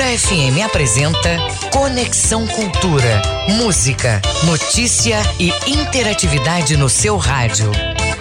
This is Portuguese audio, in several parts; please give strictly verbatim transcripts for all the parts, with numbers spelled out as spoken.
F M apresenta Conexão Cultura. Música, notícia e interatividade no seu rádio.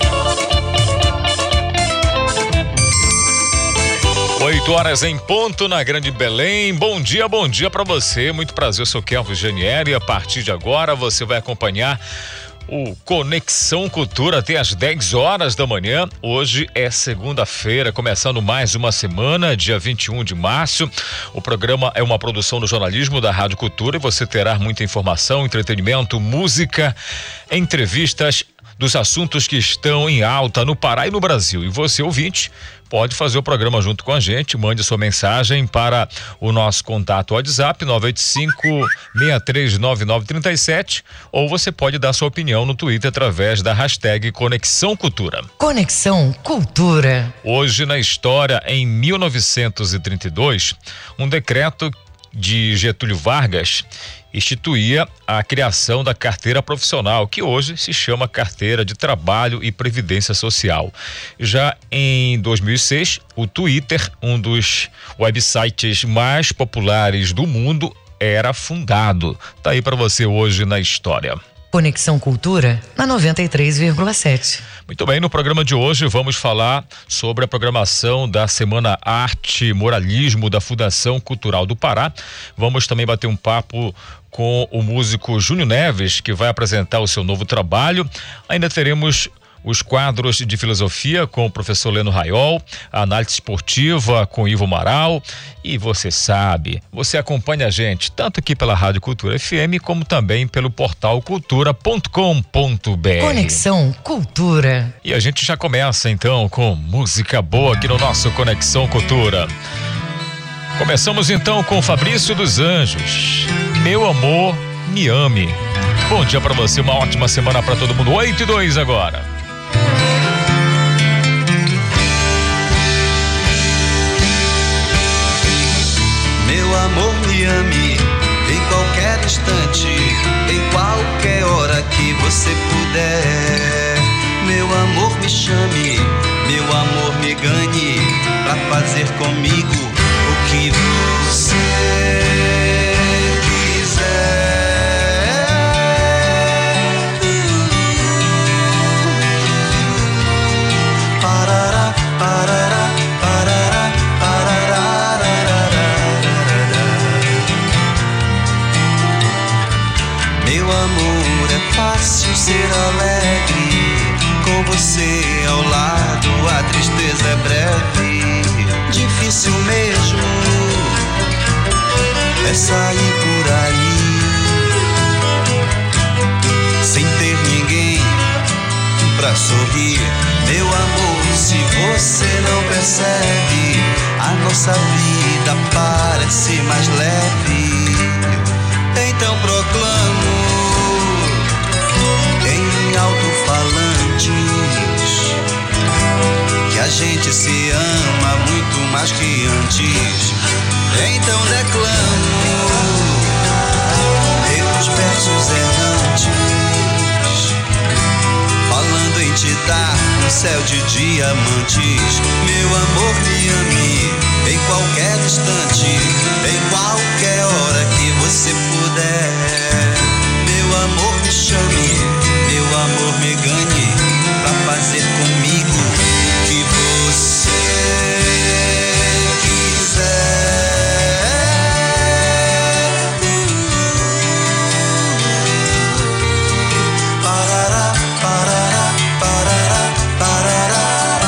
Oito horas em ponto na Grande Belém. Bom dia, bom dia para você. Muito prazer, eu sou Kelvin Genieri e a partir de agora você vai acompanhar o Conexão Cultura até às dez horas da manhã. Hoje é segunda-feira, começando mais uma semana, dia vinte e um de março. O programa é uma produção do jornalismo da Rádio Cultura e você terá muita informação, entretenimento, música, entrevistas dos assuntos que estão em alta no Pará e no Brasil. E você, ouvinte, pode fazer o programa junto com a gente. Mande sua mensagem para o nosso contato WhatsApp nove oito cinco, seis três nove nove três sete, ou você pode dar sua opinião no Twitter através da hashtag Conexão Cultura. Conexão Cultura. Hoje na história, em mil novecentos e trinta e dois, um decreto de Getúlio Vargas instituía a criação da carteira profissional, que hoje se chama Carteira de Trabalho e Previdência Social. Já em dois mil e seis, o Twitter, um dos websites mais populares do mundo, era fundado. Tá aí para você hoje na história. Conexão Cultura na noventa e três vírgula sete. Muito bem, no programa de hoje vamos falar sobre a programação da Semana Arte e Muralismo da Fundação Cultural do Pará. Vamos também bater um papo com o músico Júnior Neves, que vai apresentar o seu novo trabalho. Ainda teremos os quadros de filosofia com o professor Leno Raiol, a análise esportiva com Ivo Amaral. E você sabe, você acompanha a gente tanto aqui pela Rádio Cultura F M como também pelo portal cultura ponto com ponto b r. Conexão Cultura. E a gente já começa então com música boa aqui no nosso Conexão Cultura. Começamos então com Fabrício dos Anjos, Meu Amor, Me Ame. Bom dia pra você, uma ótima semana pra todo mundo. Oito e dois agora. Meu amor, me ame em qualquer instante, em qualquer hora que você puder. Meu amor, me chame, meu amor, me ganhe, pra fazer comigo o que você Parará, parará, parará, parará, meu amor, é fácil ser alegre, com você ao lado a tristeza é breve. Difícil mesmo é sair por aí sem ter ninguém pra sorrir. Meu amor, se você não percebe, a nossa vida parece mais leve. Então proclamo em alto-falantes que a gente se ama muito mais que antes. Então declamo meus versos errantes, falando em te dar um céu de diamantes. Meu amor, me ame em qualquer instante, em qualquer hora que você puder. Meu amor, me chame, meu amor, me ganhe, pra fazer comigo o que você quiser. Parará, parará, parará, parará,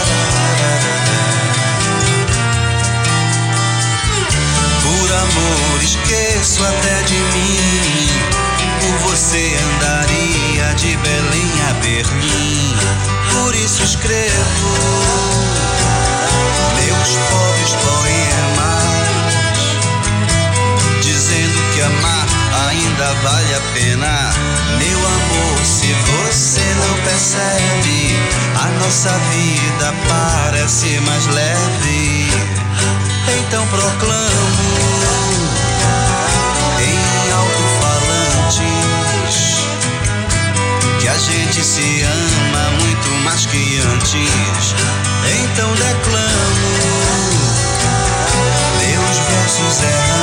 por amor esqueço até de mim, por você andaria de Belém a Berlim. Por isso escrevo meus pobres poemas, dizendo que amar ainda vale a pena. Meu amor, se você não percebe, a nossa vida parece mais leve. Então proclamo em alto-falantes que a gente se ama muito mais que antes. Então declamo meus versos errantes,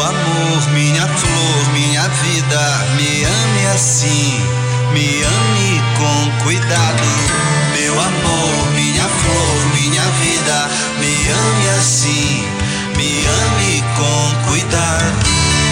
amor, minha flor, minha vida, me ame assim, me ame com cuidado. Meu amor, minha flor, minha vida, me ame assim, me ame com cuidado.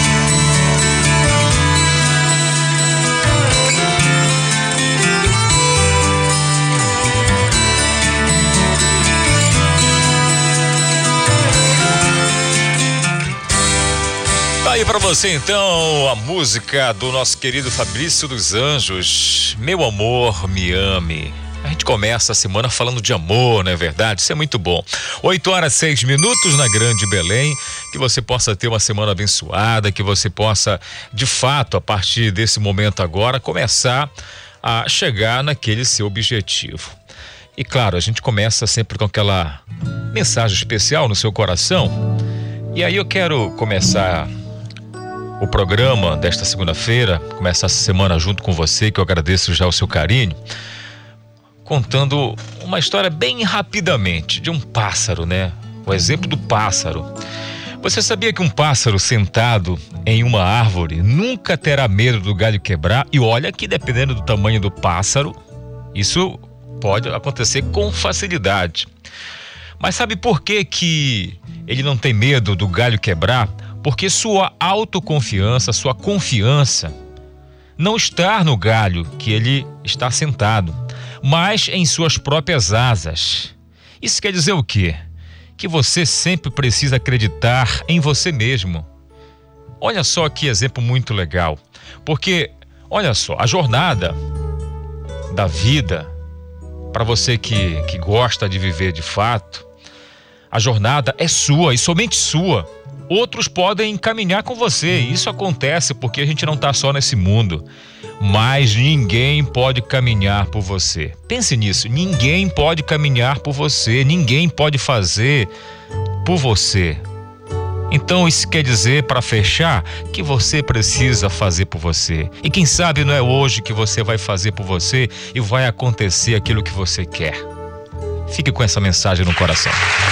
Tá aí pra você então a música do nosso querido Fabrício dos Anjos, Meu Amor, Me Ame. A gente começa a semana falando de amor, não é verdade? Isso é muito bom. oito horas, seis minutos na Grande Belém. Que você possa ter uma semana abençoada, que você possa, de fato, a partir desse momento agora, começar a chegar naquele seu objetivo. E claro, a gente começa sempre com aquela mensagem especial no seu coração. E aí eu quero começar o programa desta segunda-feira, começar essa semana junto com você, que eu agradeço já o seu carinho, contando uma história bem rapidamente de um pássaro, né? O exemplo do pássaro. Você sabia que um pássaro sentado em uma árvore nunca terá medo do galho quebrar? E olha que dependendo do tamanho do pássaro, isso pode acontecer com facilidade. Mas sabe por que que ele não tem medo do galho quebrar? Porque sua autoconfiança, sua confiança não está no galho que ele está sentado, mas em suas próprias asas. Isso quer dizer o quê? Que você sempre precisa acreditar em você mesmo. Olha só que exemplo muito legal. Porque, olha só, a jornada da vida, para você que, que gosta de viver de fato, a jornada é sua e somente sua. Outros podem caminhar com você. Isso acontece porque a gente não está só nesse mundo. Mas ninguém pode caminhar por você. Pense nisso. Ninguém pode caminhar por você. Ninguém pode fazer por você. Então isso quer dizer, para fechar, que você precisa fazer por você. E quem sabe não é hoje que você vai fazer por você e vai acontecer aquilo que você quer. Fique com essa mensagem no coração.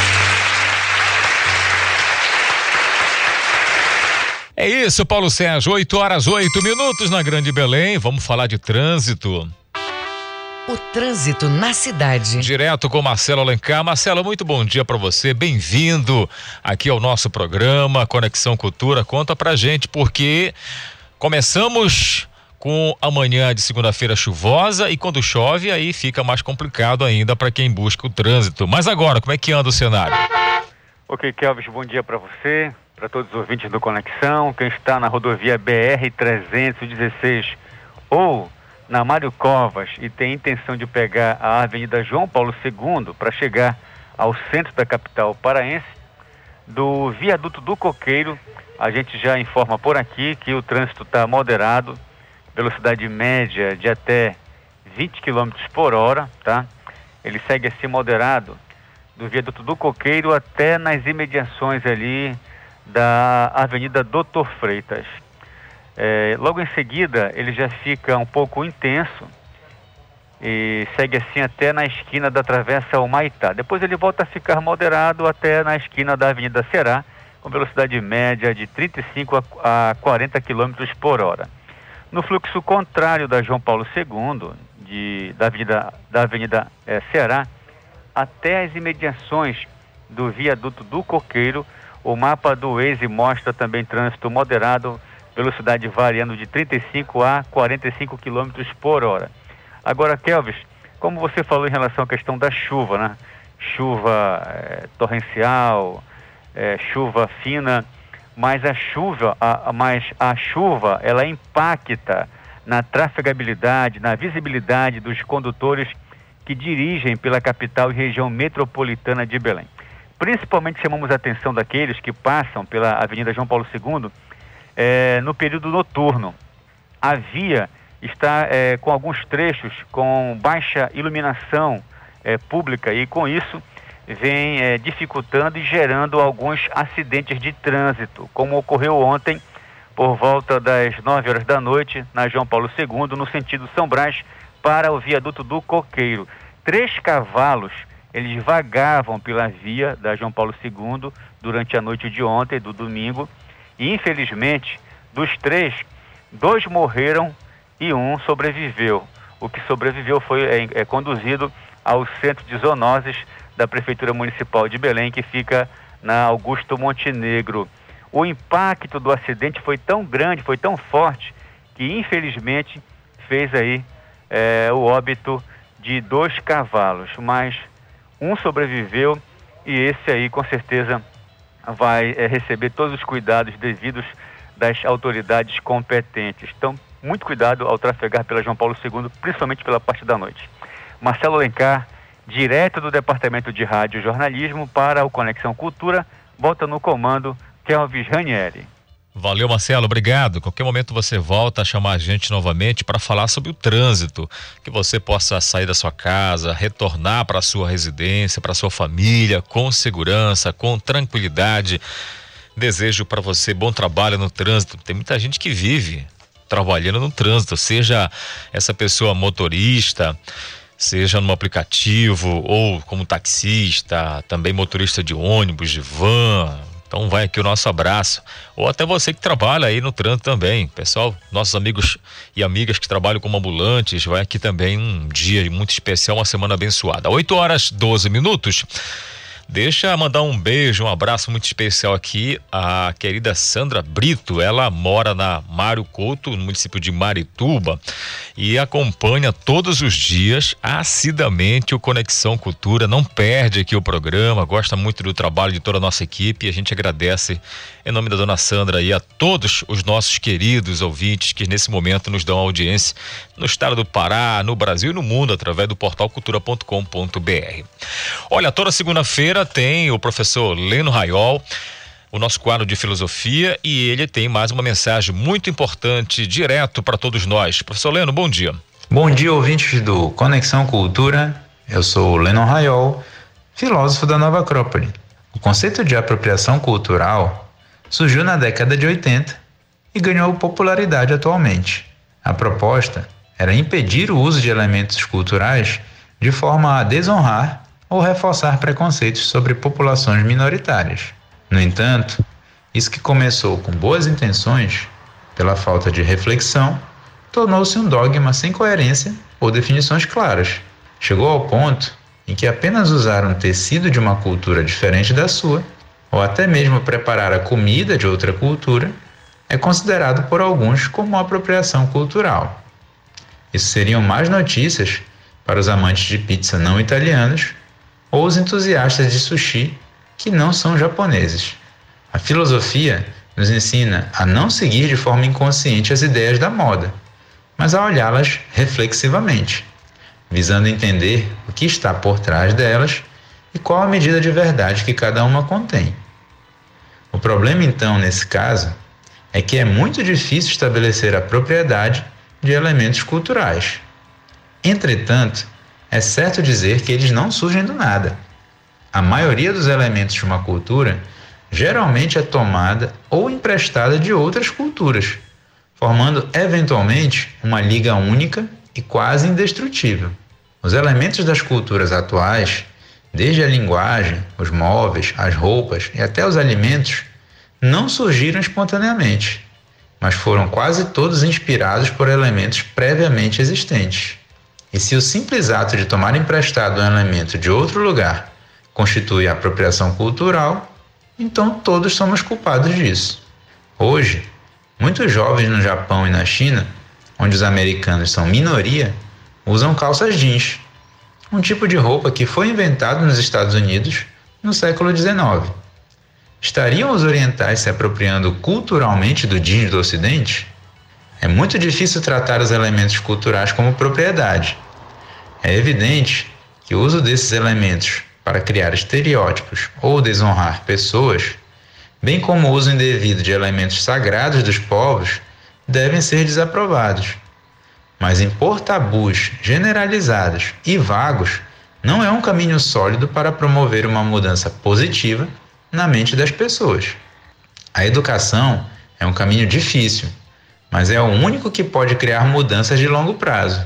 É isso, Paulo Sérgio, oito horas, oito minutos na Grande Belém. Vamos falar de trânsito. O trânsito na cidade. Direto com Marcelo Alencar. Marcelo, muito bom dia para você. Bem-vindo aqui ao nosso programa Conexão Cultura. Conta pra gente, porque começamos com a manhã de segunda-feira chuvosa e quando chove aí fica mais complicado ainda para quem busca o trânsito. Mas agora, como é que anda o cenário? Ok, Kelvis, bom dia para você, para todos os ouvintes do Conexão. Quem está na rodovia B R trezentos e dezesseis ou na Mário Covas e tem intenção de pegar a Avenida João Paulo segundo para chegar ao centro da capital paraense, do viaduto do Coqueiro, a gente já informa por aqui que o trânsito está moderado, velocidade média de até vinte quilômetros por hora, tá? Ele segue assim moderado do viaduto do Coqueiro até nas imediações ali da Avenida Doutor Freitas. É, logo em seguida ele já fica um pouco intenso e segue assim até na esquina da Travessa Humaitá. Depois ele volta a ficar moderado até na esquina da Avenida Ceará, com velocidade média de trinta e cinco a quarenta quilômetros por hora. No fluxo contrário da João Paulo segundo, de, da Avenida, da Avenida é, Ceará, até as imediações do viaduto do Coqueiro, o mapa do Waze mostra também trânsito moderado, velocidade variando de trinta e cinco a quarenta e cinco quilômetros por hora. Agora, Kelvis, como você falou em relação à questão da chuva, né? Chuva é, torrencial, é, chuva fina, mas a chuva, a, a, mas a chuva, ela impacta na trafegabilidade, na visibilidade dos condutores que dirigem pela capital e região metropolitana de Belém. Principalmente chamamos a atenção daqueles que passam pela Avenida João Paulo segundo é, no período noturno. A via está é, com alguns trechos com baixa iluminação é, pública e com isso vem é, dificultando e gerando alguns acidentes de trânsito, como ocorreu ontem por volta das nove horas da noite na João Paulo segundo, no sentido São Brás para o viaduto do Coqueiro. Três cavalos, eles vagavam pela via da João Paulo segundo durante a noite de ontem, do domingo, E infelizmente, dos três, dois morreram e um sobreviveu. O que sobreviveu foi é, é conduzido ao centro de zoonoses da Prefeitura Municipal de Belém, que fica na Augusto Montenegro. O impacto do acidente foi tão grande, foi tão forte, que infelizmente fez aí é, o óbito de dois cavalos, mas um sobreviveu e esse aí com certeza vai é, receber todos os cuidados devidos das autoridades competentes. Então, muito cuidado ao trafegar pela João Paulo segundo, principalmente pela parte da noite. Marcelo Alencar, direto do Departamento de Rádio e Jornalismo para o Conexão Cultura, volta no comando Kelvis Ranieri. Valeu, Marcelo, obrigado. Qualquer momento você volta a chamar a gente novamente para falar sobre o trânsito, que você possa sair da sua casa, retornar para a sua residência, para a sua família, com segurança, com tranquilidade. Desejo para você bom trabalho no trânsito. Tem muita gente que vive trabalhando no trânsito, seja essa pessoa motorista, seja no aplicativo ou como taxista, também motorista de ônibus, de van. Então vai aqui o nosso abraço. Ou até você que trabalha aí no trânsito também. Pessoal, nossos amigos e amigas que trabalham como ambulantes, vai aqui também um dia muito especial, uma semana abençoada. oito horas e doze minutos. Deixa eu mandar um beijo, um abraço muito especial aqui à querida Sandra Brito. Ela mora na Mário Couto, no município de Marituba, e acompanha todos os dias assiduamente o Conexão Cultura. Não perde aqui o programa, gosta muito do trabalho de toda a nossa equipe, e a gente agradece em nome da dona Sandra e a todos os nossos queridos ouvintes que nesse momento nos dão audiência no estado do Pará, no Brasil e no mundo, através do portal cultura ponto com ponto br. Olha, toda segunda-feira tem o professor Leno Raiol, o nosso quadro de filosofia, e ele tem mais uma mensagem muito importante, direto para todos nós. Professor Leno, bom dia. Bom dia, ouvintes do Conexão Cultura. Eu sou o Leno Raiol, filósofo da Nova Acrópole. O conceito de apropriação cultural surgiu na década de oitenta e ganhou popularidade atualmente. A proposta era impedir o uso de elementos culturais de forma a desonrar ou reforçar preconceitos sobre populações minoritárias. No entanto, isso que começou com boas intenções, pela falta de reflexão, tornou-se um dogma sem coerência ou definições claras. Chegou ao ponto em que apenas usar um tecido de uma cultura diferente da sua, ou até mesmo preparar a comida de outra cultura, é considerado por alguns como apropriação cultural. Isso seriam más notícias para os amantes de pizza não italianos ou os entusiastas de sushi que não são japoneses. A filosofia nos ensina a não seguir de forma inconsciente as ideias da moda, mas a olhá-las reflexivamente, visando entender o que está por trás delas e qual a medida de verdade que cada uma contém. O problema, então, nesse caso, é que é muito difícil estabelecer a propriedade de elementos culturais. Entretanto, é certo dizer que eles não surgem do nada. A maioria dos elementos de uma cultura geralmente é tomada ou emprestada de outras culturas, formando eventualmente uma liga única e quase indestrutível. Os elementos das culturas atuais, desde a linguagem, os móveis, as roupas e até os alimentos, não surgiram espontaneamente, mas foram quase todos inspirados por elementos previamente existentes. E se o simples ato de tomar emprestado um elemento de outro lugar constitui apropriação cultural, então todos somos culpados disso. Hoje, muitos jovens no Japão e na China, onde os americanos são minoria, usam calças jeans, um tipo de roupa que foi inventado nos Estados Unidos no século dezenove. Estariam os orientais se apropriando culturalmente do jeans do Ocidente? É muito difícil tratar os elementos culturais como propriedade. É evidente que o uso desses elementos para criar estereótipos ou desonrar pessoas, bem como o uso indevido de elementos sagrados dos povos, devem ser desaprovados. Mas impor tabus generalizados e vagos não é um caminho sólido para promover uma mudança positiva na mente das pessoas. A educação é um caminho difícil, mas é o único que pode criar mudanças de longo prazo.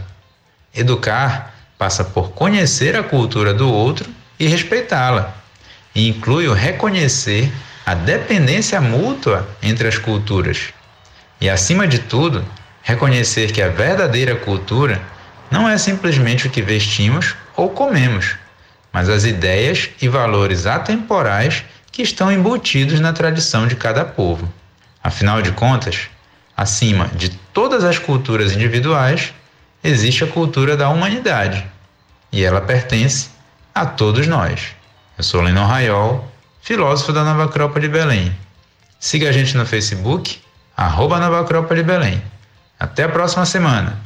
Educar passa por conhecer a cultura do outro e respeitá-la, e inclui o reconhecer a dependência mútua entre as culturas e, acima de tudo, reconhecer que a verdadeira cultura não é simplesmente o que vestimos ou comemos, mas as ideias e valores atemporais que estão embutidos na tradição de cada povo. Afinal de contas, acima de todas as culturas individuais, existe a cultura da humanidade, e ela pertence a todos nós. Eu sou Lennon Raiol, filósofo da Nova Acrópole Belém. Siga a gente no Facebook, arroba Nova Acrópole Belém. Até a próxima semana.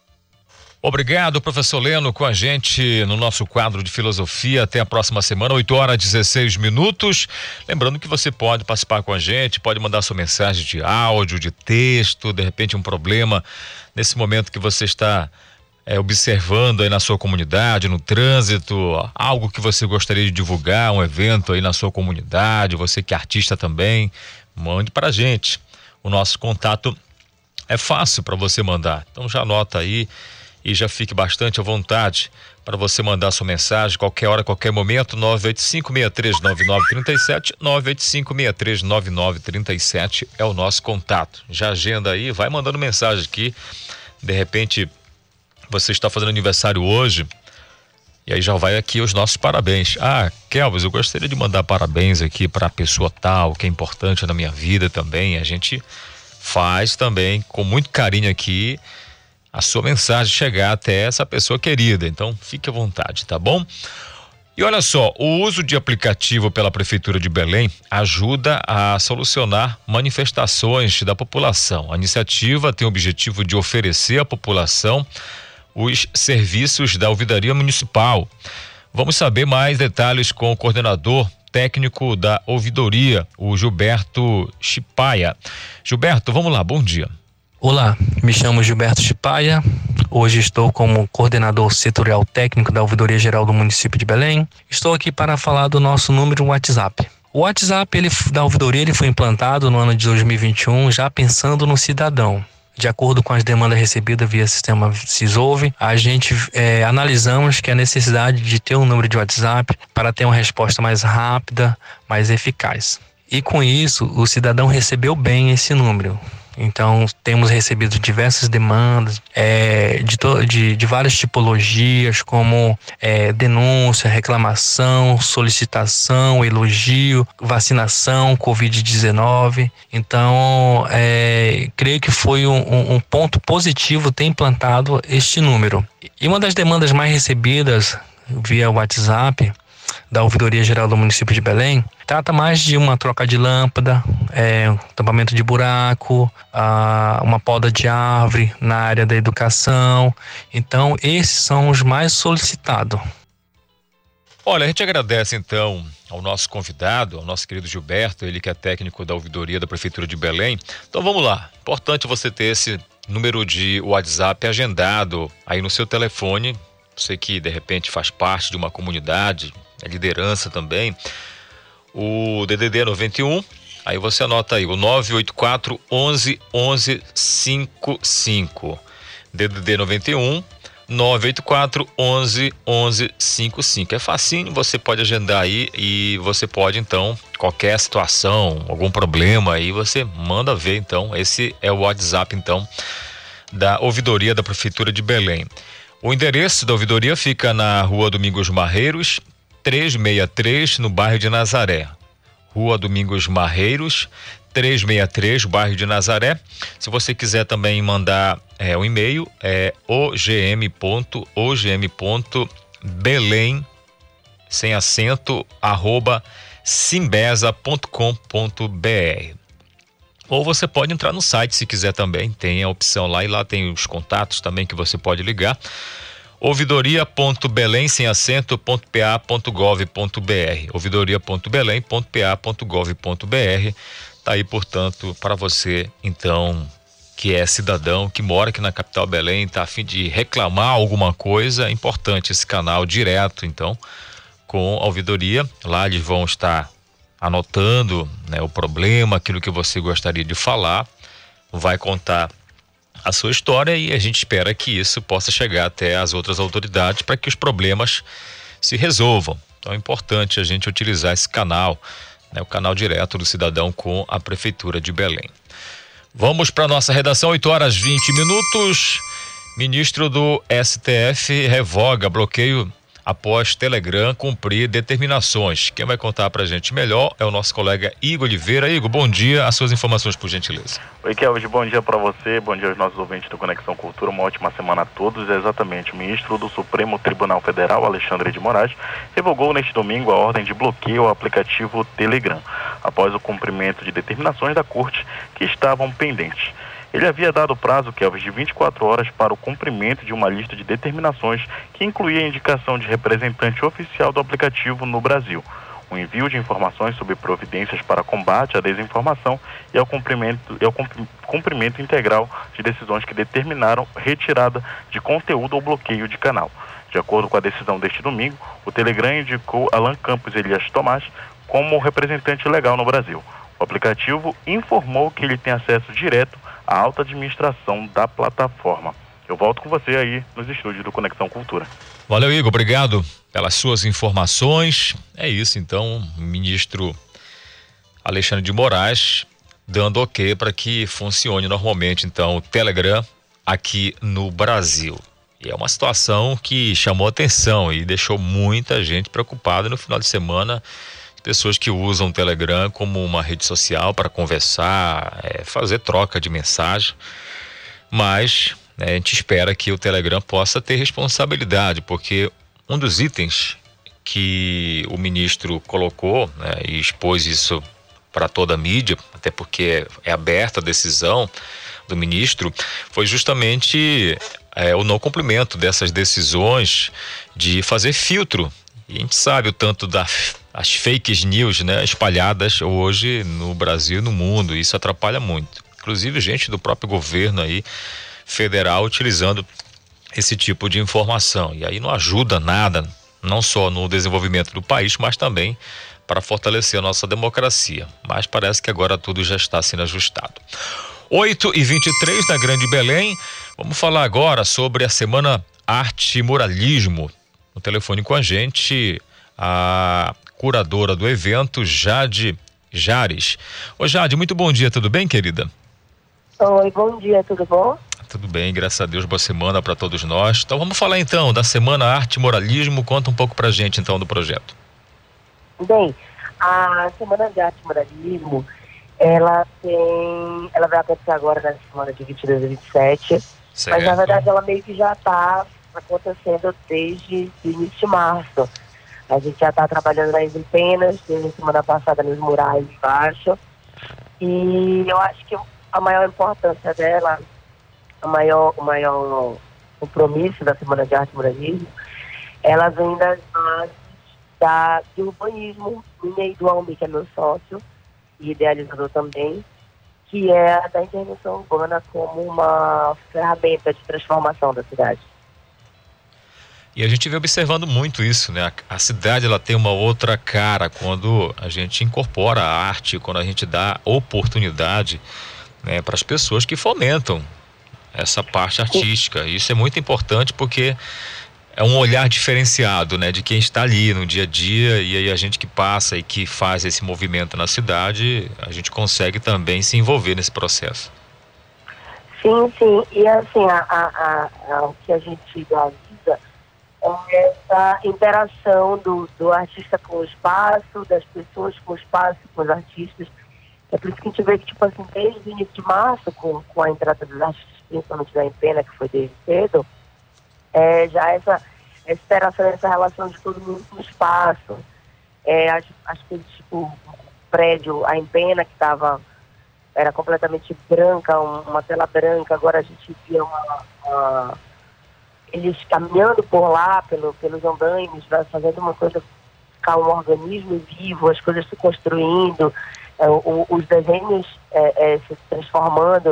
Obrigado, professor Leno, com a gente no nosso quadro de filosofia. Até a próxima semana, oito horas e dezesseis minutos. Lembrando que você pode participar com a gente, pode mandar sua mensagem de áudio, de texto, de repente um problema nesse momento que você está é, observando aí na sua comunidade, no trânsito, algo que você gostaria de divulgar, um evento aí na sua comunidade, você que é artista também, mande pra gente. O nosso contato é fácil para você mandar, então já anota aí e já fique bastante à vontade para você mandar sua mensagem qualquer hora, qualquer momento. Nove oito cinco, seis três nove nove três sete, nove oito cinco, seis três nove nove três sete é o nosso contato. Já agenda aí, vai mandando mensagem aqui. De repente você está fazendo aniversário hoje e aí já vai aqui os nossos parabéns. Ah, Kelvis, eu gostaria de mandar parabéns aqui para a pessoa tal, que é importante na minha vida também. A gente faz também com muito carinho aqui a sua mensagem chegar até essa pessoa querida, então fique à vontade, tá bom? E olha só, o uso de aplicativo pela Prefeitura de Belém ajuda a solucionar manifestações da população. A iniciativa tem o objetivo de oferecer à população os serviços da ouvidoria municipal. Vamos saber mais detalhes com o coordenador técnico da ouvidoria, o Gilberto Chipaia. Gilberto, vamos lá, bom dia. Olá, me chamo Gilberto Chipaia, hoje estou como coordenador setorial técnico da Ouvidoria Geral do município de Belém. Estou aqui para falar do nosso número WhatsApp. O WhatsApp ele, da ouvidoria ele foi implantado no ano de dois mil e vinte e um, já pensando no cidadão. De acordo com as demandas recebidas via sistema SysOuve, a gente é, analisamos que a necessidade de ter um número de WhatsApp para ter uma resposta mais rápida, mais eficaz. E com isso, o cidadão recebeu bem esse número. Então, temos recebido diversas demandas é, de, to, de, de várias tipologias, como é, denúncia, reclamação, solicitação, elogio, vacinação, covid dezenove. Então, é, creio que foi um, um ponto positivo ter implantado este número. E uma das demandas mais recebidas via WhatsApp da Ouvidoria Geral do município de Belém trata mais de uma troca de lâmpada, é, um tampamento de buraco, a, uma poda de árvore na área da educação. Então, esses são os mais solicitados. Olha, a gente agradece então ao nosso convidado, ao nosso querido Gilberto, ele que é técnico da ouvidoria da Prefeitura de Belém. Então vamos lá, importante você ter esse número de WhatsApp agendado aí no seu telefone. Você que de repente faz parte de uma comunidade, é liderança também, o D D D noventa e um, aí você anota aí o nove oito quatro, onze, onze, cinquenta e cinco, D D D noventa e um, nove oito quatro, onze, onze, cinquenta e cinco. É facinho, você pode agendar aí e você pode então, qualquer situação, algum problema aí, você manda ver então. Esse é o WhatsApp então da ouvidoria da Prefeitura de Belém. O endereço da ouvidoria fica na Rua Domingos Marreiros, trezentos e sessenta e três, no bairro de Nazaré. Rua Domingos Marreiros, trezentos e sessenta e três, bairro de Nazaré. Se você quiser também mandar é, um e-mail, é ogm.ogm.belém, sem acento, arroba simbesa ponto com ponto br. Ou você pode entrar no site se quiser também, tem a opção lá e lá tem os contatos também que você pode ligar. ouvidoria ponto belém sem acento ponto p a ponto gov ponto br, ouvidoria ponto belém ponto p a ponto gov ponto br. Tá aí, portanto, para você então que é cidadão, que mora aqui na capital Belém, tá a fim de reclamar alguma coisa, é importante esse canal direto então com a ouvidoria. Lá eles vão estar anotando, né, o problema, aquilo que você gostaria de falar, vai contar a sua história e a gente espera que isso possa chegar até as outras autoridades para que os problemas se resolvam. Então é importante a gente utilizar esse canal né, o canal direto do cidadão com a Prefeitura de Belém. Vamos para nossa redação, oito horas e vinte minutos. Ministro do S T F revoga bloqueio após Telegram cumprir determinações. Quem vai contar pra gente melhor é o nosso colega Igor Oliveira. Igor, bom dia, as suas informações, por gentileza. Oi, Kelvis, bom dia para você, bom dia aos nossos ouvintes do Conexão Cultura, uma ótima semana a todos. É exatamente, o ministro do Supremo Tribunal Federal, Alexandre de Moraes, revogou neste domingo a ordem de bloqueio ao aplicativo Telegram, após o cumprimento de determinações da Corte que estavam pendentes. Ele havia dado prazo, Kelvis, de vinte e quatro horas para o cumprimento de uma lista de determinações que incluía a indicação de representante oficial do aplicativo no Brasil, o envio de informações sobre providências para combate à desinformação e ao cumprimento, e ao cumprimento integral de decisões que determinaram retirada de conteúdo ou bloqueio de canal. De acordo com a decisão deste domingo, o Telegram indicou Alan Campos Elias Tomás como representante legal no Brasil. O aplicativo informou que ele tem acesso direto à alta administração da plataforma. Eu volto com você aí nos estúdios do Conexão Cultura. Valeu, Igor, obrigado pelas suas informações. É isso, então, o ministro Alexandre de Moraes dando ok para que funcione normalmente, então, o Telegram aqui no Brasil. E é uma situação que chamou atenção e deixou muita gente preocupada no final de semana. Pessoas que usam o Telegram como uma rede social para conversar, é, fazer troca de mensagem, mas né, a gente espera que o Telegram possa ter responsabilidade, porque um dos itens que o ministro colocou, né, e expôs isso para toda a mídia, até porque é aberta a decisão do ministro, foi justamente é, o não cumprimento dessas decisões de fazer filtro. E a gente sabe o tanto das fake news, né, espalhadas hoje no Brasil e no mundo. Isso atrapalha muito. Inclusive gente do próprio governo aí, federal, utilizando esse tipo de informação. E aí não ajuda nada, não só no desenvolvimento do país, mas também para fortalecer a nossa democracia. Mas parece que agora tudo já está sendo ajustado. oito e vinte e três na Grande Belém. Vamos falar agora sobre a Semana Arte e Muralismo. No telefone com a gente, a curadora do evento, Jade Jares. Ô Jade, muito bom dia, tudo bem, querida? Oi, bom dia, tudo bom? Tudo bem, graças a Deus, boa semana para todos nós. Então vamos falar então da Semana Arte e Muralismo, conta um pouco pra gente então do projeto. Bem, a Semana de Arte e Muralismo, ela tem, ela vai acontecer agora na semana de vinte e dois a vinte e sete, certo. Mas na verdade ela meio que já está acontecendo desde o início de março. A gente já está trabalhando nas empenas, desde a semana passada nos murais embaixo, e eu acho que a maior importância dela, a maior, o maior compromisso da Semana de Arte e Muralismo, ela vem das bases da, do urbanismo, no meio do Almi, que é meu sócio e idealizador também, que é a da intervenção urbana como uma ferramenta de transformação da cidade. E a gente vem observando muito isso, né? A, a cidade, ela tem uma outra cara quando a gente incorpora a arte, quando a gente dá oportunidade, né, para as pessoas que fomentam essa parte artística. Isso é muito importante porque é um olhar diferenciado, né, de quem está ali no dia a dia, e aí a gente que passa e que faz esse movimento na cidade, a gente consegue também se envolver nesse processo. Sim, sim. E assim, a, a, a, o que a gente avisa é essa interação do, do artista com o espaço, das pessoas com o espaço, com os artistas. É por isso que a gente vê que, tipo assim, desde o início de março, com, com a entrada dos artistas, principalmente da Empena, que foi desde cedo, é, já essa, essa interação, essa relação de todo mundo com o espaço. É, as, as coisas, tipo, o prédio, a Empena, que estava, era completamente branca, um, uma tela branca, agora a gente via uma... uma eles caminhando por lá, pelo, pelos andaimes, fazendo uma coisa, ficar um organismo vivo, as coisas se construindo, é, o, os desenhos é, é, se transformando.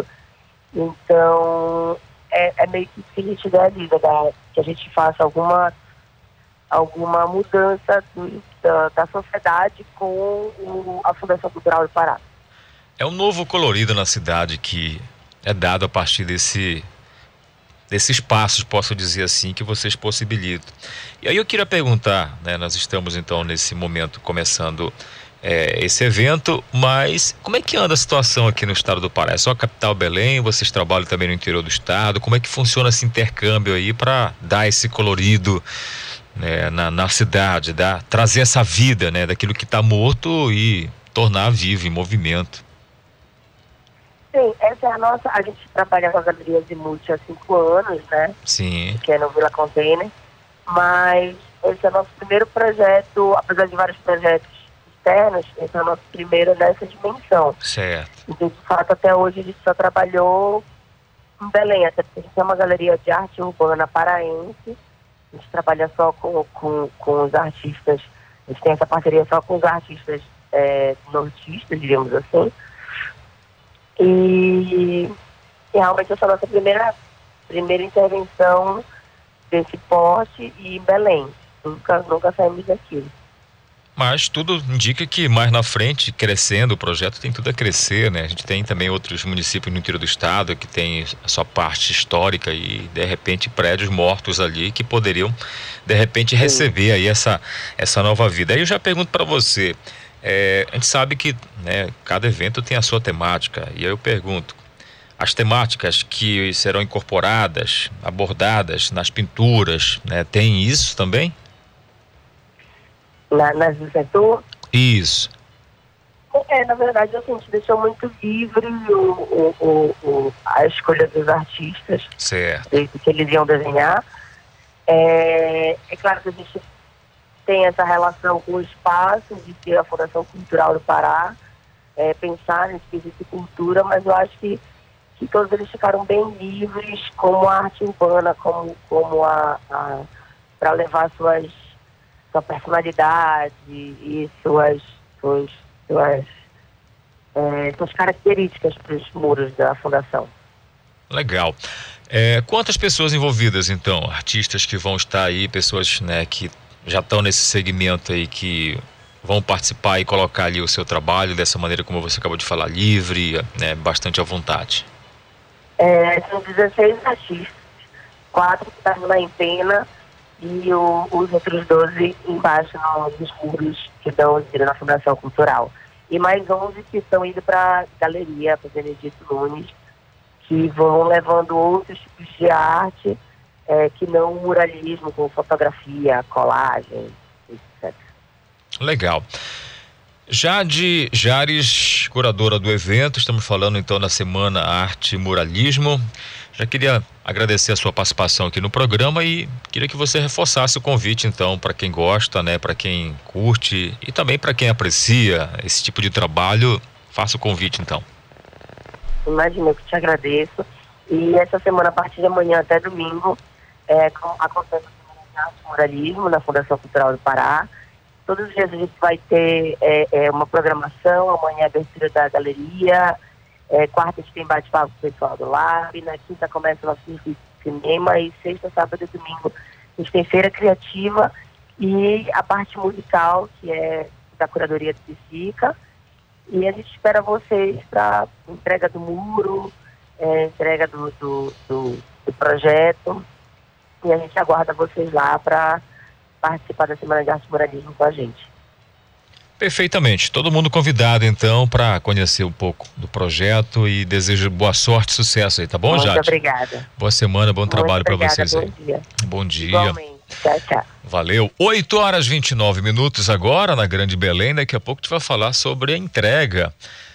Então, é, é meio que que a gente idealiza, da, que a gente faça alguma, alguma mudança do, da, da sociedade com o, a Fundação Cultural do Pará. É um novo colorido na cidade que é dado a partir desse... desses passos, posso dizer assim, que vocês possibilitam. E aí eu queria perguntar, né, nós estamos então nesse momento começando é, esse evento, mas como é que anda a situação aqui no estado do Pará? É só a capital Belém, vocês trabalham também no interior do estado, como é que funciona esse intercâmbio aí para dar esse colorido, né, na, na cidade, dar, trazer essa vida, né, daquilo que está morto e tornar vivo, em movimento? Sim, essa é a nossa, a gente trabalha com a Galeria Azimuth há cinco anos, né? Sim. Que é no Vila Container, mas esse é o nosso primeiro projeto, apesar de vários projetos externos, esse é o nosso primeiro nessa dimensão. Certo. Então, de fato, até hoje a gente só trabalhou em Belém, até porque a gente é uma galeria de arte urbana paraense, a gente trabalha só com, com, com os artistas, a gente tem essa parceria só com os artistas é, nortistas, diríamos assim, e, e realmente essa é a nossa primeira, primeira intervenção desse porte e em Belém. Nunca, nunca saímos daquilo. Mas tudo indica que mais na frente, crescendo, o projeto tem tudo a crescer, né? A gente tem também outros municípios no interior do estado que tem a sua parte histórica e, de repente, prédios mortos ali que poderiam, de repente, receber aí essa, essa nova vida. Aí eu já pergunto para você, é, a gente sabe que, né, cada evento tem a sua temática, e aí eu pergunto, as temáticas que serão incorporadas, abordadas nas pinturas, né, tem isso também? Na, nas do setor? Isso. É, na verdade, assim, a gente deixou muito livre o, o, o, o, a escolha dos artistas. Certo. Do que eles iam desenhar. É, é claro que a gente tem essa relação com o espaço de ter a Fundação Cultural do Pará, é, pensar nesse quesito de cultura, mas eu acho que, que todos eles ficaram bem livres como a arte urbana, como, como a, a para levar suas sua personalidade e suas, suas, suas, é, suas características para os muros da fundação. Legal. É, quantas pessoas envolvidas, então? Artistas que vão estar aí, pessoas, né, que já estão nesse segmento aí, que vão participar e colocar ali o seu trabalho dessa maneira como você acabou de falar, livre, né, bastante à vontade? É, são dezesseis artistas, quatro que estão na empena, e o, os outros doze embaixo no, nos muros que dão na Fundação Cultural. E mais onze que estão indo para a galeria, para o Benedito Nunes, que vão levando outros tipos de arte, é, que não o muralismo, como fotografia, colagem, etcétera. Legal. Jade Jares, curadora do evento, estamos falando então na Semana Arte e Muralismo. Já queria agradecer a sua participação aqui no programa e queria que você reforçasse o convite então para quem gosta, né, para quem curte e também para quem aprecia esse tipo de trabalho. Faça o convite então. Imagina, eu que te agradeço. E essa semana, a partir de amanhã até domingo, é, acontece a Semana de Arte e Muralismo na Fundação Cultural do Pará. Todos os dias a gente vai ter é, é, uma programação, amanhã é a abertura da galeria, é, quarta a gente tem bate-papo com o pessoal do Lab, na quinta começa o nosso cinema e sexta, sábado e domingo a gente tem feira criativa e a parte musical, que é da curadoria de Psica. E a gente espera vocês para entrega do muro, é, entrega do, do, do, do projeto, e a gente aguarda vocês lá para participar da Semana de Arte e Muralismo com a gente. Perfeitamente. Todo mundo convidado, então, para conhecer um pouco do projeto e desejo boa sorte e sucesso aí, tá bom, Jade? Muito obrigada. Boa semana, bom trabalho para vocês aí. Bom dia. Bom dia. Igualmente. Tchau, tchau. Valeu. oito horas e vinte e nove minutos agora na Grande Belém. Daqui a pouco a gente vai falar sobre a entrega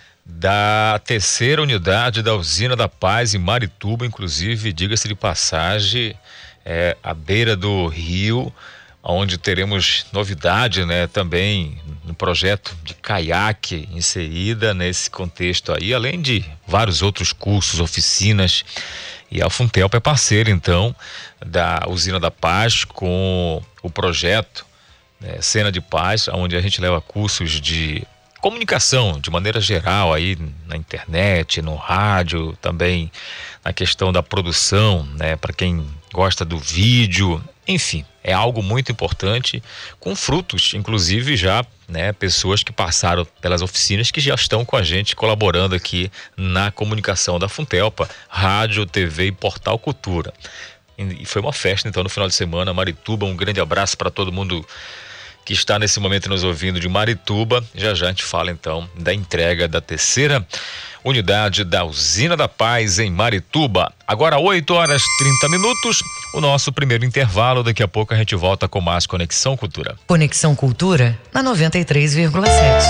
da terceira unidade da Usina da Paz em Marituba, inclusive, diga-se de passagem, é, à beira do rio, onde teremos novidade, né, também no projeto de caiaque inserida nesse contexto aí, além de vários outros cursos, oficinas. E a Funtelpa é parceira, então, da Usina da Paz com o projeto, né, Cena de Paz, onde a gente leva cursos de comunicação de maneira geral aí na internet, no rádio, também na questão da produção, né, para quem gosta do vídeo, enfim, é algo muito importante, com frutos, inclusive já, né, pessoas que passaram pelas oficinas que já estão com a gente colaborando aqui na comunicação da Funtelpa, rádio, T V e Portal Cultura. E foi uma festa então no final de semana, Marituba. Um grande abraço para todo mundo que está nesse momento nos ouvindo de Marituba. Já já a gente fala então da entrega da terceira unidade da Usina da Paz em Marituba. Agora oito horas e trinta minutos, o nosso primeiro intervalo. Daqui a pouco a gente volta com mais Conexão Cultura. Conexão Cultura na noventa e três vírgula sete.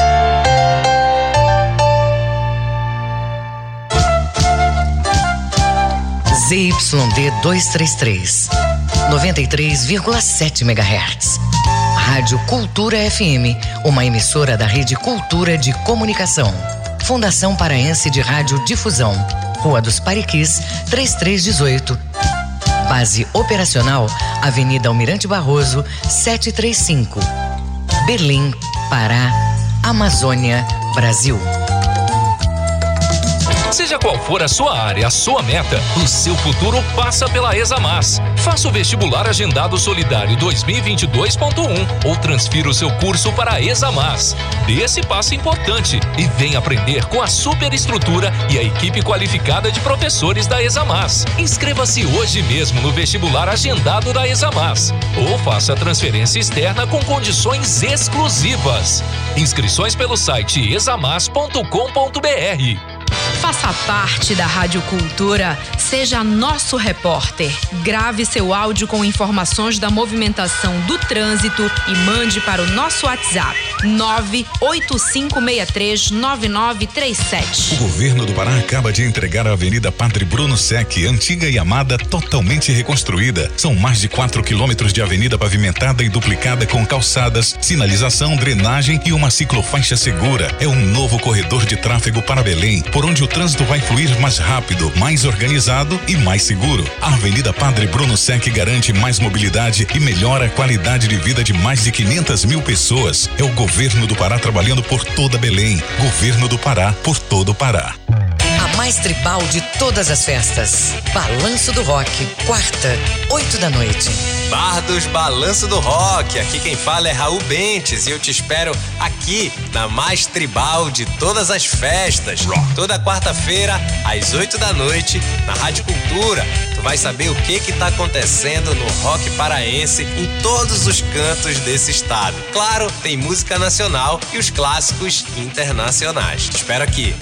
Z Y D duzentos e trinta e três, noventa e três vírgula sete megahertz. Rádio Cultura F M, uma emissora da Rede Cultura de Comunicação. Fundação Paraense de Rádio Difusão, Rua dos Pariquis, trinta e três dezoito. Base operacional, Avenida Almirante Barroso, setecentos e trinta e cinco. Belém, Pará, Amazônia, Brasil. Seja qual for a sua área, a sua meta, o seu futuro passa pela ESAMAS. Faça o vestibular agendado solidário dois mil e vinte e dois ponto um ou transfira o seu curso para a ESAMAS. Dê esse passo importante e venha aprender com a superestrutura e a equipe qualificada de professores da ESAMAS. Inscreva-se hoje mesmo no vestibular agendado da ESAMAS ou faça a transferência externa com condições exclusivas. Inscrições pelo site examas ponto com ponto br. Faça parte da Rádio Cultura, seja nosso repórter. Grave seu áudio com informações da movimentação do trânsito e mande para o nosso WhatsApp nove oito cinco seis três nove nove três sete. O governo do Pará acaba de entregar a Avenida Padre Bruno Sec, antiga e amada, totalmente reconstruída. São mais de quatro quilômetros de avenida pavimentada e duplicada com calçadas, sinalização, drenagem e uma ciclofaixa segura. É um novo corredor de tráfego para Belém, por onde o trânsito vai fluir mais rápido, mais organizado e mais seguro. A Avenida Padre Bruno Sec garante mais mobilidade e melhora a qualidade de vida de mais de quinhentas mil pessoas. É o governo do Pará trabalhando por toda Belém. Governo do Pará, por todo o Pará. A mais tribal de todas as festas. Balanço do Rock, quarta, oito da noite. Bardos Balanço do Rock, aqui quem fala é Raul Bentes e eu te espero aqui na mais tribal de todas as festas. Toda quarta-feira, às oito da noite, na Rádio Cultura. Tu vai saber o que que tá acontecendo no rock paraense em todos os cantos desse estado. Claro, tem música nacional e os clássicos internacionais. Te espero aqui.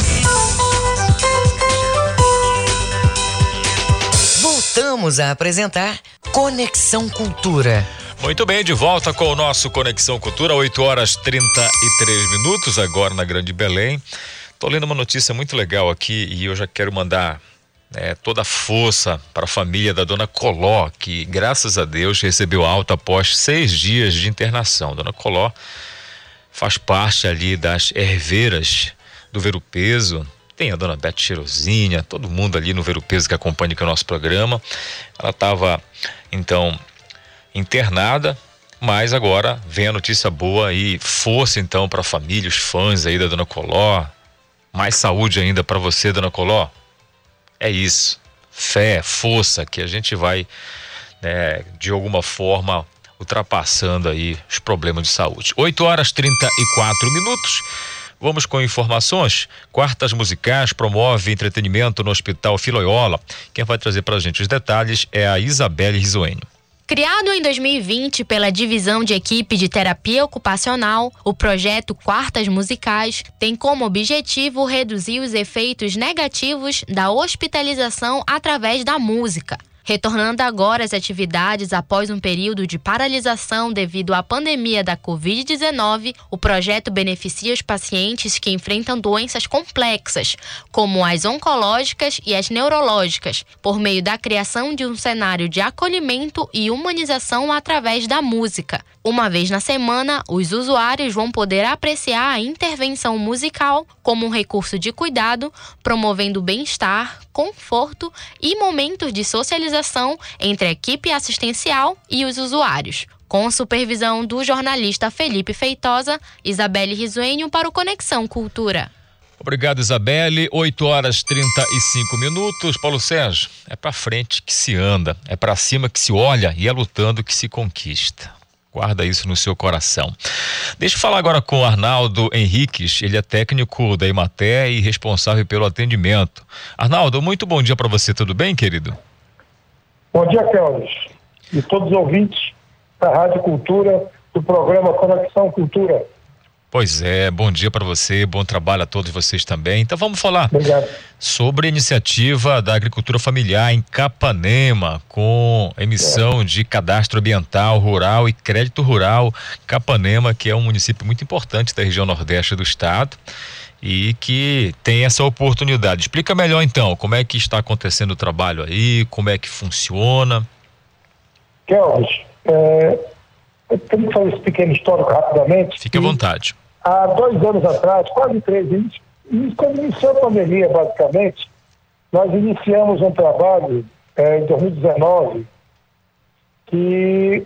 Voltamos a apresentar Conexão Cultura. Muito bem, de volta com o nosso Conexão Cultura, oito horas e trinta e três minutos, agora na Grande Belém. Tô lendo uma notícia muito legal aqui e eu já quero mandar é, toda a força para a família da Dona Coló, que graças a Deus recebeu alta após seis dias de internação. Dona Coló faz parte ali das herveiras do Ver o Peso. Tem a Dona Beth Cheirosinha, todo mundo ali no Ver o Peso que acompanha aqui o nosso programa. Ela estava, então, internada, mas agora vem a notícia boa e força, então, para a família, os fãs aí da Dona Coló. Mais saúde ainda para você, Dona Coló. É isso. Fé, força, que a gente vai, né, de alguma forma, ultrapassando aí os problemas de saúde. oito horas e trinta e quatro minutos. Vamos com informações. Quartas Musicais promove entretenimento no Hospital Filoiola. Quem vai trazer para a gente os detalhes é a Isabelle Risoenho. Criado em dois mil e vinte pela Divisão de Equipe de Terapia Ocupacional, o projeto Quartas Musicais tem como objetivo reduzir os efeitos negativos da hospitalização através da música. Retornando agora às atividades após um período de paralisação devido à pandemia da covid dezenove, o projeto beneficia os pacientes que enfrentam doenças complexas, como as oncológicas e as neurológicas, por meio da criação de um cenário de acolhimento e humanização através da música. Uma vez na semana, os usuários vão poder apreciar a intervenção musical como um recurso de cuidado, promovendo bem-estar, conforto e momentos de socialização entre a equipe assistencial e os usuários. Com supervisão do jornalista Felipe Feitosa, Isabelle Risoenho para o Conexão Cultura. Obrigado, Isabelle. oito horas e trinta e cinco minutos. Paulo Sérgio, é pra frente que se anda, é pra cima que se olha e é lutando que se conquista. Guarda isso no seu coração. Deixa eu falar agora com o Arnaldo Henriques, ele é técnico da Imaté e responsável pelo atendimento. Arnaldo, muito bom dia para você, tudo bem, querido? Bom dia, Kelvis, e todos os ouvintes da Rádio Cultura, do programa Conexão Cultura. Pois é, bom dia para você, bom trabalho a todos vocês também. Então vamos falar Obrigado. sobre a iniciativa da agricultura familiar em Capanema, com emissão é. de cadastro ambiental, rural e crédito rural. Capanema, que é um município muito importante da região nordeste do estado e que tem essa oportunidade. Explica melhor então, como é que está acontecendo o trabalho aí, como é que funciona. Kelvis, é, eu tenho que fazer esse pequeno histórico rapidamente. Fique à vontade. Há dois anos atrás, quase três, quando iniciou a pandemia, basicamente, nós iniciamos um trabalho é, em dois mil e dezenove que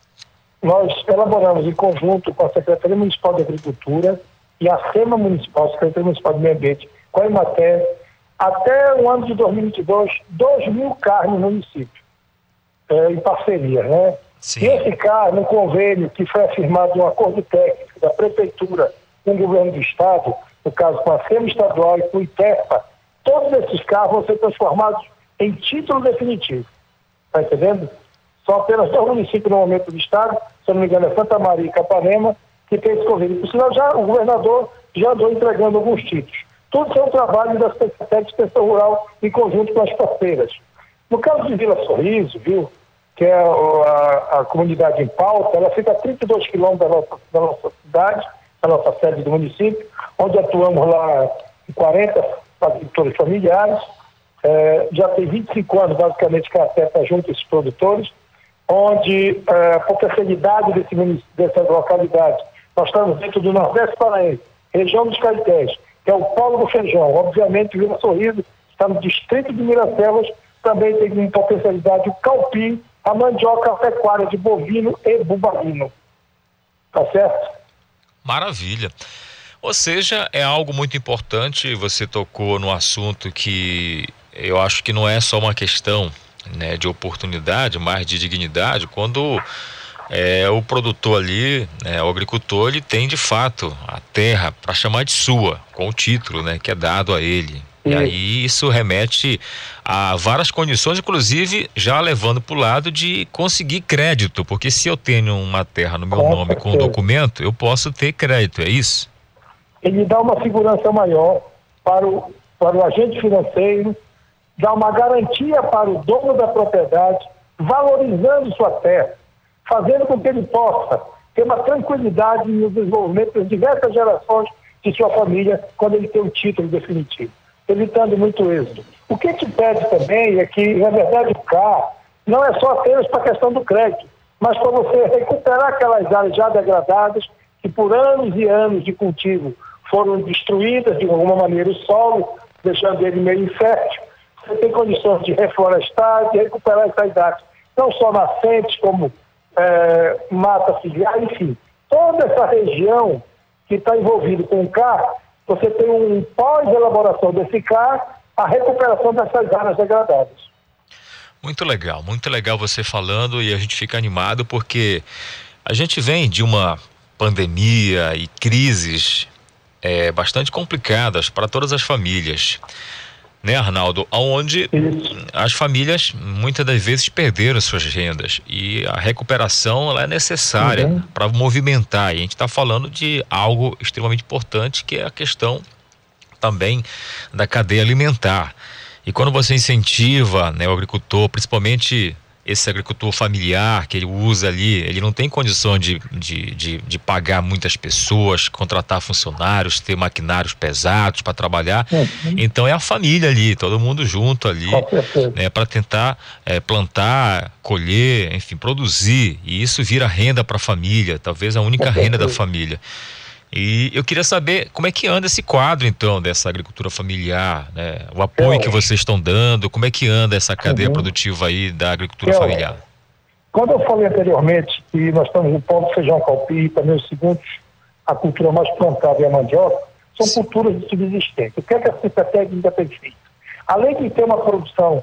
nós elaboramos em conjunto com a Secretaria Municipal de Agricultura e a SEMA Municipal, a Secretaria Municipal de Meio Ambiente, com a Emater, até o ano de dois mil e vinte e dois, dois mil carnes no município, é, em parceria, né? Sim. E esse carne, um convênio que foi afirmado um acordo técnico da Prefeitura com o Governo do Estado, no caso com a SEMA Estadual e com o ITERPA, todos esses carros vão ser transformados em título definitivo. Está entendendo? São apenas dois municípios no momento do Estado, se eu não me engano é Santa Maria e Capanema, que tem esse convênio. Por sinal, já, o governador já andou entregando alguns títulos. Tudo é um trabalho da Secretaria de Extensão Rural em conjunto com as parceiras. No caso de Vila Sorriso, viu, que é a, a, a comunidade em pauta, ela fica a trinta e dois quilômetros da nossa, da nossa cidade, da nossa sede do município, onde atuamos lá em quarenta agricultores familiares. É, já tem vinte e cinco anos, basicamente, que a T E P junto a esses produtores, onde é, a potencialidade desse, dessa localidade, nós estamos dentro do Nordeste Paraense, região dos Caetés, que é o polo do feijão. Obviamente, Vila Sorriso está no distrito de Miracelas, também tem uma potencialidade o calpi, a mandioca, a pecuária de bovino e bubalino. Tá certo? Maravilha. Ou seja, é algo muito importante, você tocou no assunto que eu acho que não é só uma questão, né, de oportunidade, mas de dignidade, quando é, o produtor ali, né, o agricultor, ele tem de fato a terra para chamar de sua, com o título, né, que é dado a ele. E aí isso remete a várias condições, inclusive já levando para o lado de conseguir crédito, porque se eu tenho uma terra no meu com nome certeza. com um documento, eu posso ter crédito, é isso? Ele dá uma segurança maior para o, para o agente financeiro, dá uma garantia para o dono da propriedade, valorizando sua terra, fazendo com que ele possa ter uma tranquilidade no desenvolvimento das diversas gerações de sua família quando ele tem um título definitivo, evitando muito êxodo. O que te pede também é que, na verdade, o C A R não é só apenas para a questão do crédito, mas para você recuperar aquelas áreas já degradadas que por anos e anos de cultivo foram destruídas de alguma maneira o solo, deixando ele meio infértil. Você tem condições de reflorestar, de recuperar essas áreas, não só nascentes, como é, mata filiar, enfim. Toda essa região que está envolvida com o C A R, você tem um pós-elaboração desse C A R, a recuperação dessas áreas degradadas. Muito legal, muito legal você falando, e a gente fica animado porque a gente vem de uma pandemia e crises é, bastante complicadas para todas as famílias, né, Arnaldo? Onde Isso. as famílias muitas das vezes perderam suas rendas e a recuperação ela é necessária uhum. para movimentar. E a gente está falando de algo extremamente importante, que é a questão também da cadeia alimentar. E quando você incentiva, né, o agricultor, principalmente esse agricultor familiar que ele usa ali, ele não tem condição de, de, de, de pagar muitas pessoas, contratar funcionários, ter maquinários pesados para trabalhar. Uhum. Então é a família ali, todo mundo junto ali, né, para tentar é, plantar, colher, enfim, produzir. E isso vira renda para a família, talvez a única renda da família. E eu queria saber como é que anda esse quadro, então, dessa agricultura familiar, né? O apoio é. que vocês estão dando, como é que anda essa cadeia uhum. produtiva aí da agricultura é. familiar? Quando eu falei anteriormente que nós estamos no ponto feijão calpi, também os segundos, a cultura mais plantada é a mandioca, são Sim. culturas de subsistência. O que é que a Secretaria ainda tem feito? Além de ter uma produção,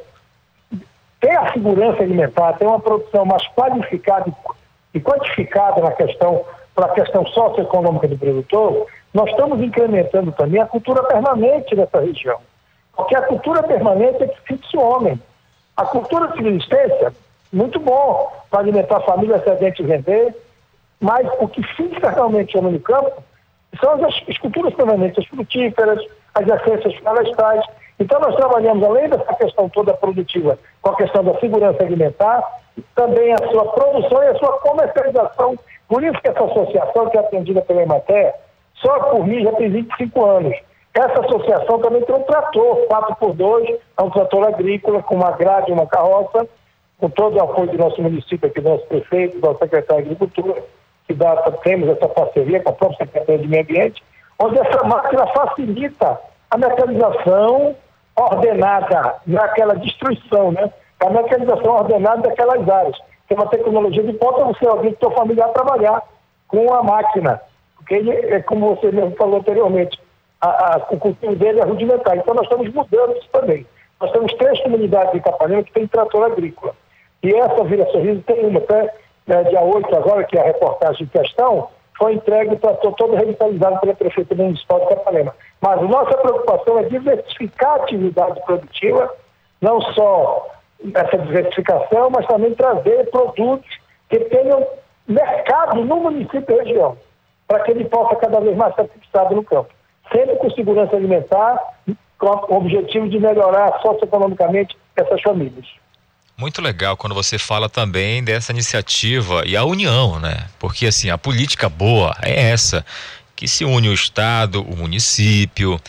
ter a segurança alimentar, ter uma produção mais qualificada e quantificada na questão para a questão socioeconômica do produtor, nós estamos incrementando também a cultura permanente dessa região. Porque a cultura permanente é que fixa o homem. A cultura de subsistência, muito bom para alimentar a família, se a gente vender, Mas o que fica realmente no campo são as esculturas permanentes frutíferas, as essências florestais. Então nós trabalhamos, além dessa questão toda produtiva, com a questão da segurança alimentar, também a sua produção e a sua comercialização. Por isso que essa associação, que é atendida pela Emater, só por mim já tem vinte e cinco anos. Essa associação também tem um trator, quatro por dois, é um trator agrícola, com uma grade e uma carroça, com todo o apoio do nosso município aqui, do nosso prefeito, do nosso secretário de Agricultura, que dá, temos essa parceria com a própria Secretaria de Meio Ambiente, onde essa máquina facilita a mecanização ordenada, naquela destruição, né? A mecanização ordenada daquelas áreas. Tem uma tecnologia de ponta, você é o agricultor familiar trabalhar com a máquina, porque ele, é como você mesmo falou anteriormente, a, a, o cultivo dele é rudimentar. Então nós estamos mudando isso também. Nós temos três comunidades de Capanema que tem trator agrícola. E essa Vila Sorriso tem uma, até né, dia oito agora, que é a reportagem em questão, foi entregue o trator todo revitalizado pela Prefeitura Municipal de Capanema. Mas a nossa preocupação é diversificar a atividade produtiva, não só essa diversificação, mas também trazer produtos que tenham mercado no município e região, para que ele possa cada vez mais ser fixado no campo. Sempre com segurança alimentar, com o objetivo de melhorar socioeconomicamente essas famílias. Muito legal quando você fala também dessa iniciativa e a união, né? Porque assim, a política boa é essa, que se une o Estado, o município,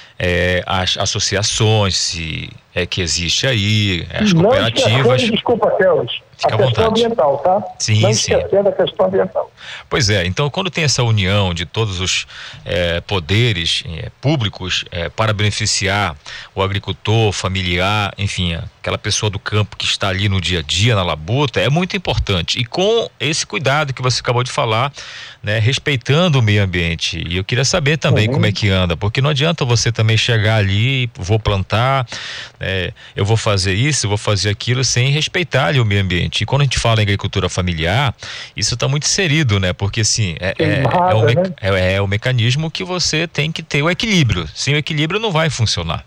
é, as associações se, é, que existe aí, as não cooperativas. Desculpa, Kelvis. Fica a questão ambiental, tá? Sim, não sim. esquecendo a questão ambiental. Pois é, então quando tem essa união de todos os é, poderes é, públicos é, para beneficiar o agricultor familiar, enfim, aquela pessoa do campo que está ali no dia a dia, na labuta, é muito importante. E com esse cuidado que você acabou de falar, né, respeitando o meio ambiente. E eu queria saber também uhum. como é que anda, porque não adianta você também chegar ali, vou plantar, é, eu vou fazer isso, vou fazer aquilo, sem respeitar ali o meio ambiente. E quando a gente fala em agricultura familiar, isso está muito inserido, né? Porque assim, é, é, é, o me, é, é o mecanismo que você tem que ter o equilíbrio. Sem o equilíbrio não vai funcionar.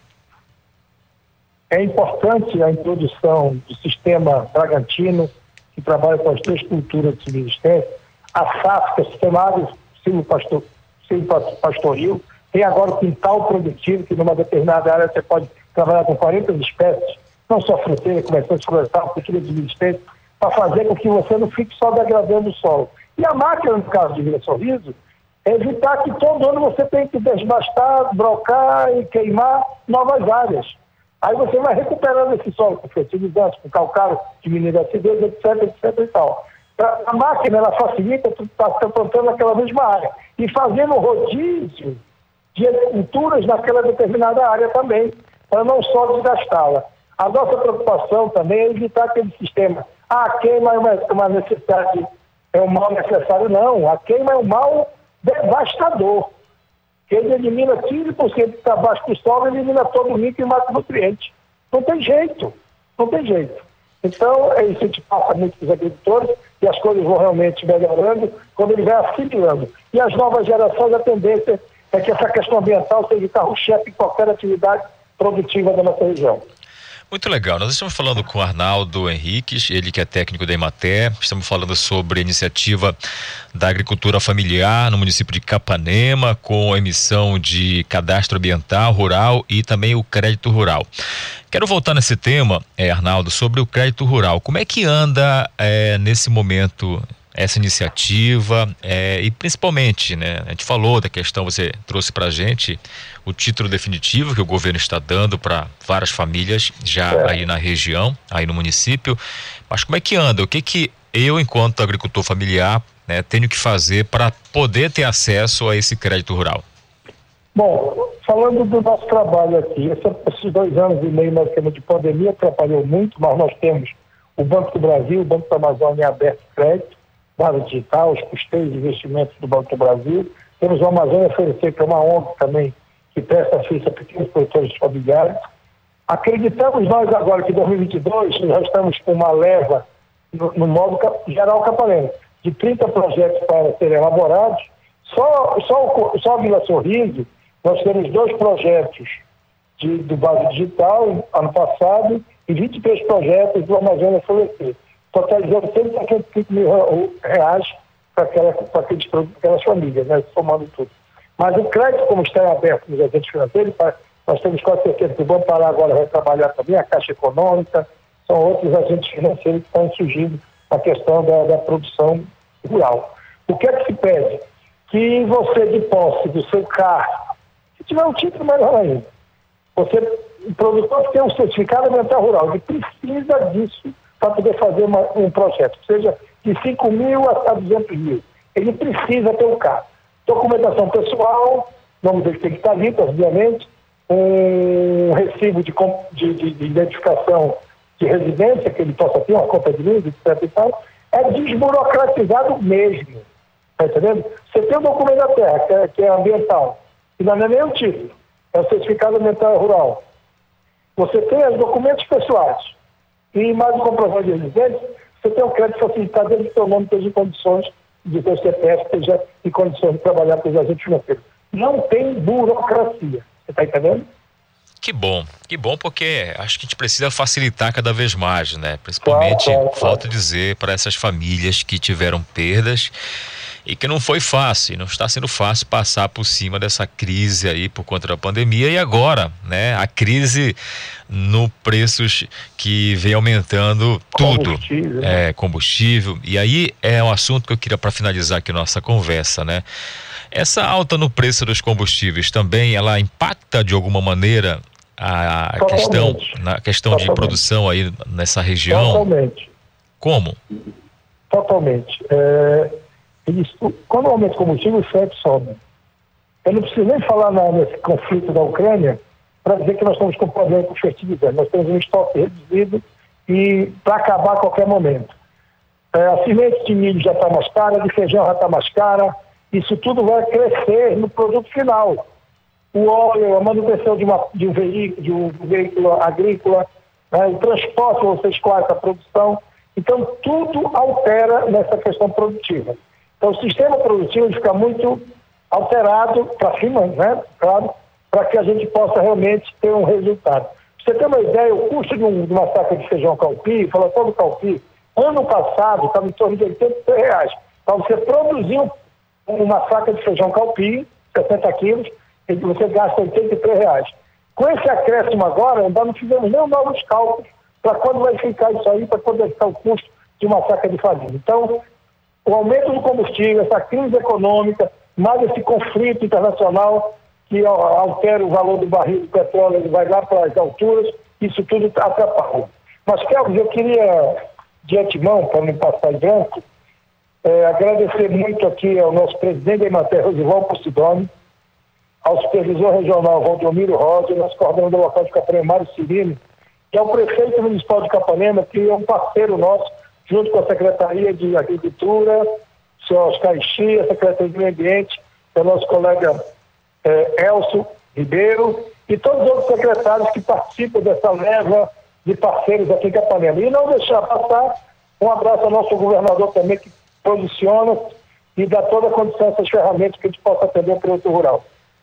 É importante a introdução do sistema Bragantino, que trabalha com as três culturas de subsistência, a S A F, que é o Sistema Silvopastoril, tem agora o quintal produtivo, que numa determinada área você pode trabalhar com quarenta espécies, não só fruteira, começando a florestal, cultura de subsistência, para fazer com que você não fique só degradando o solo. E a máquina, no caso de Vila Sorriso, é evitar que todo ano você tenha que desbastar, brocar e queimar novas áreas. Aí você vai recuperando esse solo com fertilizantes, com calcário, diminuindo a acidez, etc, etc e tal. A máquina, ela facilita, tu está plantando naquela mesma área e fazendo rodízio de culturas naquela determinada área também, para não só desgastá-la. A nossa preocupação também é evitar aquele sistema. Ah, a queima é uma, uma necessidade, é um mal necessário. Não, a queima é um mal devastador. Ele elimina quinze por cento que está abaixo do solo, elimina todo o micro e macronutriente. Não tem jeito, não tem jeito. Então, é isso que a gente passa muito para os agricultores e as coisas vão realmente melhorando quando ele vai assimilando. E as novas gerações, a tendência é que essa questão ambiental seja o carro-chefe em qualquer atividade produtiva da nossa região. Muito legal, nós estamos falando com o Arnaldo Henriques, ele que é técnico da Emater, estamos falando sobre a iniciativa da agricultura familiar no município de Capanema, com a emissão de cadastro ambiental rural e também o crédito rural. Quero voltar nesse tema, eh, Arnaldo, sobre o crédito rural. Como é que anda eh, nesse momento essa iniciativa é, e principalmente, né, a gente falou da questão, você trouxe pra gente o título definitivo que o governo está dando para várias famílias já é. aí na região, aí no município, mas como é que anda? O que que eu, enquanto agricultor familiar, né, tenho que fazer para poder ter acesso a esse crédito rural? Bom, falando do nosso trabalho aqui, esses dois anos e meio nós temos de pandemia, atrapalhou muito, mas nós temos o Banco do Brasil, o Banco da Amazônia aberto crédito, base digital, os custeios de investimentos do Banco do Brasil. Temos o Amazônia Oferecer, que é uma O N G também, que presta assistência a pequenos produtores familiares. Acreditamos nós agora que em dois mil e vinte e dois já estamos com uma leva no, no modo geral Capanema, de trinta projetos para serem elaborados. Só, só, só a Vila Sorriso, nós temos dois projetos de, do base digital, ano passado, e vinte e três projetos do Amazônia Oferecer, totalizando cento e setenta e cinco mil reais para aquela, aqueles produtos, aquelas famílias, né, somando tudo. Mas o crédito, como está aberto nos agentes financeiros, nós temos quase certeza que o Banco Pará agora vai trabalhar também, a Caixa Econômica, são outros agentes financeiros que estão surgindo na questão da, da produção rural. O que é que se pede? Que você, de posse do seu carro, se tiver um título, melhor ainda, você, o produtor que tem um certificado ambiental rural, ele precisa disso para poder fazer uma, um projeto, seja de cinco mil a duzentos mil. Ele precisa ter um carro. Documentação pessoal, nome dele tem que estar limpo, obviamente, um recibo de, de, de, de identificação de residência, que ele possa ter uma conta de luz, etcétera e tal, é desburocratizado mesmo. Está entendendo? Você tem um documento da terra, que é, que é ambiental, e não é nem o título, é o certificado ambiental rural. Você tem os documentos pessoais e mais o comprovante de residência, você tem um crédito facilitado desde que o seu nome esteja em condições de ter o C P F, esteja em condições de trabalhar com os agentes financeiros. Não tem burocracia. Você está entendendo? Que bom, que bom, porque acho que a gente precisa facilitar cada vez mais, né? Principalmente, claro, claro, falta claro. dizer para essas famílias que tiveram perdas e que não foi fácil, não está sendo fácil passar por cima dessa crise aí por conta da pandemia e agora, né? A crise no preços que vem aumentando tudo, combustível, é, combustível, e aí é um assunto que eu queria para finalizar aqui nossa conversa, né? Essa alta no preço dos combustíveis também, ela impacta de alguma maneira a Totalmente. questão, na questão Totalmente. de produção aí nessa região? Totalmente. Como? Totalmente. É, eles, quando aumenta o combustível, o frete sobe. Eu não preciso nem falar na, nesse conflito da Ucrânia para dizer que nós estamos com problema com fertilizante. Nós temos um estoque reduzido e para acabar a qualquer momento. É, a semente de milho já está mais cara, de feijão já está mais cara. Isso tudo vai crescer no produto final. O óleo, a manutenção de, uma, de, um, veículo, de um veículo agrícola, né, o transporte, você escolhe a produção. Então, tudo altera nessa questão produtiva. Então, o sistema produtivo ele fica muito alterado para cima, né? Claro, para que a gente possa realmente ter um resultado. Pra você ter uma ideia, o custo de, um, de uma saca de feijão calpi, fala todo calpi, ano passado estava em torno de oitenta e três reais. Para você produzir um uma saca de feijão calpi, sessenta quilos, e você gasta oitenta e três reais. Com esse acréscimo agora, ainda não fizemos nem novos cálculos para quando vai ficar isso aí, para quando ficar o custo de uma saca de farinha. Então, o aumento do combustível, essa crise econômica, mais esse conflito internacional que altera o valor do barril do petróleo, ele vai lá para as alturas, isso tudo atrapalha. Mas, Kelvin, eu queria, de antemão, para não passar em branco, É, agradecer muito aqui ao nosso presidente da Emater, Rosival Posidoni, ao supervisor regional Valdomiro Rosa, nosso coordenador local de Capanema, Mário Cirino, e ao prefeito municipal de Capanema, que é um parceiro nosso, junto com a Secretaria de Agricultura, o senhor Oscar Ixi, a Secretaria de Meio Ambiente, o nosso colega é, Elcio Ribeiro, e todos os outros secretários que participam dessa leva de parceiros aqui em Capanema. E não deixar passar um abraço ao nosso governador também, que posiciona e dá toda a condição, essas ferramentas que a gente possa atender o produto rural.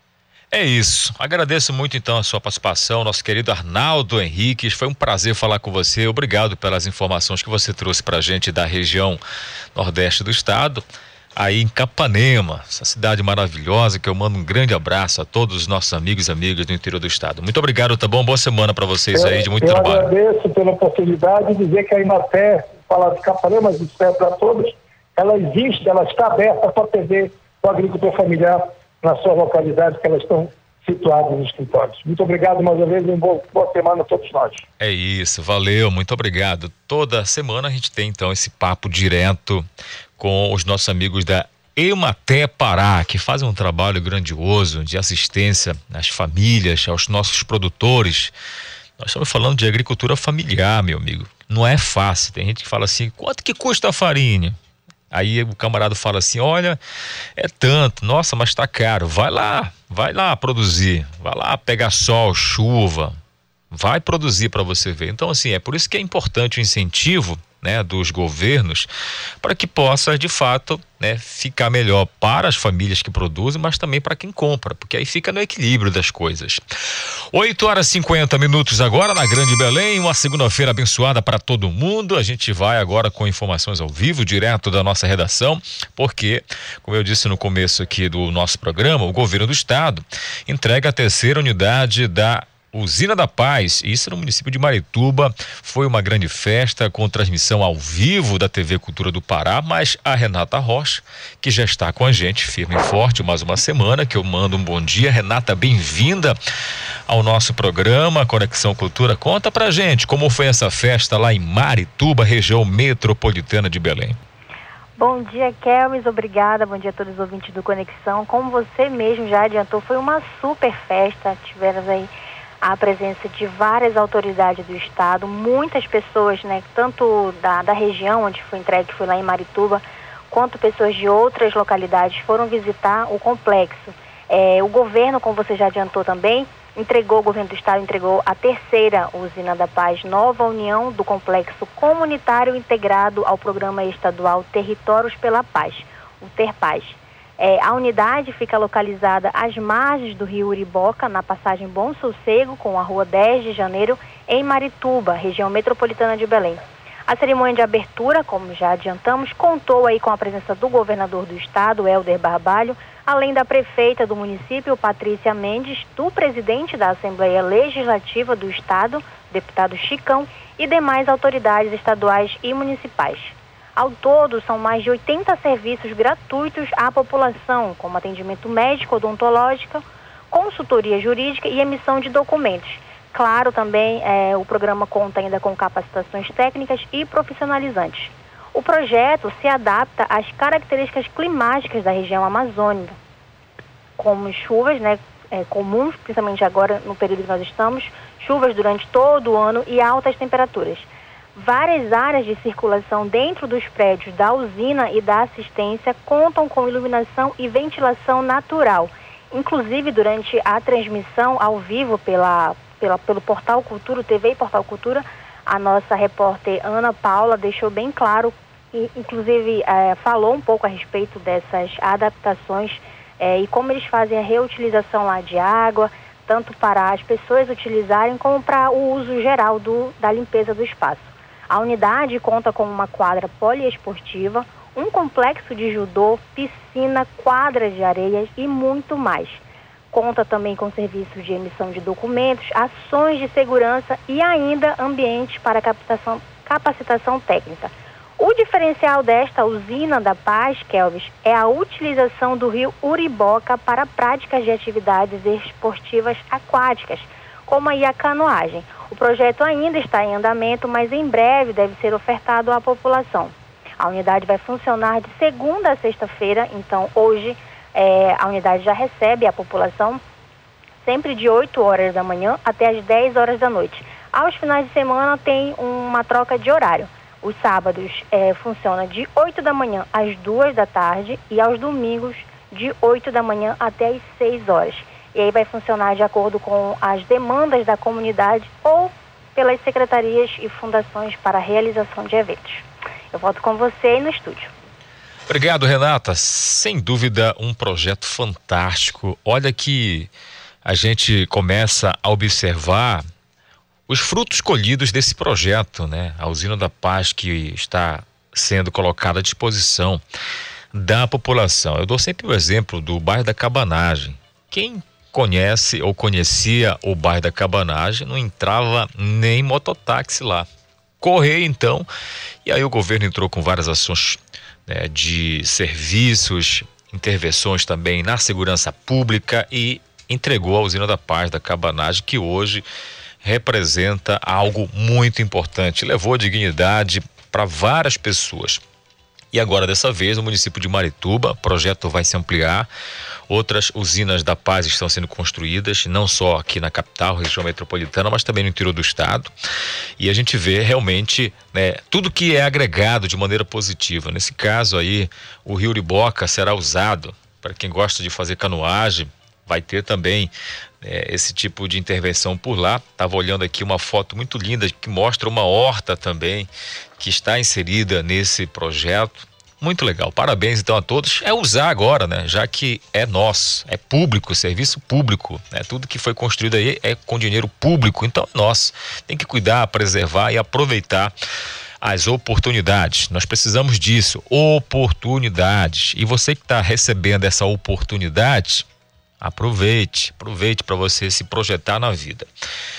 É isso. Agradeço muito então a sua participação, nosso querido Arnaldo Henriques. Foi um prazer falar com você. Obrigado pelas informações que você trouxe pra gente da região nordeste do estado, aí em Capanema, essa cidade maravilhosa, que eu mando um grande abraço a todos os nossos amigos e amigas do interior do estado. Muito obrigado, tá bom? Boa semana para vocês eu, aí, de muito eu trabalho. Eu agradeço pela oportunidade de dizer que a Emater, falar de Capanema, mas isso é para todos, ela existe, ela está aberta para atender o agricultor familiar nas suas localidades que elas estão situadas nos escritórios. Muito obrigado mais uma vez e uma boa, boa semana a todos nós. É isso, valeu, muito obrigado. Toda semana a gente tem então esse papo direto com os nossos amigos da Emater Pará, que fazem um trabalho grandioso de assistência às famílias, aos nossos produtores. Nós estamos falando de agricultura familiar, meu amigo. Não é fácil. Tem gente que fala assim, quanto que custa a farinha? Aí o camarada fala assim, olha, é tanto, nossa, mas tá caro. Vai lá, vai lá produzir, vai lá pegar sol, chuva, vai produzir para você ver. Então assim, é por isso que é importante o incentivo né, dos governos, para que possa de fato, né, ficar melhor para as famílias que produzem, mas também para quem compra, porque aí fica no equilíbrio das coisas. oito horas e cinquenta minutos agora na Grande Belém, uma segunda-feira abençoada para todo mundo. A gente vai agora com informações ao vivo, direto da nossa redação, porque, como eu disse no começo aqui do nosso programa, o governo do estado entrega a terceira unidade da Usina da Paz, isso no município de Marituba. Foi uma grande festa com transmissão ao vivo da T V Cultura do Pará, mas a Renata Rocha, que já está com a gente firme e forte mais uma semana, que eu mando um bom dia. Renata, bem-vinda ao nosso programa Conexão Cultura. Conta pra gente como foi essa festa lá em Marituba, região metropolitana de Belém. Bom dia, Kelvis, obrigada. Bom dia a todos os ouvintes do Conexão. Como você mesmo já adiantou, foi uma super festa. Tivemos aí a presença de várias autoridades do estado, muitas pessoas, né, tanto da, da região onde foi entregue, que foi lá em Marituba, quanto pessoas de outras localidades foram visitar o complexo. É, o governo, como você já adiantou também, entregou, o governo do estado entregou a terceira Usina da Paz, nova união do complexo comunitário integrado ao programa estadual Territórios pela Paz, o TerPaz. É, a unidade fica localizada às margens do rio Uriboca, na passagem Bom Sossego, com a rua dez de janeiro, em Marituba, região metropolitana de Belém. A cerimônia de abertura, como já adiantamos, contou aí com a presença do governador do estado, Helder Barbalho, além da prefeita do município, Patrícia Mendes, do presidente da Assembleia Legislativa do estado, deputado Chicão, e demais autoridades estaduais e municipais. Ao todo, são mais de oitenta serviços gratuitos à população, como atendimento médico, odontológico, consultoria jurídica e emissão de documentos. Claro, também é, o programa conta ainda com capacitações técnicas e profissionalizantes. O projeto se adapta às características climáticas da região amazônica, como chuvas, né, é, comuns, principalmente agora no período que nós estamos, chuvas durante todo o ano e altas temperaturas. Várias áreas de circulação dentro dos prédios da usina e da assistência contam com iluminação e ventilação natural. Inclusive, durante a transmissão ao vivo pela, pela, pelo Portal Cultura, T V e Portal Cultura, a nossa repórter Ana Paula deixou bem claro, e inclusive é, falou um pouco a respeito dessas adaptações é, e como eles fazem a reutilização lá de água, tanto para as pessoas utilizarem como para o uso geral do, da limpeza do espaço. A unidade conta com uma quadra poliesportiva, um complexo de judô, piscina, quadras de areias e muito mais. Conta também com serviços de emissão de documentos, ações de segurança e ainda ambiente para captação, capacitação técnica. O diferencial desta Usina da Paz, Kelvis, é a utilização do rio Uriboca para práticas de atividades esportivas aquáticas, como aí a canoagem. O projeto ainda está em andamento, mas em breve deve ser ofertado à população. A unidade vai funcionar de segunda a sexta-feira, então hoje é, a unidade já recebe a população sempre de oito horas da manhã até as dez horas da noite. Aos finais de semana tem uma troca de horário. Os sábados é, funciona de oito da manhã às duas da tarde e aos domingos de oito da manhã até as seis horas. E aí vai funcionar de acordo com as demandas da comunidade ou pelas secretarias e fundações para a realização de eventos. Eu volto com você aí no estúdio. Obrigado, Renata. Sem dúvida, um projeto fantástico. Olha que a gente começa a observar os frutos colhidos desse projeto, né? A Usina da Paz que está sendo colocada à disposição da população. Eu dou sempre o exemplo do bairro da Cabanagem. Quem conhece ou conhecia o bairro da Cabanagem não entrava nem mototáxi lá. Correio então, e aí o governo entrou com várias ações, né, de serviços, intervenções também na segurança pública e entregou a Usina da Paz da Cabanagem, que hoje representa algo muito importante, levou dignidade para várias pessoas. E agora, dessa vez, no município de Marituba, o projeto vai se ampliar. Outras usinas da Paz estão sendo construídas, não só aqui na capital, região metropolitana, mas também no interior do estado. E a gente vê realmente, né, tudo que é agregado de maneira positiva. Nesse caso aí, o rio Uriboca será usado para quem gosta de fazer canoagem. Vai ter também é, esse tipo de intervenção por lá. Estava olhando aqui uma foto muito linda que mostra uma horta também que está inserida nesse projeto. Muito legal, parabéns então a todos. É usar agora, né? Já que é nosso, é público, serviço público, né? Tudo que foi construído aí é com dinheiro público, então é nosso. Tem que cuidar, preservar e aproveitar as oportunidades. Nós precisamos disso, oportunidades. E você que está recebendo essa oportunidade, aproveite, aproveite para você se projetar na vida.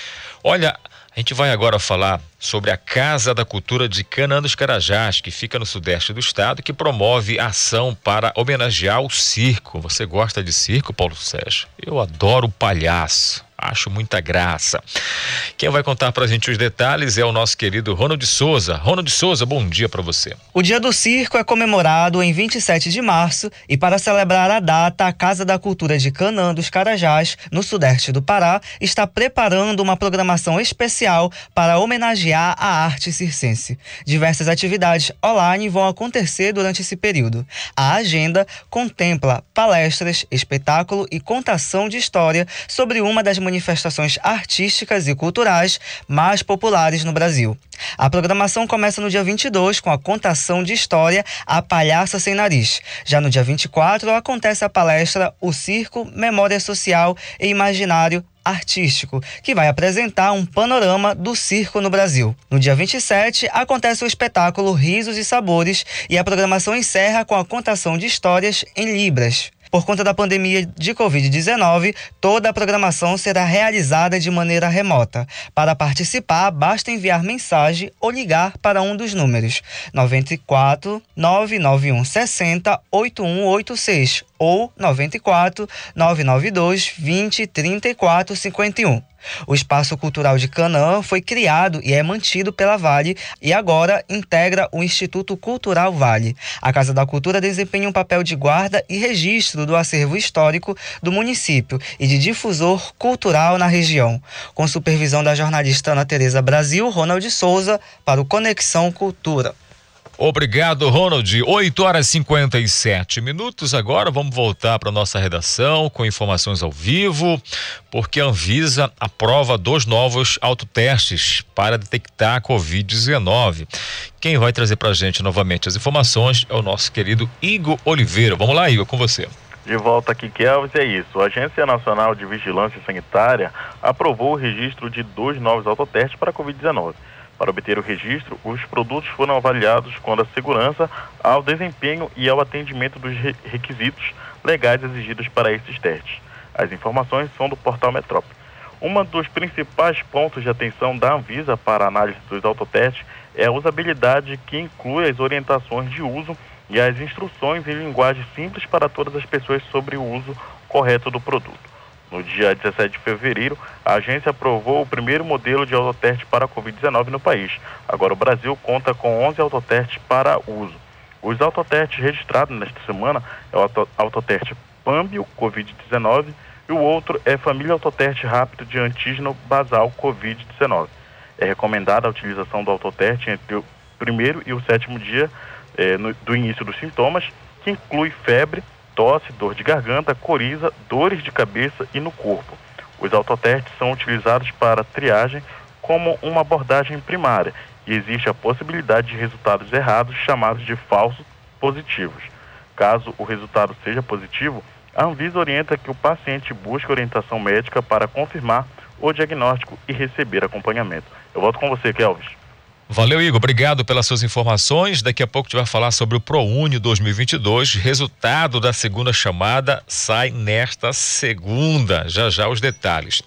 Olha, a gente vai agora falar sobre a Casa da Cultura de Canaã dos Carajás, que fica no sudeste do estado, que promove ação para homenagear o circo. Você gosta de circo, Paulo Sérgio? Eu adoro palhaço. Acho muita graça. Quem vai contar pra gente os detalhes é o nosso querido Ronald Souza. Ronald Souza, bom dia pra você. O Dia do Circo é comemorado em vinte e sete de março e para celebrar a data, a Casa da Cultura de Canaã dos Carajás, no sudeste do Pará, está preparando uma programação especial para homenagear a arte circense. Diversas atividades online vão acontecer durante esse período. A agenda contempla palestras, espetáculo e contação de história sobre uma das manifestações artísticas e culturais mais populares no Brasil. A programação começa no dia vinte e dois com a contação de história A Palhaça Sem Nariz. Já no dia vinte e quatro acontece a palestra O Circo, Memória Social e Imaginário Artístico, que vai apresentar um panorama do circo no Brasil. No dia vinte e sete acontece o espetáculo Risos e Sabores e a programação encerra com a contação de histórias em Libras. Por conta da pandemia de covid dezenove, toda a programação será realizada de maneira remota. Para participar, basta enviar mensagem ou ligar para um dos números nove quatro, nove nove um, seis zero, oito um oito seis ou nove quatro, nove nove dois, vinte, trinta e quatro, cinquenta e um. O Espaço Cultural de Canaã foi criado e é mantido pela Vale e agora integra o Instituto Cultural Vale. A Casa da Cultura desempenha um papel de guarda e registro do acervo histórico do município e de difusor cultural na região. Com supervisão da jornalista Ana Tereza Brasil, Ronald Souza, para o Conexão Cultura. Obrigado, Ronald. oito horas e cinquenta e sete minutos. Agora vamos voltar para nossa redação com informações ao vivo, porque a Anvisa aprova dois novos autotestes para detectar a covid dezenove. Quem vai trazer para a gente novamente as informações é o nosso querido Igor Oliveira. Vamos lá, Igor, com você. De volta aqui, Kelvis, é isso. A Agência Nacional de Vigilância Sanitária aprovou o registro de dois novos autotestes para a covid dezenove. Para obter o registro, os produtos foram avaliados quanto à segurança, ao desempenho e ao atendimento dos requisitos legais exigidos para esses testes. As informações são do portal Metrópole. Um dos principais pontos de atenção da Anvisa para a análise dos autotestes é a usabilidade, que inclui as orientações de uso e as instruções em linguagem simples para todas as pessoas sobre o uso correto do produto. No dia dezessete de fevereiro, a agência aprovou o primeiro modelo de autoteste para a covid dezenove no país. Agora o Brasil conta com onze autotestes para uso. Os autotestes registrados nesta semana é o auto, autoteste Pâmbio covid dezenove e o outro é Família Autoteste Rápido de Antígeno Basal covid dezenove. É recomendada a utilização do autoteste entre o primeiro e o sétimo dia eh, no, do início dos sintomas, que inclui febre, tosse, dor de garganta, coriza, dores de cabeça e no corpo. Os autotestes são utilizados para triagem como uma abordagem primária e existe a possibilidade de resultados errados chamados de falsos positivos. Caso o resultado seja positivo, a Anvisa orienta que o paciente busque orientação médica para confirmar o diagnóstico e receber acompanhamento. Eu volto com você, Kelvis. Valeu, Igor. Obrigado pelas suas informações. Daqui a pouco a gente vai falar sobre o ProUni dois mil e vinte e dois. Resultado da segunda chamada sai nesta segunda. Já já os detalhes.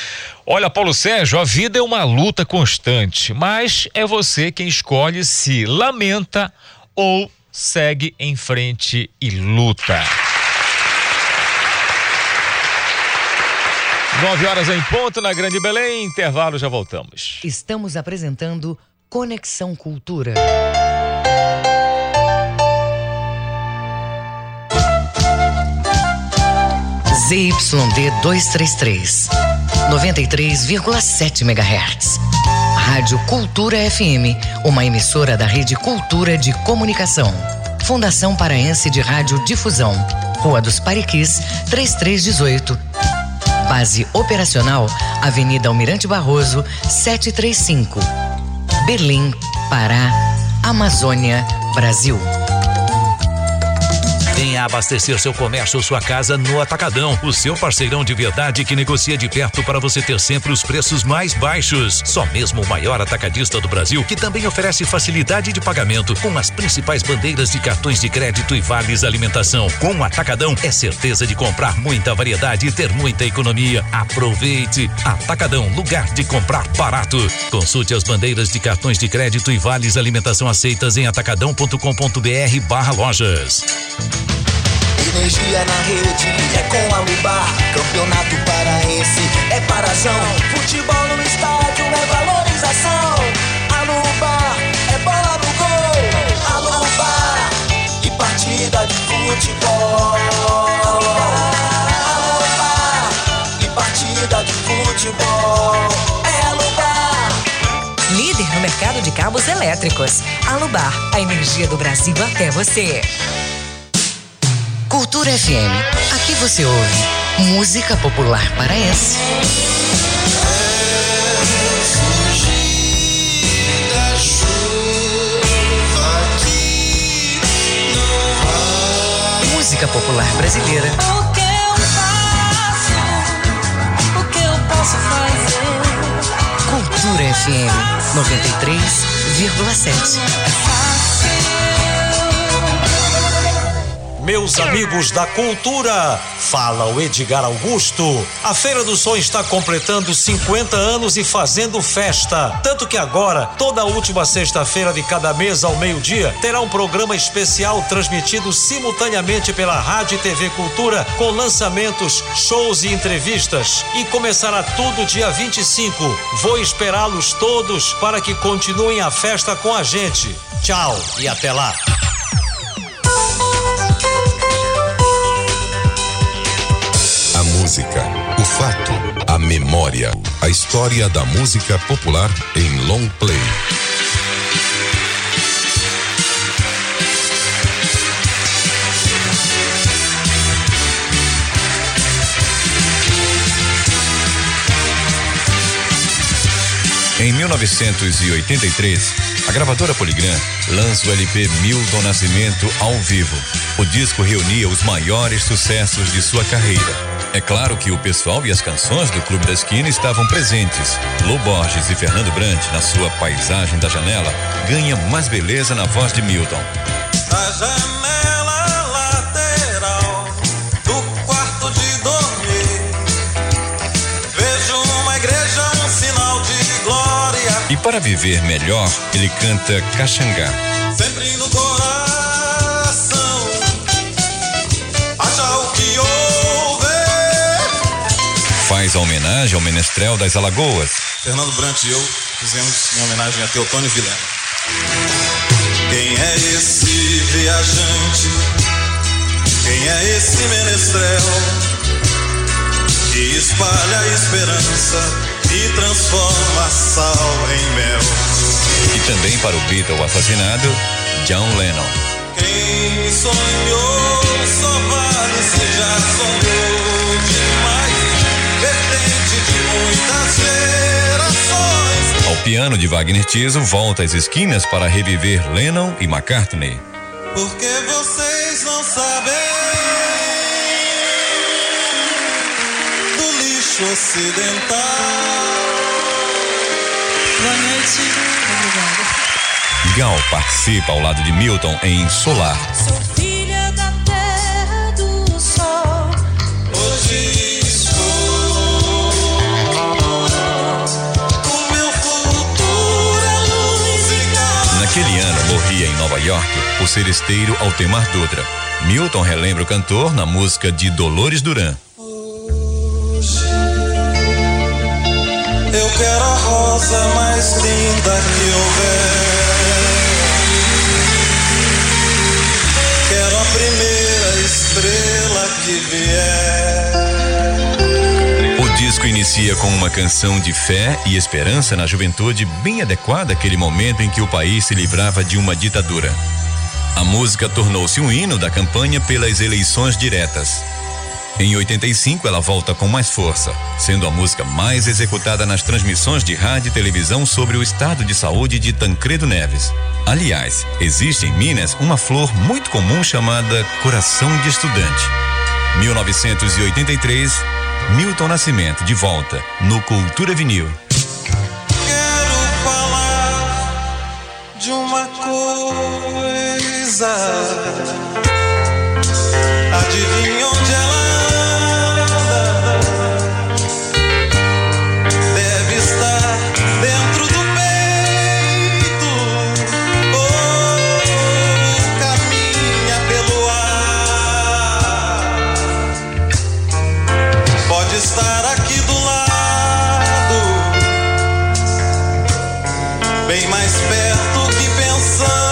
Olha, Paulo Sérgio, a vida é uma luta constante, mas é você quem escolhe se lamenta ou segue em frente e luta. Nove horas em ponto na Grande Belém. Intervalo, já voltamos. Estamos apresentando Conexão Cultura. Z Y D duzentos e trinta e três, noventa e três vírgula sete megahertz. Rádio Cultura F M, uma emissora da Rede Cultura de Comunicação. Fundação Paraense de Rádio Difusão. Rua dos Pariquis, trinta e três dezoito. Base operacional, Avenida Almirante Barroso, setecentos e trinta e cinco. Belém, Pará, Amazônia, Brasil. Venha abastecer seu comércio ou sua casa no Atacadão, o seu parceirão de verdade que negocia de perto para você ter sempre os preços mais baixos. Só mesmo o maior atacadista do Brasil, que também oferece facilidade de pagamento com as principais bandeiras de cartões de crédito e vales alimentação. Com o Atacadão é certeza de comprar muita variedade e ter muita economia. Aproveite! Atacadão, lugar de comprar barato. Consulte as bandeiras de cartões de crédito e vales alimentação aceitas em atacadão ponto com ponto br barra lojas. Energia na rede é com a Lubar. Campeonato paraense é parazão. Futebol no estádio é valorização. A Lubar é bola no gol. A Lubar e partida de futebol. A Lubar e partida de futebol. É a Lubar. Líder no mercado de cabos elétricos. A Lubar, a energia do Brasil até você. Cultura F M. Aqui você ouve música popular paraense. Música popular brasileira. O que eu faço? O que eu posso fazer? Cultura F M noventa e três vírgula sete. Meus amigos da cultura, fala o Edgar Augusto. A Feira do Som está completando cinquenta anos e fazendo festa. Tanto que agora, toda a última sexta-feira de cada mês ao meio-dia, terá um programa especial transmitido simultaneamente pela Rádio e T V Cultura, com lançamentos, shows e entrevistas. E começará tudo dia vinte e cinco. Vou esperá-los todos para que continuem a festa com a gente. Tchau e até lá. A música, o fato, a memória, a história da música popular em long play. Em mil novecentos e oitenta e três, a gravadora Polygram lança o L P Milton Nascimento ao vivo. O disco reunia os maiores sucessos de sua carreira. É claro que o pessoal e as canções do Clube da Esquina estavam presentes. Lô Borges e Fernando Brant, na sua Paisagem da Janela, ganha mais beleza na voz de Milton. Na janela lateral do quarto de dormir, vejo uma igreja, um sinal de glória. E para viver melhor, ele canta Caxangá. Sempre no coração, haja o que houver. Faz a homenagem ao menestrel das Alagoas. Fernando Brant e eu fizemos uma homenagem a Teotônio Vilela. Quem é esse viajante? Quem é esse menestrel que espalha a esperança e transforma sal em mel? E também para o Beatle assassinado, John Lennon. Quem sonhou só vale se já sonhou demais, vertente de muitas gerações. Ao piano de Wagner Tiso, volta às esquinas para reviver Lennon e McCartney. Porque vocês não sabem do lixo ocidental. Boa noite. Obrigada. Gal participa ao lado de Milton em Solar. Sou filha da terra do sol. Hoje estou. O meu futuro é musical. Naquele ano morria em Nova York o seresteiro Altemar Dutra. Milton relembra o cantor na música de Dolores Duran. Hoje eu quero a rosa mais linda que houver. Quero a primeira estrela que vier. O disco inicia com uma canção de fé e esperança na juventude, bem adequada àquele momento em que o país se livrava de uma ditadura. A música tornou-se um hino da campanha pelas eleições diretas. Em oitenta e cinco, ela volta com mais força, sendo a música mais executada nas transmissões de rádio e televisão sobre o estado de saúde de Tancredo Neves. Aliás, existe em Minas uma flor muito comum chamada coração de estudante. mil novecentos e oitenta e três, Milton Nascimento, de volta, no Cultura Vinil. Quero falar de uma coisa. Adivinha onde ela anda? Deve estar dentro do peito ou caminha pelo ar. Pode estar aqui do lado, bem mais perto que pensamos.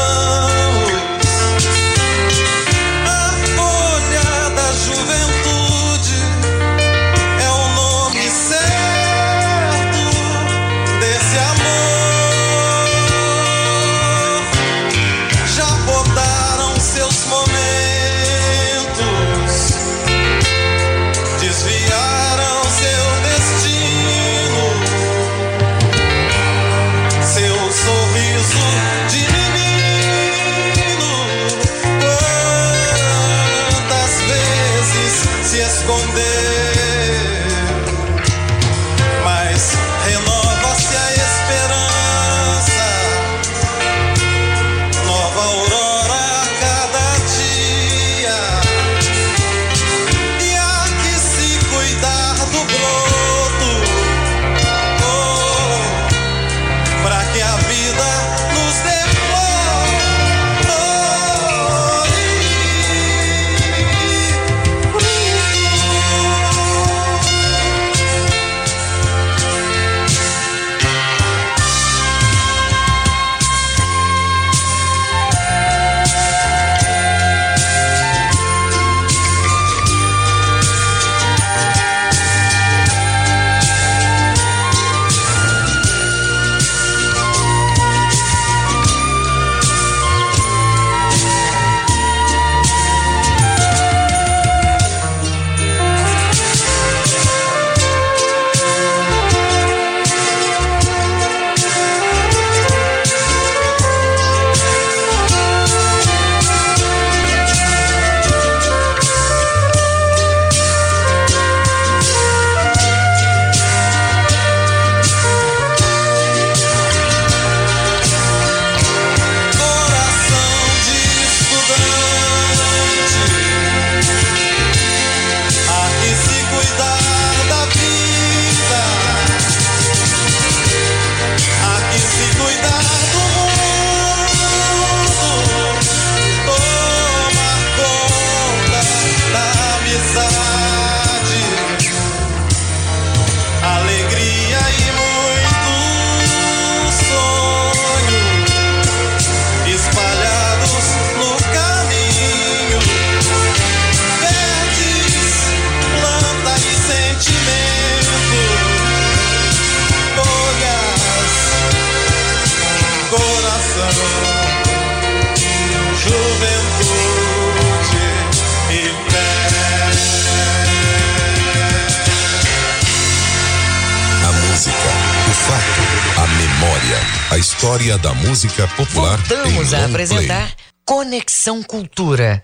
A história da música popular. Voltamos em a long apresentar play. Conexão Cultura.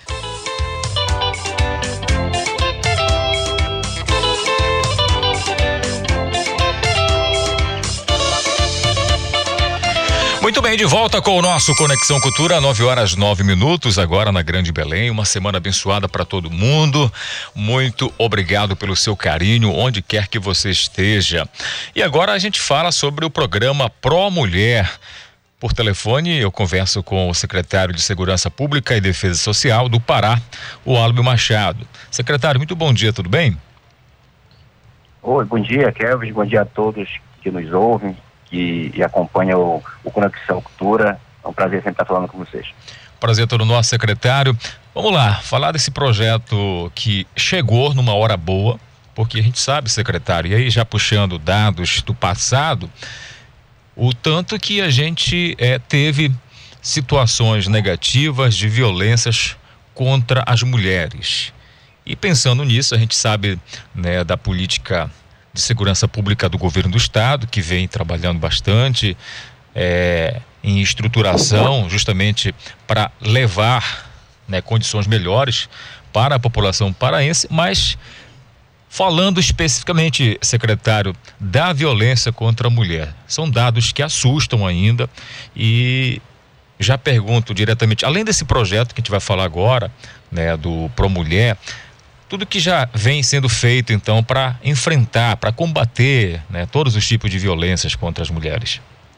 Muito bem, de volta com o nosso Conexão Cultura, nove horas nove minutos, agora na Grande Belém. Uma semana abençoada para todo mundo. Muito obrigado pelo seu carinho, onde quer que você esteja. E agora a gente fala sobre o programa Pro Mulher. Por telefone, eu converso com o secretário de Segurança Pública e Defesa Social do Pará, o Álvio Machado. Secretário, muito bom dia, tudo bem? Oi, bom dia, Kelvin, bom dia a todos que nos ouvem que, e acompanham o, o Conexão Cultura. É um prazer sempre estar falando com vocês. Prazer todo nosso, secretário. Vamos lá, falar desse projeto que chegou numa hora boa, porque a gente sabe, secretário, e aí já puxando dados do passado, o tanto que a gente é, teve situações negativas de violências contra as mulheres. E pensando nisso, a gente sabe, né, da política de segurança pública do governo do estado, que vem trabalhando bastante é, em estruturação, justamente para levar, né, condições melhores para a população paraense, mas falando especificamente, secretário, da violência contra a mulher, são dados que assustam ainda. E já pergunto diretamente, além desse projeto que a gente vai falar agora, né, do Promulher, tudo que já vem sendo feito então para enfrentar, para combater, né, todos os tipos de violências contra as mulheres.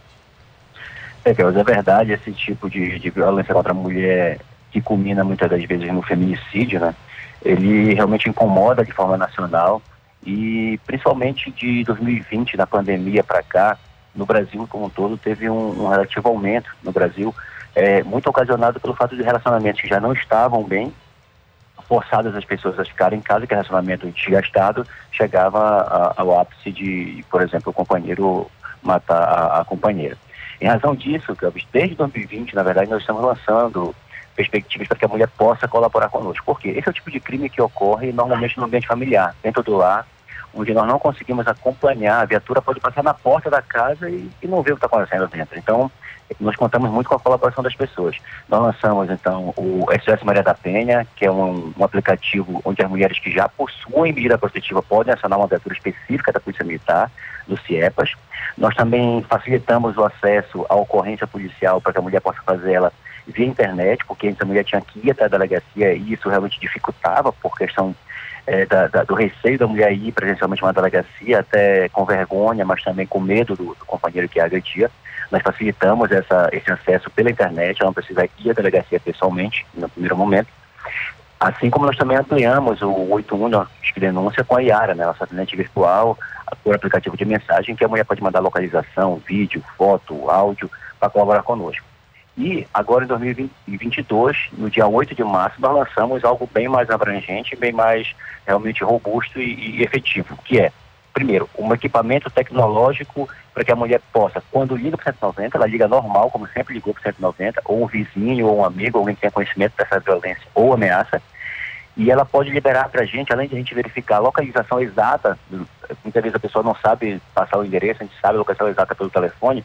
É, é verdade, esse tipo de, de violência contra a mulher, que culmina muitas das vezes no feminicídio, né? Ele realmente incomoda de forma nacional, e principalmente de dois mil e vinte, da pandemia para cá, no Brasil como um todo, teve um, um relativo aumento no Brasil, é, muito ocasionado pelo fato de relacionamentos que já não estavam bem, forçadas as pessoas a ficarem em casa, que o relacionamento desgastado chegava a, ao ápice de, por exemplo, o companheiro matar a, a companheira. Em razão disso, desde dois mil e vinte, na verdade, nós estamos lançando perspectivas para que a mulher possa colaborar conosco. Por quê? Esse é o tipo de crime que ocorre normalmente no ambiente familiar, dentro do lar, onde nós não conseguimos acompanhar, a viatura pode passar na porta da casa e, e não ver o que está acontecendo dentro. Então, nós contamos muito com a colaboração das pessoas. Nós lançamos, então, o S O S Maria da Penha, que é um, um aplicativo onde as mulheres que já possuem medida protetiva podem acionar uma viatura específica da Polícia Militar, do CIEPAS. Nós também facilitamos o acesso à ocorrência policial para que a mulher possa fazer ela via internet, porque antes a mulher tinha que ir até a delegacia e isso realmente dificultava por questão é, da, da, do receio da mulher ir presencialmente a uma delegacia, até com vergonha, mas também com medo do, do companheiro que a agredia. Nós facilitamos essa, esse acesso pela internet, ela não precisa ir à delegacia pessoalmente, no primeiro momento. Assim como nós também ampliamos o oito um, que denúncia, com a Iara, né, nossa atendente virtual, por aplicativo de mensagem, que a mulher pode mandar localização, vídeo, foto, áudio, para colaborar conosco. E agora em dois mil e vinte e dois, no dia oito de março, nós lançamos algo bem mais abrangente, bem mais realmente robusto e, e efetivo, que é, primeiro, um equipamento tecnológico para que a mulher possa, quando liga para o cento e noventa, ela liga normal, como sempre ligou para o cento e noventa, ou um vizinho, ou um amigo, alguém que tenha conhecimento dessa violência ou ameaça, e ela pode liberar para a gente, além de a gente verificar a localização exata, muitas vezes a pessoa não sabe passar o endereço, a gente sabe a localização exata pelo telefone,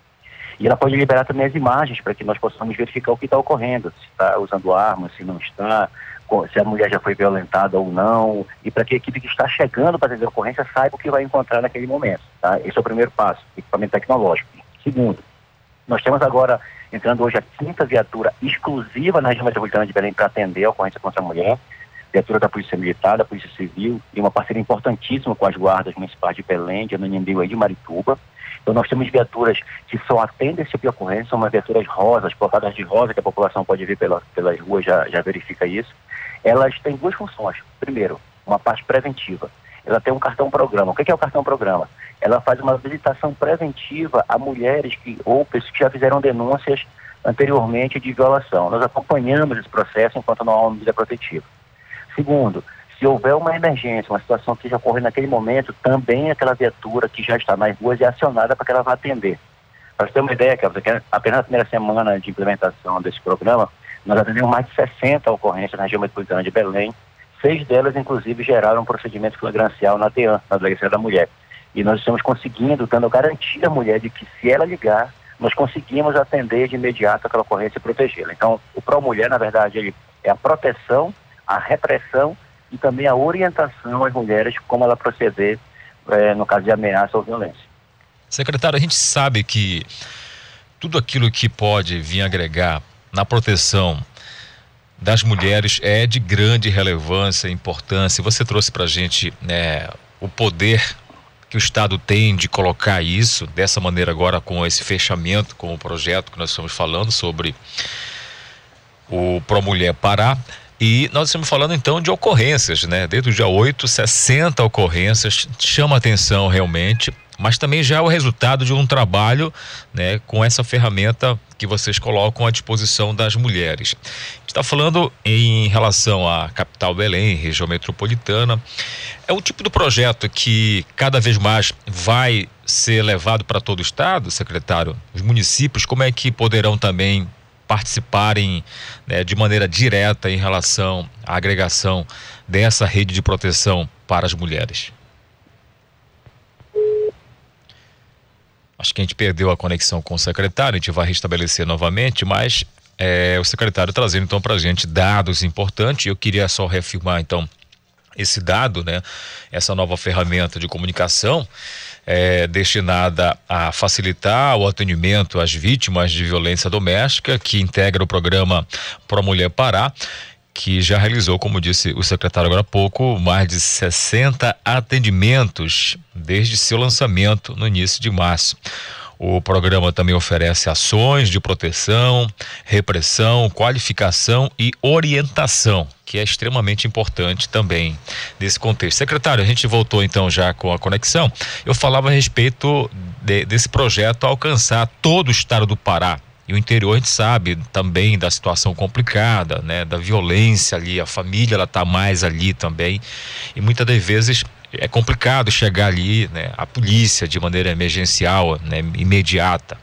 e ela pode liberar também as imagens para que nós possamos verificar o que está ocorrendo, se está usando arma, se não está, se a mulher já foi violentada ou não, e para que a equipe que está chegando para atender a ocorrência saiba o que vai encontrar naquele momento. Tá? Esse é o primeiro passo, equipamento tecnológico. Segundo, nós temos agora, entrando hoje, a quinta viatura exclusiva na região metropolitana de Belém para atender a ocorrência contra a mulher, viatura da Polícia Militar, da Polícia Civil, e uma parceria importantíssima com as guardas municipais de Belém, de Ananindeua e de Marituba. Então nós temos viaturas que só atendem esse tipo de ocorrência, são umas viaturas rosas, colocadas de rosa, que a população pode ver pela, pelas ruas, já, já verifica isso. Elas têm duas funções. Primeiro, uma parte preventiva. Ela tem um cartão-programa. O que é o cartão-programa? Ela faz uma visitação preventiva a mulheres que, ou pessoas que já fizeram denúncias anteriormente de violação. Nós acompanhamos esse processo enquanto não há uma medida protetiva. Segundo, se houver uma emergência, uma situação que já ocorre naquele momento, também aquela viatura que já está nas ruas é acionada para que ela vá atender. Para você ter uma ideia, que apenas na primeira semana de implementação desse programa, nós atendemos mais de sessenta ocorrências na região metropolitana de Belém. Seis delas, inclusive, geraram um procedimento flagrancial na DEAN, na Delegacia da Mulher. E nós estamos conseguindo, dando garantia à mulher de que, se ela ligar, nós conseguimos atender de imediato aquela ocorrência e protegê-la. Então, o Promulher, na verdade, ele é a proteção, a repressão e também a orientação às mulheres como ela proceder eh, no caso de ameaça ou violência. Secretário, a gente sabe que tudo aquilo que pode vir agregar na proteção das mulheres é de grande relevância e importância. Você trouxe para a gente, né, o poder que o Estado tem de colocar isso dessa maneira agora, com esse fechamento, com o projeto que nós estamos falando sobre o Promulher Pará. E nós estamos falando então de ocorrências, né? Desde o dia oito, sessenta ocorrências, chama atenção realmente, mas também já é o resultado de um trabalho, né, com essa ferramenta que vocês colocam à disposição das mulheres. A gente está falando em relação à capital Belém, região metropolitana. É o tipo do projeto que cada vez mais vai ser levado para todo o estado, secretário? Os municípios, como é que poderão também participarem, né, de maneira direta em relação à agregação dessa rede de proteção para as mulheres? Acho que a gente perdeu a conexão com o secretário, a gente vai restabelecer novamente, mas é, o secretário trazendo então para a gente dados importantes. Eu queria só reafirmar então esse dado, né? Essa nova ferramenta de comunicação é destinada a facilitar o atendimento às vítimas de violência doméstica, que integra o programa Pro Mulher Pará, que já realizou, como disse o secretário agora há pouco, mais de sessenta atendimentos desde seu lançamento no início de março. O programa também oferece ações de proteção, repressão, qualificação e orientação, que é extremamente importante também nesse contexto. Secretário, a gente voltou então já com a conexão. Eu falava a respeito de, desse projeto alcançar todo o estado do Pará. E o interior a gente sabe também da situação complicada, né? Da violência ali, a família ela tá mais ali também. E muitas das vezes é complicado chegar ali, né, a polícia de maneira emergencial, né, imediata.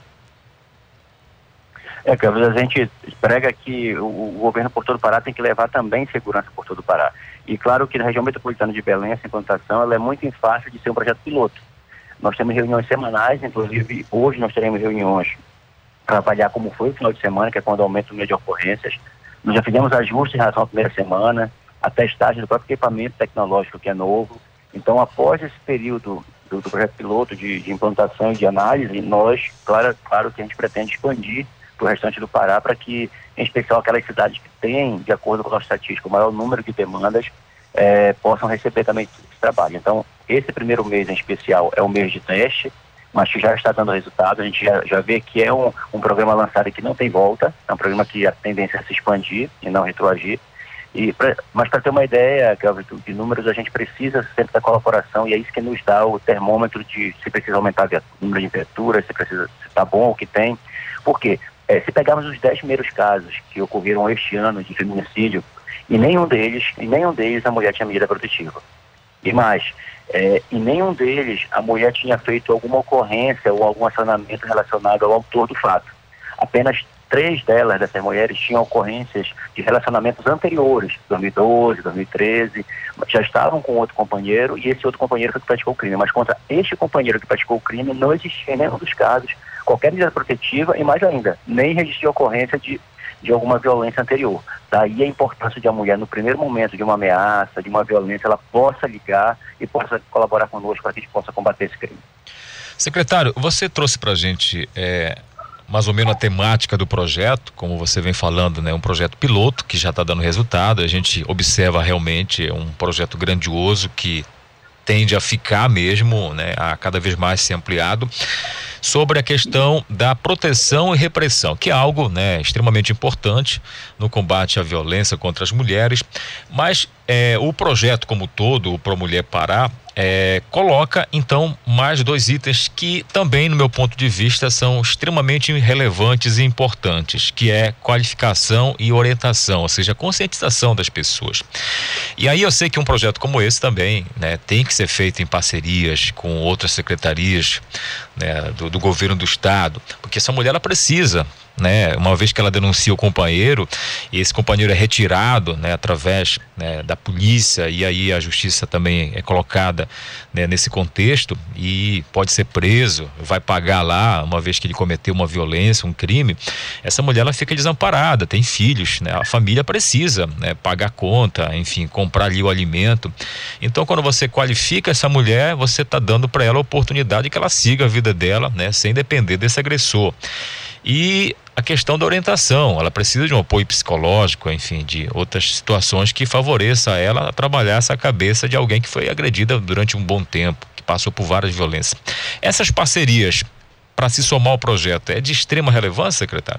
É, Carlos, a gente prega que o, o governo por todo o Pará tem que levar também segurança por todo o Pará. E claro que na região metropolitana de Belém, essa implantação ela é muito fácil de ser um projeto piloto. Nós temos reuniões semanais, inclusive hoje nós teremos reuniões para avaliar como foi o final de semana, que é quando aumenta o número de ocorrências. Nós já fizemos ajustes em relação à primeira semana, a testagem do próprio equipamento tecnológico que é novo. Então, após esse período do, do projeto piloto de, de implantação e de análise, nós, claro, claro que a gente pretende expandir para o restante do Pará, para que, em especial aquelas cidades que têm, de acordo com a nossa estatística, o maior número de demandas, é, possam receber também esse trabalho. Então, esse primeiro mês em especial é o mês de teste, mas que já está dando resultado. A gente já, já vê que é um, um programa lançado que não tem volta, é um programa que a tendência é se expandir e não retroagir. E pra, mas para ter uma ideia, Kelvin, de números, a gente precisa sempre da colaboração, e é isso que nos dá o termômetro de se precisa aumentar o número de viaturas, se precisa, se está bom o que tem. Por quê? É, se pegarmos os dez primeiros casos que ocorreram este ano de feminicídio, e nenhum deles, em nenhum deles a mulher tinha medida protetiva. E mais, é, em nenhum deles a mulher tinha feito alguma ocorrência ou algum acionamento relacionado ao autor do fato. Apenas três delas, dessas mulheres, tinham ocorrências de relacionamentos anteriores, dois mil e doze, dois mil e treze, já estavam com outro companheiro e esse outro companheiro foi que praticou o crime. Mas contra este companheiro que praticou o crime não existia em nenhum dos casos qualquer medida protetiva e, mais ainda, nem registro de ocorrência de, de alguma violência anterior. Daí a importância de a mulher, no primeiro momento de uma ameaça, de uma violência, ela possa ligar e possa colaborar conosco para que a gente possa combater esse crime. Secretário, você trouxe para a gente é, mais ou menos a temática do projeto, como você vem falando, né? Um projeto piloto que já está dando resultado. A gente observa realmente um projeto grandioso que tende a ficar mesmo, né, a cada vez mais ser ampliado, sobre a questão da proteção e repressão, que é algo, né, extremamente importante no combate à violência contra as mulheres. Mas é, o projeto como todo, o Pro Mulher Pará, é, coloca então mais dois itens que também, no meu ponto de vista, são extremamente relevantes e importantes, que é qualificação e orientação, ou seja, a conscientização das pessoas. E aí eu sei que um projeto como esse também, né, tem que ser feito em parcerias com outras secretarias, né, do, do governo do estado, porque essa mulher ela precisa, né, uma vez que ela denuncia o companheiro e esse companheiro é retirado, né, através, né, da polícia, e aí a justiça também é colocada, né, nesse contexto e pode ser preso, vai pagar lá, uma vez que ele cometeu uma violência, um crime, essa mulher ela fica desamparada, tem filhos, né, a família precisa, né, pagar conta, enfim, comprar ali o alimento. Então, quando você qualifica essa mulher, você está dando para ela a oportunidade que ela siga a vida dela, né, sem depender desse agressor. E a questão da orientação, ela precisa de um apoio psicológico, enfim, de outras situações que favoreça a ela a trabalhar essa cabeça de alguém que foi agredida durante um bom tempo, que passou por várias violências. Essas parcerias, para se somar ao projeto, é de extrema relevância, secretário?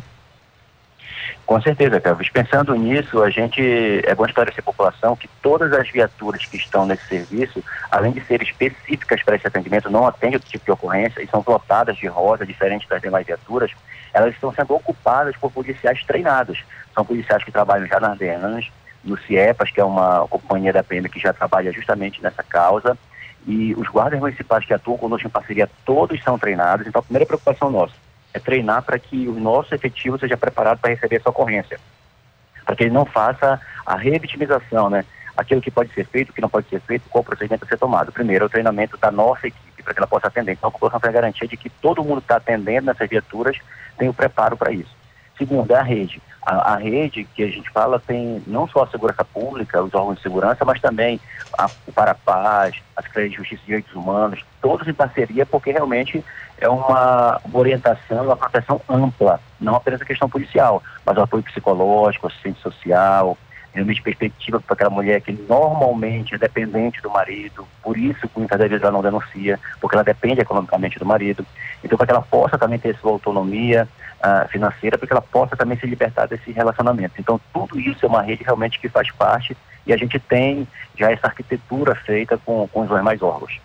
Com certeza, Carlos. Pensando nisso, a gente, é bom esclarecer a população que todas as viaturas que estão nesse serviço, além de serem específicas para esse atendimento, não atendem outro tipo de ocorrência e são lotadas de rosa, diferente das demais viaturas, elas estão sendo ocupadas por policiais treinados. São policiais que trabalham já nas DEANs, no CIEPAS, que é uma companhia da P M que já trabalha justamente nessa causa, e os guardas municipais que atuam conosco em parceria, todos são treinados. Então a primeira preocupação nossa é treinar para que o nosso efetivo seja preparado para receber essa ocorrência, para que ele não faça a revitimização, né? Aquilo que pode ser feito, o que não pode ser feito, qual procedimento a ser tomado. Primeiro, é o treinamento da nossa equipe, para que ela possa atender. Então, a população tem a garantia de que todo mundo que está atendendo nessas viaturas tem o preparo para isso. Segundo, é a rede. A, a rede que a gente fala tem não só a segurança pública, os órgãos de segurança, mas também a, o Parapaz, a Secretaria de Justiça e Direitos Humanos, todos em parceria, porque realmente é uma orientação, uma proteção ampla, não apenas a questão policial, mas o apoio psicológico, assistente social, realmente perspectiva para aquela mulher que normalmente é dependente do marido, por isso muitas vezes ela não denuncia, porque ela depende economicamente do marido. Então, para que ela possa também ter sua autonomia uh, financeira, para que ela possa também se libertar desse relacionamento. Então, tudo isso é uma rede realmente que faz parte e a gente tem já essa arquitetura feita com, com os demais órgãos.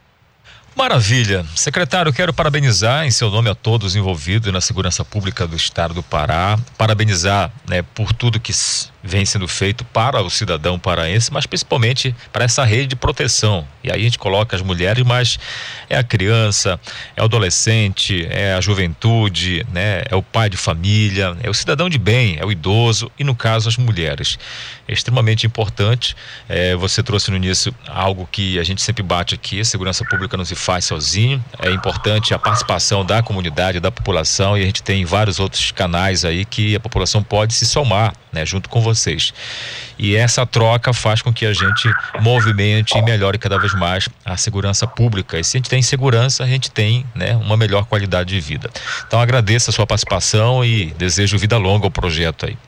Maravilha. Secretário, quero parabenizar em seu nome a todos envolvidos na segurança pública do estado do Pará, parabenizar, né, por tudo que vem sendo feito para o cidadão paraense, mas principalmente para essa rede de proteção. E aí a gente coloca as mulheres, mas é a criança, é o adolescente, é a juventude, né, é o pai de família, é o cidadão de bem, é o idoso e, no caso, as mulheres. É extremamente importante. É, você trouxe no início algo que a gente sempre bate aqui: a segurança pública não se faz sozinho. É importante a participação da comunidade, da população, e a gente tem vários outros canais aí que a população pode se somar, né, junto com vocês. E essa troca faz com que a gente movimente e melhore cada vez mais a segurança pública. E se a gente tem segurança, a gente tem, né, uma melhor qualidade de vida. Então agradeço a sua participação e desejo vida longa ao projeto aí.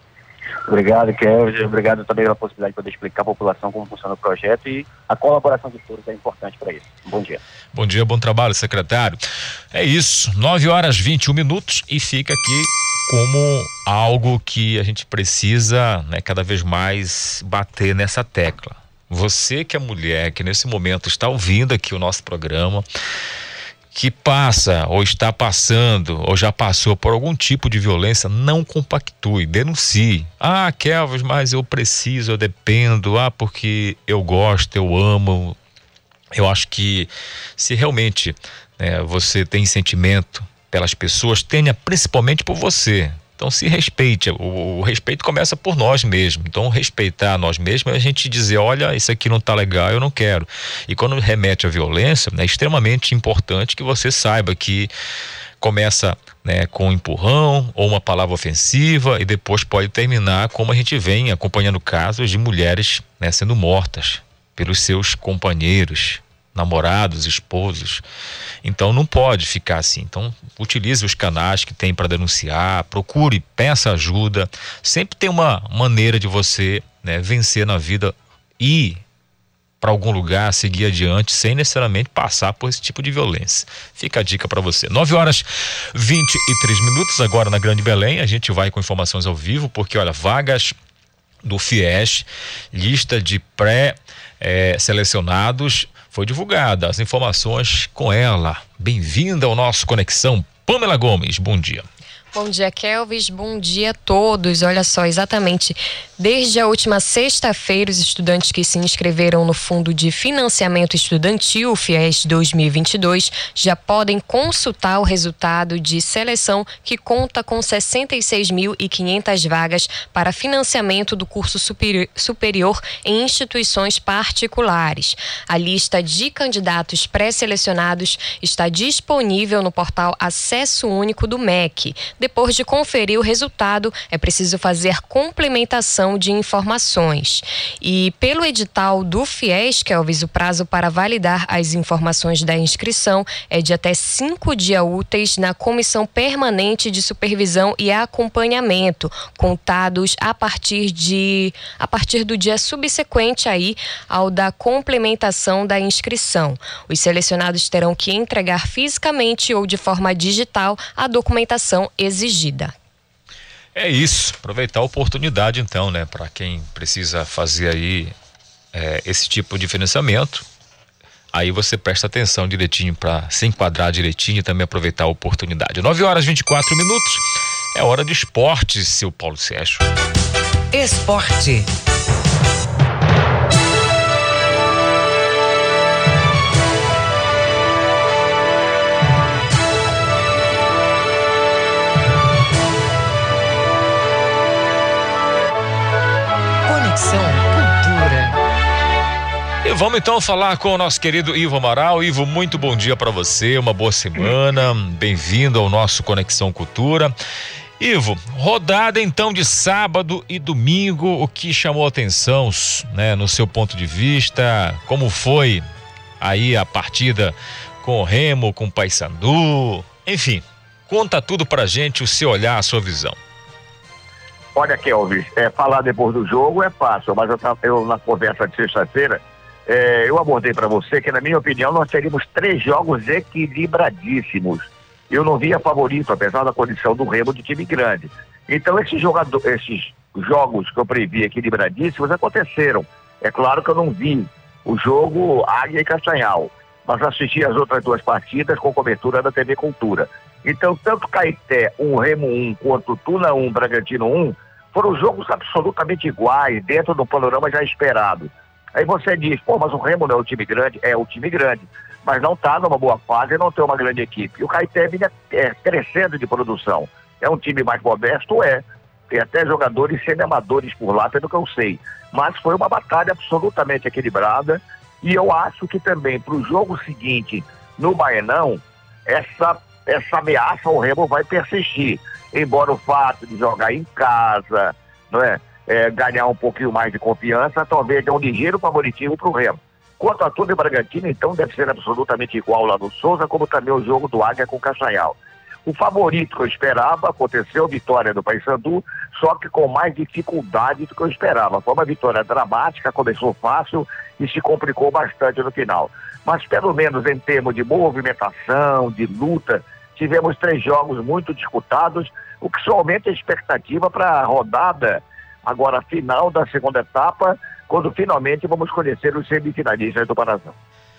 Obrigado, Kelvin. Obrigado também pela possibilidade de poder explicar à população como funciona o projeto, e a colaboração de todos é importante para isso. Bom dia. Bom dia, bom trabalho, secretário. É isso, nove horas e vinte e um minutos, e fica aqui como algo que a gente precisa, né, cada vez mais bater nessa tecla. Você que é mulher, que nesse momento está ouvindo aqui o nosso programa, que passa ou está passando ou já passou por algum tipo de violência, não compactue, denuncie. Ah, Kelvin, mas eu preciso, eu dependo, ah, porque eu gosto, eu amo. Eu acho que se realmente, né, você tem sentimento pelas pessoas, tenha principalmente por você. Então se respeite, o, o respeito começa por nós mesmos. Então respeitar nós mesmos é a gente dizer, olha, isso aqui não tá legal, eu não quero. E quando remete à violência, é extremamente importante que você saiba que começa, né, com um empurrão ou uma palavra ofensiva e depois pode terminar como a gente vem acompanhando casos de mulheres, né, sendo mortas pelos seus companheiros, namorados, esposos. Então não pode ficar assim. Então utilize os canais que tem para denunciar, procure, peça ajuda. Sempre tem uma maneira de você, né, vencer na vida e para algum lugar, seguir adiante, sem necessariamente passar por esse tipo de violência. Fica a dica para você. nove horas e vinte e três minutos agora na Grande Belém. A gente vai com informações ao vivo, porque olha, vagas do Fies, lista de pré-selecionados, foi divulgada. As informações com ela. Bem-vinda ao nosso Conexão, Pamela Gomes. Bom dia. Bom dia, Kelvis. Bom dia a todos. Olha só, exatamente desde a última sexta-feira, os estudantes que se inscreveram no Fundo de Financiamento Estudantil, Fies dois mil e vinte e dois, já podem consultar o resultado de seleção, que conta com sessenta e seis mil e quinhentas vagas para financiamento do curso superior em instituições particulares. A lista de candidatos pré-selecionados está disponível no portal Acesso Único do M E C. Depois de conferir o resultado, é preciso fazer complementação de informações. E pelo edital do Fies, Kelvis, o prazo para validar as informações da inscrição é de até cinco dias úteis na Comissão Permanente de Supervisão e Acompanhamento, contados a partir de a partir do dia subsequente aí ao da complementação da inscrição. Os selecionados terão que entregar fisicamente ou de forma digital a documentação exigida. É isso, aproveitar a oportunidade então, né, para quem precisa fazer aí é, esse tipo de financiamento. Aí você presta atenção direitinho para se enquadrar direitinho e também aproveitar a oportunidade. nove horas e vinte e quatro minutos, é hora de esporte, seu Paulo Sérgio. Esporte. E vamos então falar com o nosso querido Ivo Amaral. Ivo, muito bom dia para você, uma boa semana, bem-vindo ao nosso Conexão Cultura. Ivo, rodada então de sábado e domingo, o que chamou a atenção, né, no seu ponto de vista? Como foi aí a partida com o Remo, com o Paysandu? Enfim, conta tudo pra gente, o seu olhar, a sua visão. Olha, Kelvis, é, falar depois do jogo é fácil, mas eu, eu na conversa de sexta-feira, é, eu abordei para você que, na minha opinião, nós teríamos três jogos equilibradíssimos. Eu não via favorito, apesar da condição do Remo de time grande. Então, esses, jogador, esses jogos que eu previ equilibradíssimos aconteceram. É claro que eu não vi o jogo Águia e Castanhal, mas assisti as outras duas partidas com cobertura da T V Cultura. Então, tanto Caeté um, Remo um, quanto Tuna um, Bragantino um, foram jogos absolutamente iguais, dentro do panorama já esperado. Aí você diz, pô, mas o Remo não é um time grande? É um time grande, mas não está numa boa fase e não tem uma grande equipe. E o Caeté vinha é, crescendo de produção. É um time mais modesto? É. Tem até jogadores semi-amadores por lá, pelo que eu sei. Mas foi uma batalha absolutamente equilibrada. E eu acho que também para o jogo seguinte, no Baenão, essa, essa ameaça ao Remo vai persistir. Embora o fato de jogar em casa, não é, é, ganhar um pouquinho mais de confiança, talvez dê um ligeiro favoritismo para o Remo. Quanto a Tuna e Bragantino, então, deve ser absolutamente igual lá no Souza, como também o jogo do Águia com o Castanhal. O favorito que eu esperava aconteceu, vitória do Paysandu, só que com mais dificuldade do que eu esperava. Foi uma vitória dramática, começou fácil e se complicou bastante no final. Mas pelo menos em termos de movimentação, de luta, tivemos três jogos muito disputados, o que só aumenta a expectativa para a rodada, agora final da segunda etapa, quando finalmente vamos conhecer os semifinalistas do Parazão.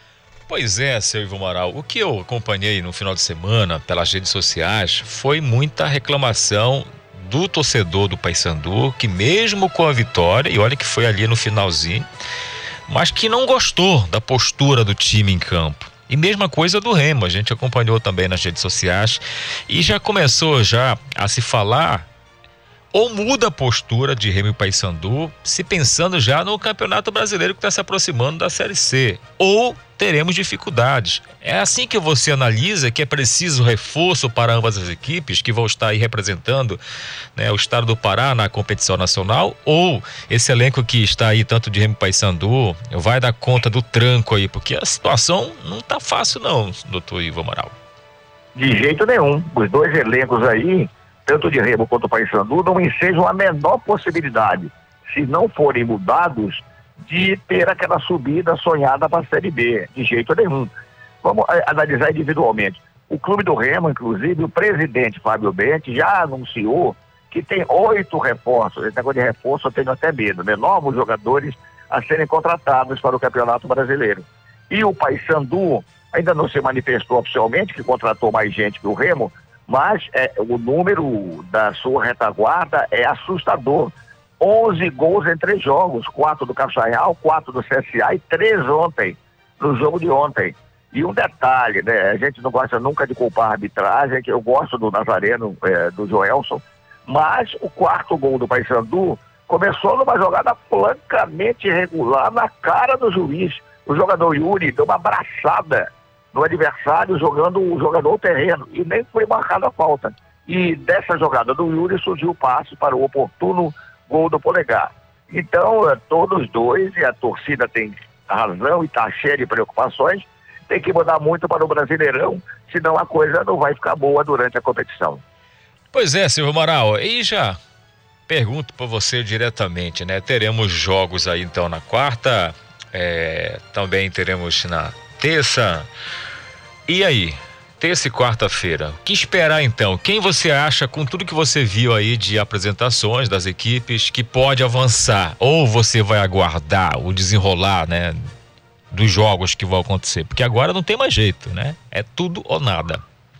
Pois é, seu Ivo Amaral, o que eu acompanhei no final de semana pelas redes sociais foi muita reclamação do torcedor do Paysandu, que mesmo com a vitória, e olha que foi ali no finalzinho, mas que não gostou da postura do time em campo. E mesma coisa do Remo, a gente acompanhou também nas redes sociais e já começou já a se falar, ou muda a postura de Remo e Paysandu, se pensando já no Campeonato Brasileiro que está se aproximando da Série C, ou teremos dificuldades. É assim que você analisa que é preciso reforço para ambas as equipes que vão estar aí representando, né, o estado do Pará na competição nacional, ou esse elenco que está aí, tanto de Remo e Paysandu, vai dar conta do tranco aí, porque a situação não está fácil não, doutor Ivo Amaral. De jeito nenhum. Os dois elencos aí, tanto de Remo quanto Paysandu, não ensejam a menor possibilidade, se não forem mudados, de ter aquela subida sonhada para a Série B, de jeito nenhum. Vamos a, analisar individualmente. O clube do Remo, inclusive, o presidente Fábio Bente já anunciou que tem oito reforços. Esse negócio de reforço eu tenho até medo, né? Novos jogadores a serem contratados para o Campeonato Brasileiro. E o Paysandu ainda não se manifestou oficialmente, que contratou mais gente que o Remo, mas é, o número da sua retaguarda é assustador. onze gols em três jogos, quatro do Castanhal, quatro do C S A e três ontem, no jogo de ontem. E um detalhe, né? A gente não gosta nunca de culpar a arbitragem, que eu gosto do Nazareno, é, do Joelson, mas o quarto gol do Paysandu começou numa jogada francamente irregular na cara do juiz. O jogador Yuri deu uma abraçada no adversário jogando o jogador terreno e nem foi marcada a falta. E dessa jogada do Yuri surgiu o passe para o oportuno gol do Polegar. Então, é, todos dois, e a torcida tem razão e está cheia de preocupações, tem que mudar muito para o Brasileirão, senão a coisa não vai ficar boa durante a competição. Pois é, Silvio Amaral, e já pergunto para você diretamente, né? Teremos jogos aí então na quarta, é, também teremos na terça, e aí? Terça e quarta-feira. O que esperar então? Quem você acha, com tudo que você viu aí de apresentações das equipes, que pode avançar? Ou você vai aguardar o desenrolar, né, dos jogos que vão acontecer? Porque agora não tem mais jeito, né? É tudo ou nada.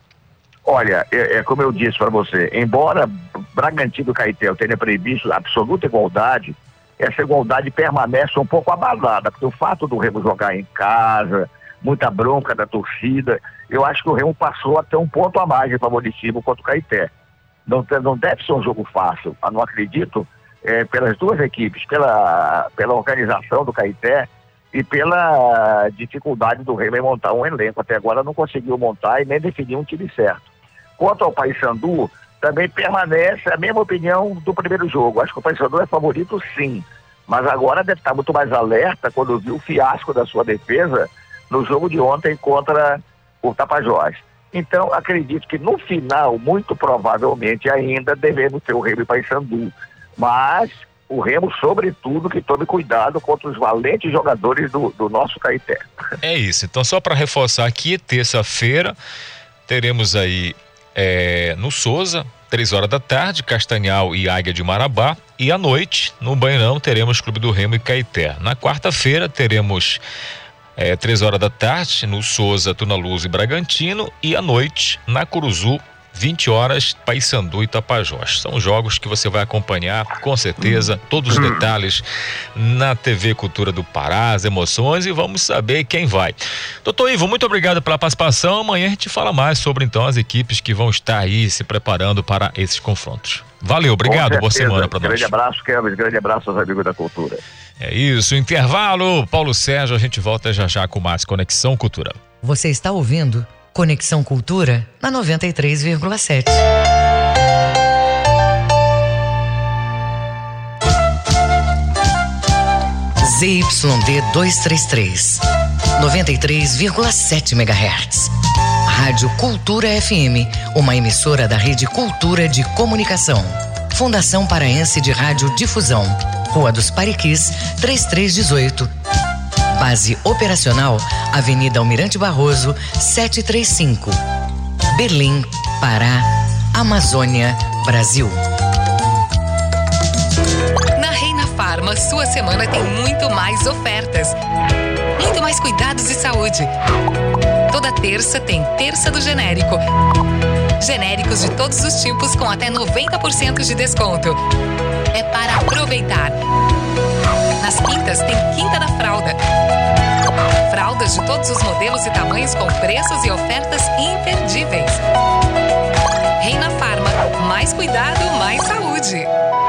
Olha, é, é como eu disse para você, embora Bragantino e Caeté tenha previsto absoluta igualdade, essa igualdade permanece um pouco abalada, porque o fato do Remo jogar em casa, muita bronca da torcida, eu acho que o Remo passou até um ponto a mais de favoritismo contra o Caeté. Não, não deve ser um jogo fácil, eu não acredito, é, pelas duas equipes, pela, pela organização do Caeté e pela dificuldade do Remo em montar um elenco. Até agora não conseguiu montar e nem definir um time certo. Quanto ao Paysandu, também permanece a mesma opinião do primeiro jogo. Acho que o Paysandu é favorito, sim, mas agora deve estar muito mais alerta quando viu o fiasco da sua defesa no jogo de ontem contra o Tapajós. Então, acredito que no final, muito provavelmente ainda devemos ter o Remo e Paysandu, mas o Remo, sobretudo, que tome cuidado contra os valentes jogadores do, do nosso Caeté. É isso. Então, só para reforçar aqui, terça-feira teremos aí é, no Souza, três horas da tarde, Castanhal e Águia de Marabá, e à noite, no Banhirão, teremos Clube do Remo e Caeté. Na quarta-feira teremos é, três horas da tarde, no Souza, Tunaluz e Bragantino, e à noite, na Curuzu, vinte horas, Paysandu e Tapajós. São jogos que você vai acompanhar, com certeza, todos os detalhes na T V Cultura do Pará, as emoções, e vamos saber quem vai. Doutor Ivo, muito obrigado pela participação. Amanhã a gente fala mais sobre, então, as equipes que vão estar aí se preparando para esses confrontos. Valeu, obrigado, boa semana para nós. Grande abraço, Kevin, grande abraço aos amigos da cultura. É isso, intervalo, Paulo Sérgio, a gente volta já já com mais Conexão Cultura. Você está ouvindo Conexão Cultura na noventa e três vírgula sete. Z Y D duzentos e trinta e três, noventa e três vírgula sete megahertz. Rádio Cultura F M, uma emissora da Rede Cultura de Comunicação. Fundação Paraense de Rádio Difusão, Rua dos Pariquis, trinta e três dezoito. Base operacional, Avenida Almirante Barroso, setecentos e trinta e cinco. Berlim, Pará, Amazônia, Brasil. Na Reina Farma, sua semana tem muito mais ofertas. Muito mais cuidados de saúde. Toda terça tem Terça do Genérico. Genéricos de todos os tipos com até noventa por cento de desconto. É para aproveitar. Nas quintas tem Quinta da Fralda. Fraldas de todos os modelos e tamanhos com preços e ofertas imperdíveis. Reina Farma, mais cuidado, mais saúde.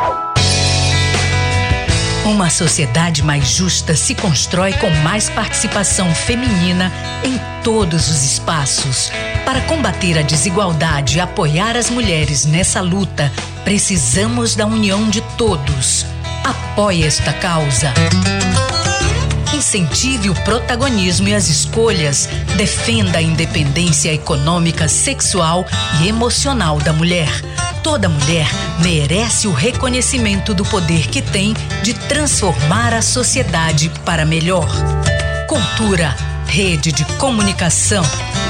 Uma sociedade mais justa se constrói com mais participação feminina em todos os espaços. Para combater a desigualdade e apoiar as mulheres nessa luta, precisamos da união de todos. Apoie esta causa. Incentive o protagonismo e as escolhas. Defenda a independência econômica, sexual e emocional da mulher. Toda mulher merece o reconhecimento do poder que tem de transformar a sociedade para melhor. Cultura, rede de comunicação.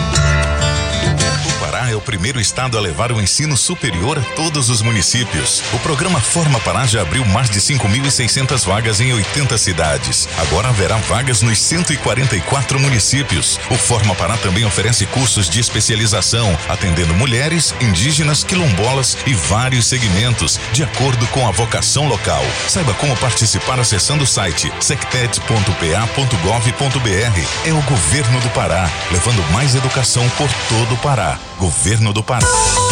Pará é o primeiro estado a levar o ensino superior a todos os municípios. O programa Forma Pará já abriu mais de cinco mil e seiscentas vagas em oitenta cidades. Agora haverá vagas nos cento e quarenta e quatro municípios. O Forma Pará também oferece cursos de especialização, atendendo mulheres, indígenas, quilombolas e vários segmentos, de acordo com a vocação local. Saiba como participar acessando o site sectet ponto p a ponto gov ponto b r. É o Governo do Pará, levando mais educação por todo o Pará. Governo do Pará.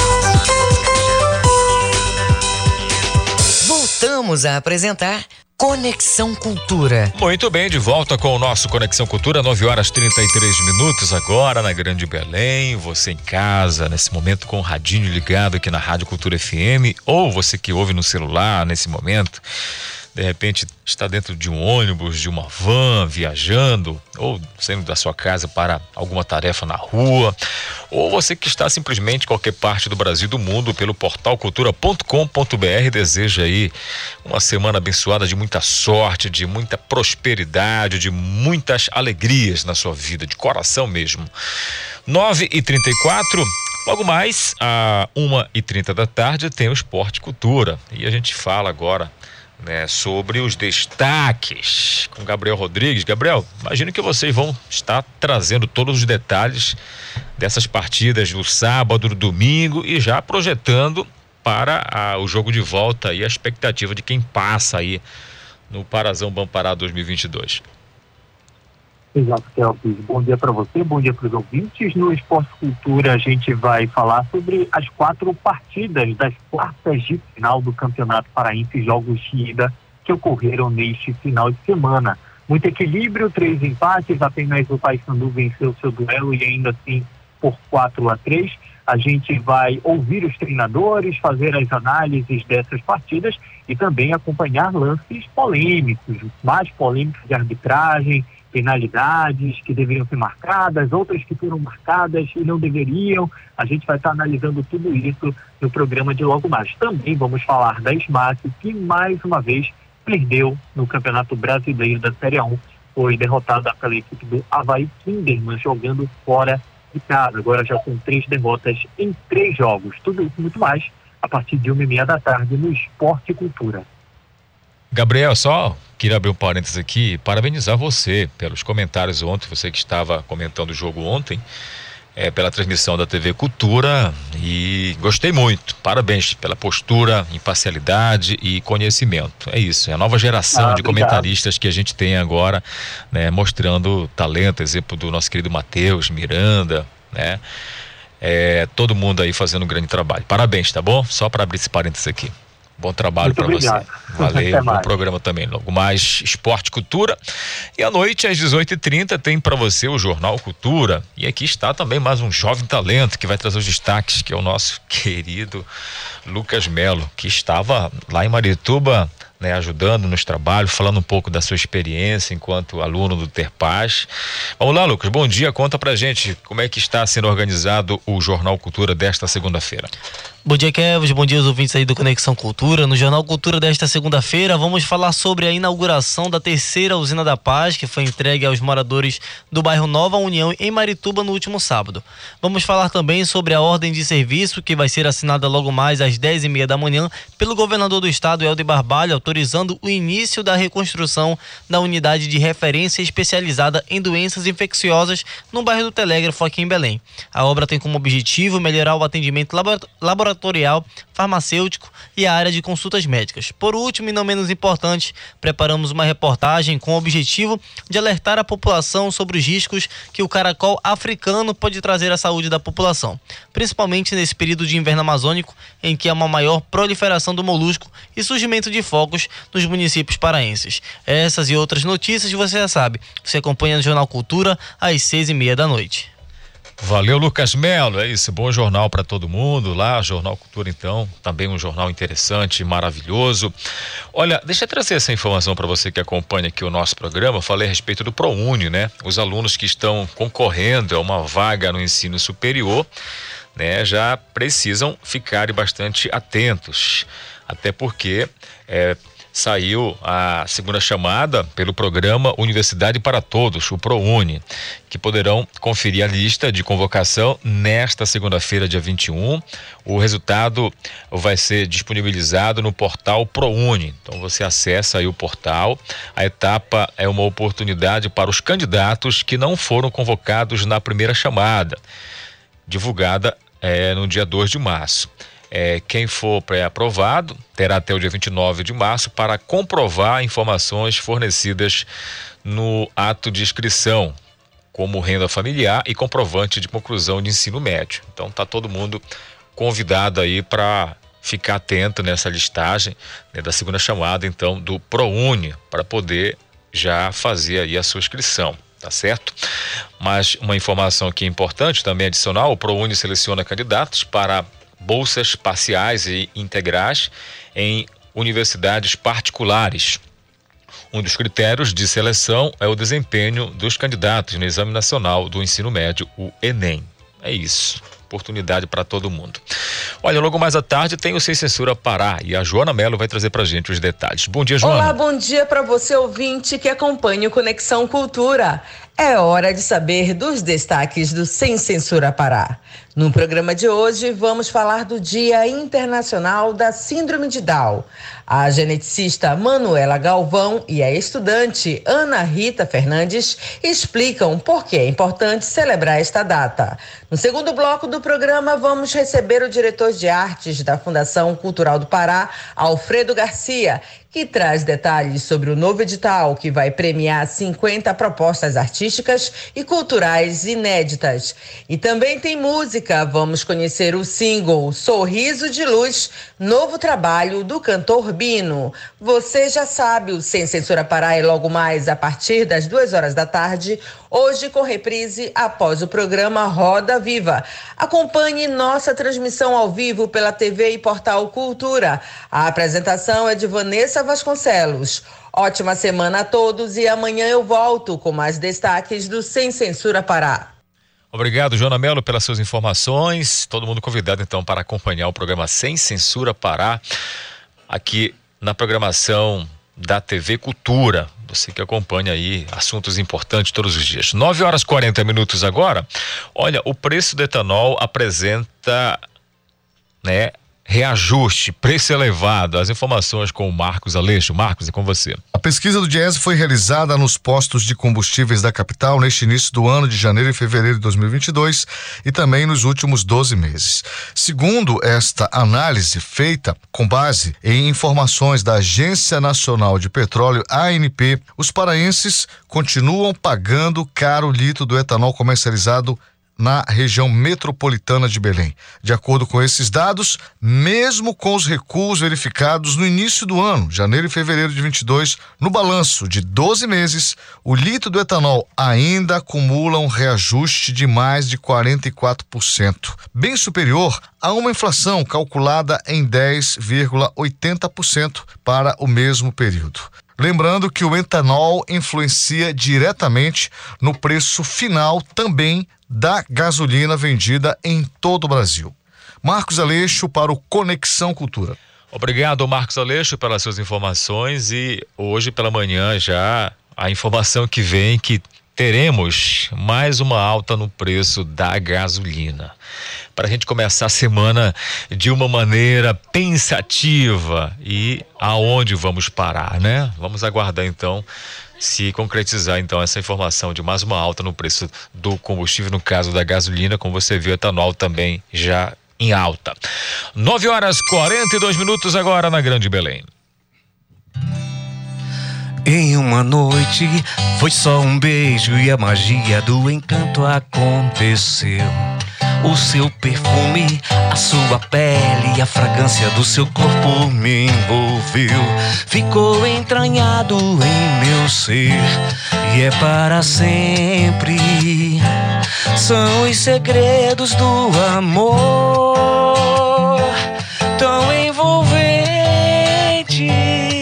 Voltamos a apresentar Conexão Cultura. Muito bem, de volta com o nosso Conexão Cultura, nove horas e trinta e três minutos agora na Grande Belém. Você em casa, nesse momento com o radinho ligado aqui na Rádio Cultura F M, ou você que ouve no celular nesse momento, de repente está dentro de um ônibus, de uma van, viajando, ou saindo da sua casa para alguma tarefa na rua, ou você que está simplesmente em qualquer parte do Brasil e do mundo pelo portal cultura ponto com ponto b r, deseja aí uma semana abençoada de muita sorte, de muita prosperidade, de muitas alegrias na sua vida, de coração mesmo. nove e trinta e quatro, logo mais, a uma e trinta da tarde tem o Esporte Cultura, e a gente fala agora, né, sobre os destaques com Gabriel Rodrigues. Gabriel, imagino que vocês vão estar trazendo todos os detalhes dessas partidas no sábado, no domingo, e já projetando para a, o jogo de volta e a expectativa de quem passa aí no Parazão Bampará dois mil e vinte e dois. Exato, Kelvis. Bom dia para você, bom dia para os ouvintes. No Esporte Cultura a gente vai falar sobre as quatro partidas das quartas de final do Campeonato Paraense, jogos de ida que ocorreram neste final de semana. muito equilíbrio, três empates, apenas o Paysandu venceu seu duelo e ainda assim por quatro a três. A gente vai ouvir os treinadores, fazer as análises dessas partidas e também acompanhar lances polêmicos, mais polêmicos de arbitragem, penalidades que deveriam ser marcadas, outras que foram marcadas e não deveriam. A gente vai estar analisando tudo isso no programa de logo mais. Também vamos falar da SMAC, que mais uma vez perdeu no Campeonato Brasileiro da Série A um. Foi derrotada pela equipe do Avaí Kinderman, jogando fora de casa. Agora já são três derrotas em três jogos. Tudo isso e muito mais a partir de uma e meia da tarde no Esporte e Cultura. Gabriel, só queria abrir um parênteses aqui, parabenizar você pelos comentários ontem, você que estava comentando o jogo ontem, é, pela transmissão da T V Cultura, e gostei muito. Parabéns pela postura, imparcialidade e conhecimento. É isso, é a nova geração ah, de obrigado. comentaristas que a gente tem agora, né, mostrando talento, exemplo do nosso querido Matheus Miranda, né? É, todo mundo aí fazendo um grande trabalho. Parabéns, tá bom? Só para abrir esse parênteses aqui. Bom trabalho para você. Valeu, bom programa também. Logo mais Esporte Cultura. E à noite, às dezoito e trinta, tem para você o Jornal Cultura. E aqui está também mais um jovem talento que vai trazer os destaques, que é o nosso querido Lucas Melo, que estava lá em Marituba, né, ajudando nos trabalhos, falando um pouco da sua experiência enquanto aluno do Terpaz. Vamos lá, Lucas, bom dia, conta pra gente como é que está sendo organizado o Jornal Cultura desta segunda-feira. Bom dia, Kevin, bom dia aos ouvintes aí do Conexão Cultura. No Jornal Cultura desta segunda-feira, vamos falar sobre a inauguração da terceira usina da Paz, que foi entregue aos moradores do bairro Nova União, em Marituba, no último sábado. Vamos falar também sobre a ordem de serviço, que vai ser assinada logo mais às dez e meia da manhã pelo governador do estado, Helder Barbalho, autorizando o início da reconstrução da unidade de referência especializada em doenças infecciosas no bairro do Telégrafo, aqui em Belém. A obra tem como objetivo melhorar o atendimento laboratorial laboratorial, farmacêutico e a área de consultas médicas. Por último e não menos importante, preparamos uma reportagem com o objetivo de alertar a população sobre os riscos que o caracol africano pode trazer à saúde da população, principalmente nesse período de inverno amazônico, em que há uma maior proliferação do molusco e surgimento de focos nos municípios paraenses. Essas e outras notícias você já sabe, você acompanha no Jornal Cultura às seis e meia da noite. Valeu, Lucas Melo, é isso, bom jornal para todo mundo lá, Jornal Cultura então, também um jornal interessante, maravilhoso. Olha, deixa eu trazer essa informação para você que acompanha aqui o nosso programa. Falei a respeito do ProUni, né? Os alunos que estão concorrendo a uma vaga no ensino superior, né, já precisam ficar bastante atentos, até porque é, saiu a segunda chamada pelo programa Universidade para Todos, o ProUni, que poderão conferir a lista de convocação nesta segunda-feira, dia vinte e um. O resultado vai ser disponibilizado no portal ProUni. Então você acessa aí o portal. A etapa é uma oportunidade para os candidatos que não foram convocados na primeira chamada, divulgada é, no dia dois de março. É, quem for pré-aprovado terá até o dia vinte e nove de março para comprovar informações fornecidas no ato de inscrição, como renda familiar e comprovante de conclusão de ensino médio. Então tá todo mundo convidado aí para ficar atento nessa listagem, né, da segunda chamada então do ProUni, para poder já fazer aí a sua inscrição. Tá certo? Mas uma informação aqui importante, também adicional, o ProUni seleciona candidatos para bolsas parciais e integrais em universidades particulares. Um dos critérios de seleção é o desempenho dos candidatos no Exame Nacional do Ensino Médio, o Enem. É isso. Oportunidade para todo mundo. Olha, logo mais à tarde tem o Sem Censura Pará e a Joana Mello vai trazer pra gente os detalhes. Bom dia, Joana. Olá, bom dia para você, ouvinte que acompanha o Conexão Cultura. É hora de saber dos destaques do Sem Censura Pará. No programa de hoje, vamos falar do Dia Internacional da Síndrome de Down. A geneticista Manuela Galvão e a estudante Ana Rita Fernandes explicam por que é importante celebrar esta data. No segundo bloco do programa, vamos receber o diretor de artes da Fundação Cultural do Pará, Alfredo Garcia, que traz detalhes sobre o novo edital que vai premiar cinquenta propostas artísticas e culturais inéditas. E também tem música. Vamos conhecer o single Sorriso de Luz, novo trabalho do cantor Bino. Você já sabe, o Sem Censura Pará é logo mais a partir das duas horas da tarde, hoje com reprise após o programa Roda Viva. Acompanhe nossa transmissão ao vivo pela T V e Portal Cultura. A apresentação é de Vanessa Vasconcelos. Ótima semana a todos e amanhã eu volto com mais destaques do Sem Censura Pará. Obrigado, Joana Mello, pelas suas informações. Todo mundo convidado, então, para acompanhar o programa Sem Censura Pará, aqui na programação da T V Cultura. Você que acompanha aí assuntos importantes todos os dias. nove horas e quarenta minutos agora. Olha, o preço do etanol apresenta, né, reajuste, preço elevado. As informações com o Marcos Aleixo. Marcos, é com você. A pesquisa do Diese foi realizada nos postos de combustíveis da capital neste início do ano de janeiro e fevereiro de dois mil e vinte e dois e também nos últimos doze meses. Segundo esta análise feita com base em informações da Agência Nacional de Petróleo, A N P, os paraenses continuam pagando caro o litro do etanol comercializado na região metropolitana de Belém. De acordo com esses dados, mesmo com os recuos verificados no início do ano, janeiro e fevereiro de vinte e dois, no balanço de doze meses, o litro do etanol ainda acumula um reajuste de mais de quarenta e quatro por cento, bem superior a uma inflação calculada em dez vírgula oitenta por cento para o mesmo período. Lembrando que o etanol influencia diretamente no preço final também da gasolina vendida em todo o Brasil. Marcos Aleixo para o Conexão Cultura. Obrigado, Marcos Aleixo, pelas suas informações, e hoje pela manhã já a informação que vem que teremos mais uma alta no preço da gasolina. Para a gente começar a semana de uma maneira pensativa e aonde vamos parar, né? Vamos aguardar então se concretizar então essa informação de mais uma alta no preço do combustível, no caso da gasolina, como você viu, etanol também já em alta. nove horas e quarenta e dois minutos agora na Grande Belém. Em uma noite foi só um beijo e a magia do encanto aconteceu. O seu perfume, a sua pele, a fragrância do seu corpo me envolveu. Ficou entranhado em meu ser e é para sempre. São os segredos do amor, tão envolvente,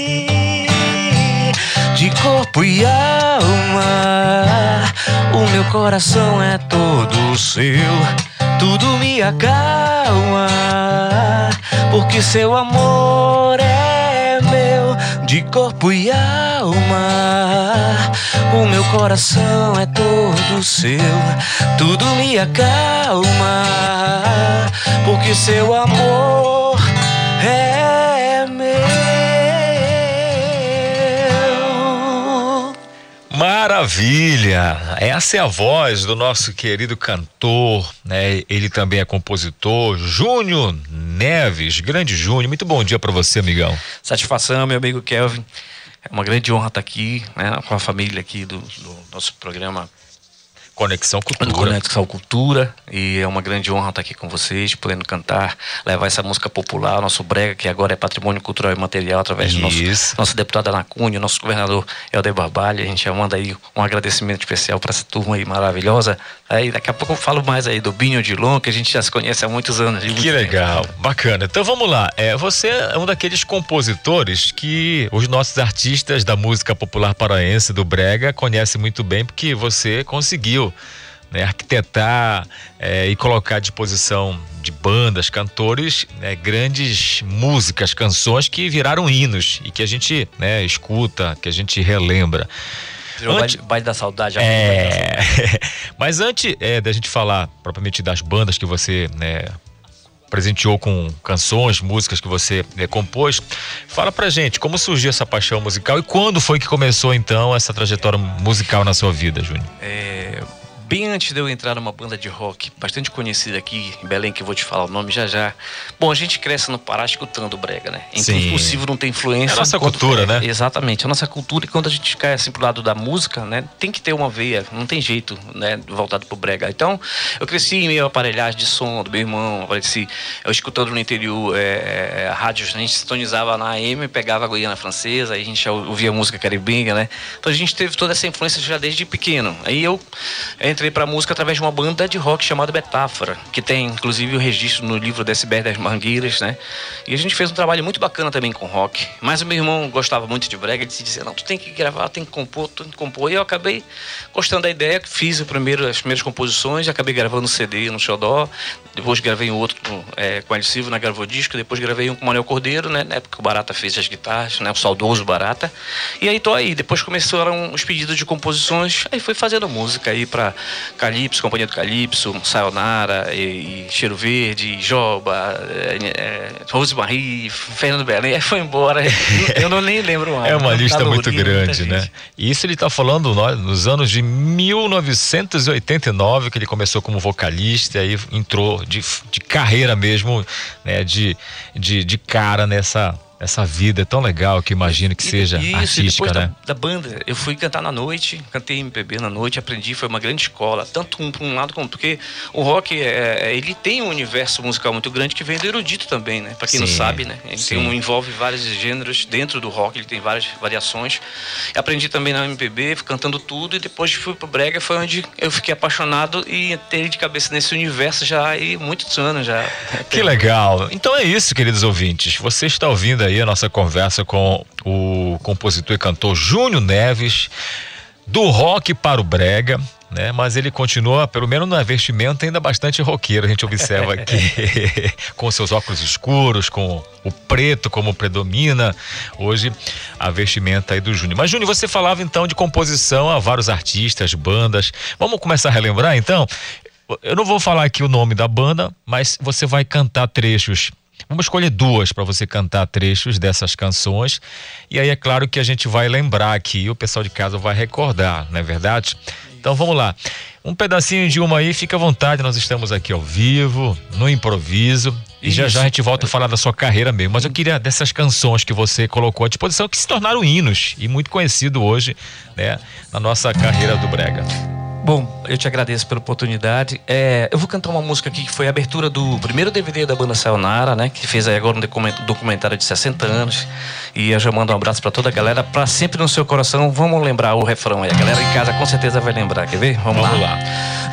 de corpo e alma. O meu coração é todo seu, tudo me acalma, porque seu amor é meu, de corpo e alma. O meu coração é todo seu, tudo me acalma, porque seu amor é meu. Maravilha! Essa é a voz do nosso querido cantor, né? Ele também é compositor, Júnior Neves, grande Júnior. Muito bom dia para você, amigão. Satisfação, meu amigo Kelvin. É uma grande honra estar aqui, né, com a família aqui do, do nosso programa Conexão Cultura. Conexão Cultura, e é uma grande honra estar aqui com vocês, podendo cantar, levar essa música popular, nosso brega, que agora é patrimônio cultural e material, através do nosso, nosso deputado Ana Cunha, nosso governador Helder Barbalho. A gente já manda aí um agradecimento especial para essa turma aí maravilhosa. Aí daqui a pouco eu falo mais aí do Binho Odilon, que a gente já se conhece há muitos anos. Que muito legal, tempo. Bacana. Então vamos lá, é, você é um daqueles compositores que os nossos artistas da música popular paraense, do brega, conhecem muito bem, porque você conseguiu, né, arquitetar é, e colocar à disposição de bandas, cantores, né, grandes músicas, canções que viraram hinos e que a gente, né, escuta, que a gente relembra. Antes, baile da saudade. É... Mas antes é, da gente falar propriamente das bandas que você, né, presenteou com canções, músicas que você é, compôs, fala pra gente como surgiu essa paixão musical e quando foi que começou então essa trajetória musical na sua vida, Júnior? É... bem antes de eu entrar numa banda de rock bastante conhecida aqui em Belém, que eu vou te falar o nome já já. Bom, a gente cresce no Pará escutando brega, né? Então é impossível não ter influência. É a nossa quando, cultura, é, né? Exatamente, a nossa cultura. E quando a gente cai assim pro lado da música, né? Tem que ter uma veia, não tem jeito, né? Voltado pro brega. Então, eu cresci em meio a aparelhagem de som do meu irmão, apareci, eu escutando no interior é, é, rádios, a gente sintonizava na A M, pegava a Guiana Francesa, aí a gente ouvia música caribenha, né? Então a gente teve toda essa influência já desde pequeno. Aí eu entrei pra música através de uma banda de rock chamada Metáfora, que tem inclusive o registro no livro da S B R das Mangueiras, né? E a gente fez um trabalho muito bacana também com rock. Mas o meu irmão gostava muito de brega, ele se dizia, não, tu tem que gravar, tem que compor, tu tem que compor. E eu acabei gostando da ideia, fiz o primeiro, as primeiras composições, acabei gravando um C D no Xodó, depois gravei um outro é, com a Silva na Gravou Disco, depois gravei um com o Manuel Cordeiro, né? Na época o Barata fez as guitarras, né? O saudoso Barata. E aí tô aí, depois começaram os pedidos de composições, aí fui fazendo música aí pra Calypso, Companhia do Calypso, Sayonara, e, e Cheiro Verde, Joba, é, é, Rose Marie, Fernando Belém, aí foi embora, eu não nem lembro mais. É uma lista Calorina, muito grande, né? E isso ele tá falando no, nos anos de mil novecentos e oitenta e nove, que ele começou como vocalista, e aí entrou de, de carreira mesmo, né? De, de, de cara nessa... Essa vida é tão legal que imagino que seja Isso, artística, depois né? da, da banda, eu fui cantar na noite, cantei M P B na noite, aprendi, foi uma grande escola, tanto um, por um lado como porque o rock, é, ele tem um universo musical muito grande que vem do erudito também, né? Pra quem Sim, não sabe, né? Ele tem um, envolve vários gêneros dentro do rock, ele tem várias variações. Aprendi também na M P B, cantando tudo, e depois fui pro brega, foi onde eu fiquei apaixonado e entrei de cabeça nesse universo já há muitos anos já. Que legal. Então é isso, queridos ouvintes. Você está ouvindo aí a nossa conversa com o compositor e cantor Júnior Neves, do rock para o brega, né? Mas ele continua, pelo menos na vestimenta, ainda bastante roqueiro. A gente observa aqui com seus óculos escuros, com o preto como predomina hoje a vestimenta aí do Júnior. Mas Júnior, você falava então de composição a vários artistas, bandas. Vamos começar a relembrar então? Eu não vou falar aqui o nome da banda, mas você vai cantar trechos. Vamos escolher duas para você cantar trechos dessas canções. E aí é claro que a gente vai lembrar aqui, o pessoal de casa vai recordar, não é verdade? Então vamos lá. Um pedacinho de uma aí, fica à vontade, nós estamos aqui ao vivo, no improviso. E Isso. já já a gente volta a falar da sua carreira mesmo. Mas eu queria dessas canções que você colocou à disposição, que se tornaram hinos e muito conhecido hoje, né, na nossa carreira do brega. Bom, eu te agradeço pela oportunidade. É, eu vou cantar uma música aqui que foi a abertura do primeiro D V D da banda Sayonara, né? Que fez aí agora um documentário de sessenta anos. E eu já mando um abraço pra toda a galera. Pra sempre no seu coração, vamos lembrar o refrão aí. A galera em casa com certeza vai lembrar. Quer ver? Vamos, vamos lá. lá.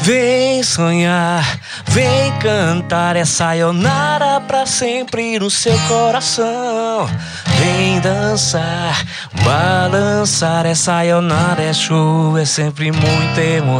Vem sonhar, vem cantar é Sayonara pra sempre no seu coração. Vem dançar, balançar é Sayonara, é show, é sempre muita emoção.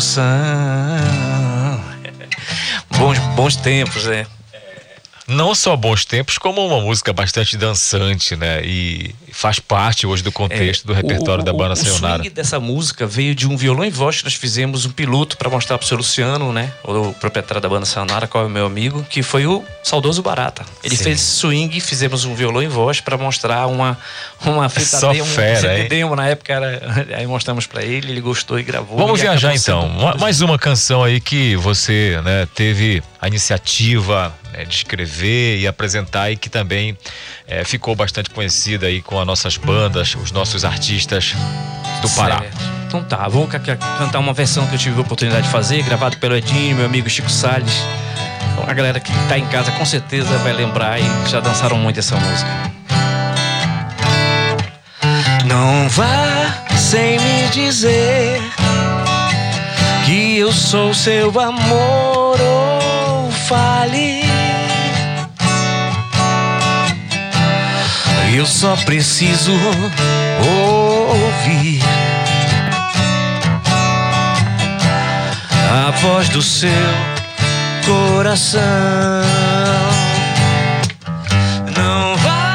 Bons, bons tempos, né? Não só bons tempos, como uma música bastante dançante, né? E faz parte hoje do contexto é, do repertório o, da banda Sayonara. O swing dessa música veio de um violão e voz que nós fizemos um piloto para mostrar pro seu Luciano, né? O proprietário da banda Sayonara, qual é o meu amigo, que foi o saudoso Barata. Ele Sim. fez swing, fizemos um violão e voz para mostrar uma, uma fita Só demo, fera, um demo, na época era, aí mostramos para ele, ele gostou e gravou. Vamos e viajar então. Sendo... Mais uma canção aí que você, né, teve a iniciativa, né, de escrever e apresentar e que também é, ficou bastante conhecida aí com as nossas bandas, os nossos artistas do Pará. Certo. Então tá, vou cantar uma versão que eu tive a oportunidade de fazer, gravado pelo Edinho, meu amigo Chico Salles. Então, a galera que tá em casa com certeza vai lembrar e já dançaram muito essa música. Não vá sem me dizer que eu sou seu amor, ou fale. Eu só preciso ouvir a voz do seu coração. Não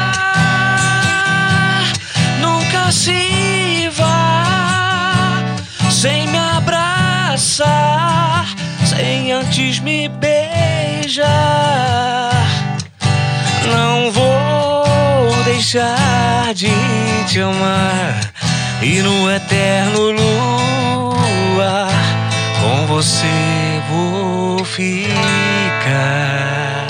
vá, nunca se vá sem me abraçar, sem antes me beijar. Não vou deixar de te amar e no eterno luar com com você vou ficar.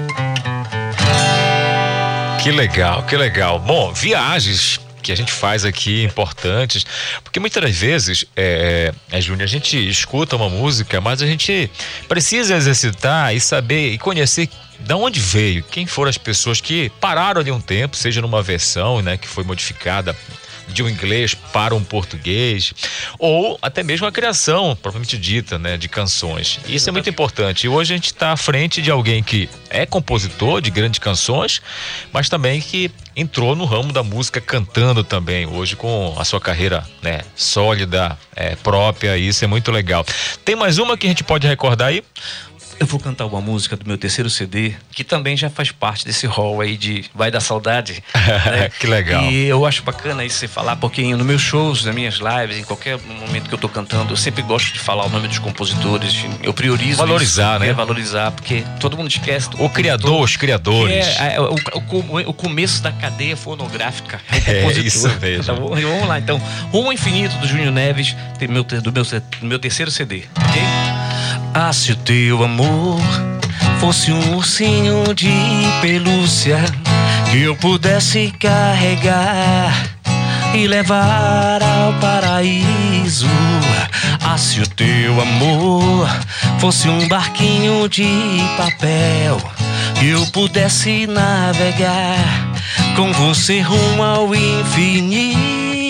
Que legal, que legal. Bom, viagens que a gente faz aqui importantes, porque muitas das vezes, é, é, Júnior, a gente escuta uma música, mas a gente precisa exercitar e saber e conhecer de onde veio, quem foram as pessoas que pararam ali um tempo, seja numa versão, né, que foi modificada de um inglês para um português, ou até mesmo a criação, propriamente dita, né, de canções. E isso é muito importante. E hoje a gente está à frente de alguém que é compositor de grandes canções, mas também que entrou no ramo da música cantando também, hoje com a sua carreira, né, sólida, é, própria, e isso é muito legal. Tem mais uma que a gente pode recordar aí? Eu vou cantar uma música do meu terceiro C D, que também já faz parte desse rol aí de Vai da Saudade. Né? Que legal. E eu acho bacana isso você falar, porque nos meus shows, nas minhas lives, em qualquer momento que eu tô cantando, eu sempre gosto de falar o nome dos compositores. Eu priorizo valorizar, isso, né? É valorizar, porque todo mundo esquece. O criador, os criadores. É, é, o, o, o começo da cadeia fonográfica. É, é isso mesmo. Então, vamos lá, então. Rumo ao Infinito, do Júnior Neves, tem meu, do, meu, do meu terceiro C D, ok? Ah, se o teu amor fosse um ursinho de pelúcia que eu pudesse carregar e levar ao paraíso. Ah, se o teu amor fosse um barquinho de papel que eu pudesse navegar com você rumo ao infinito.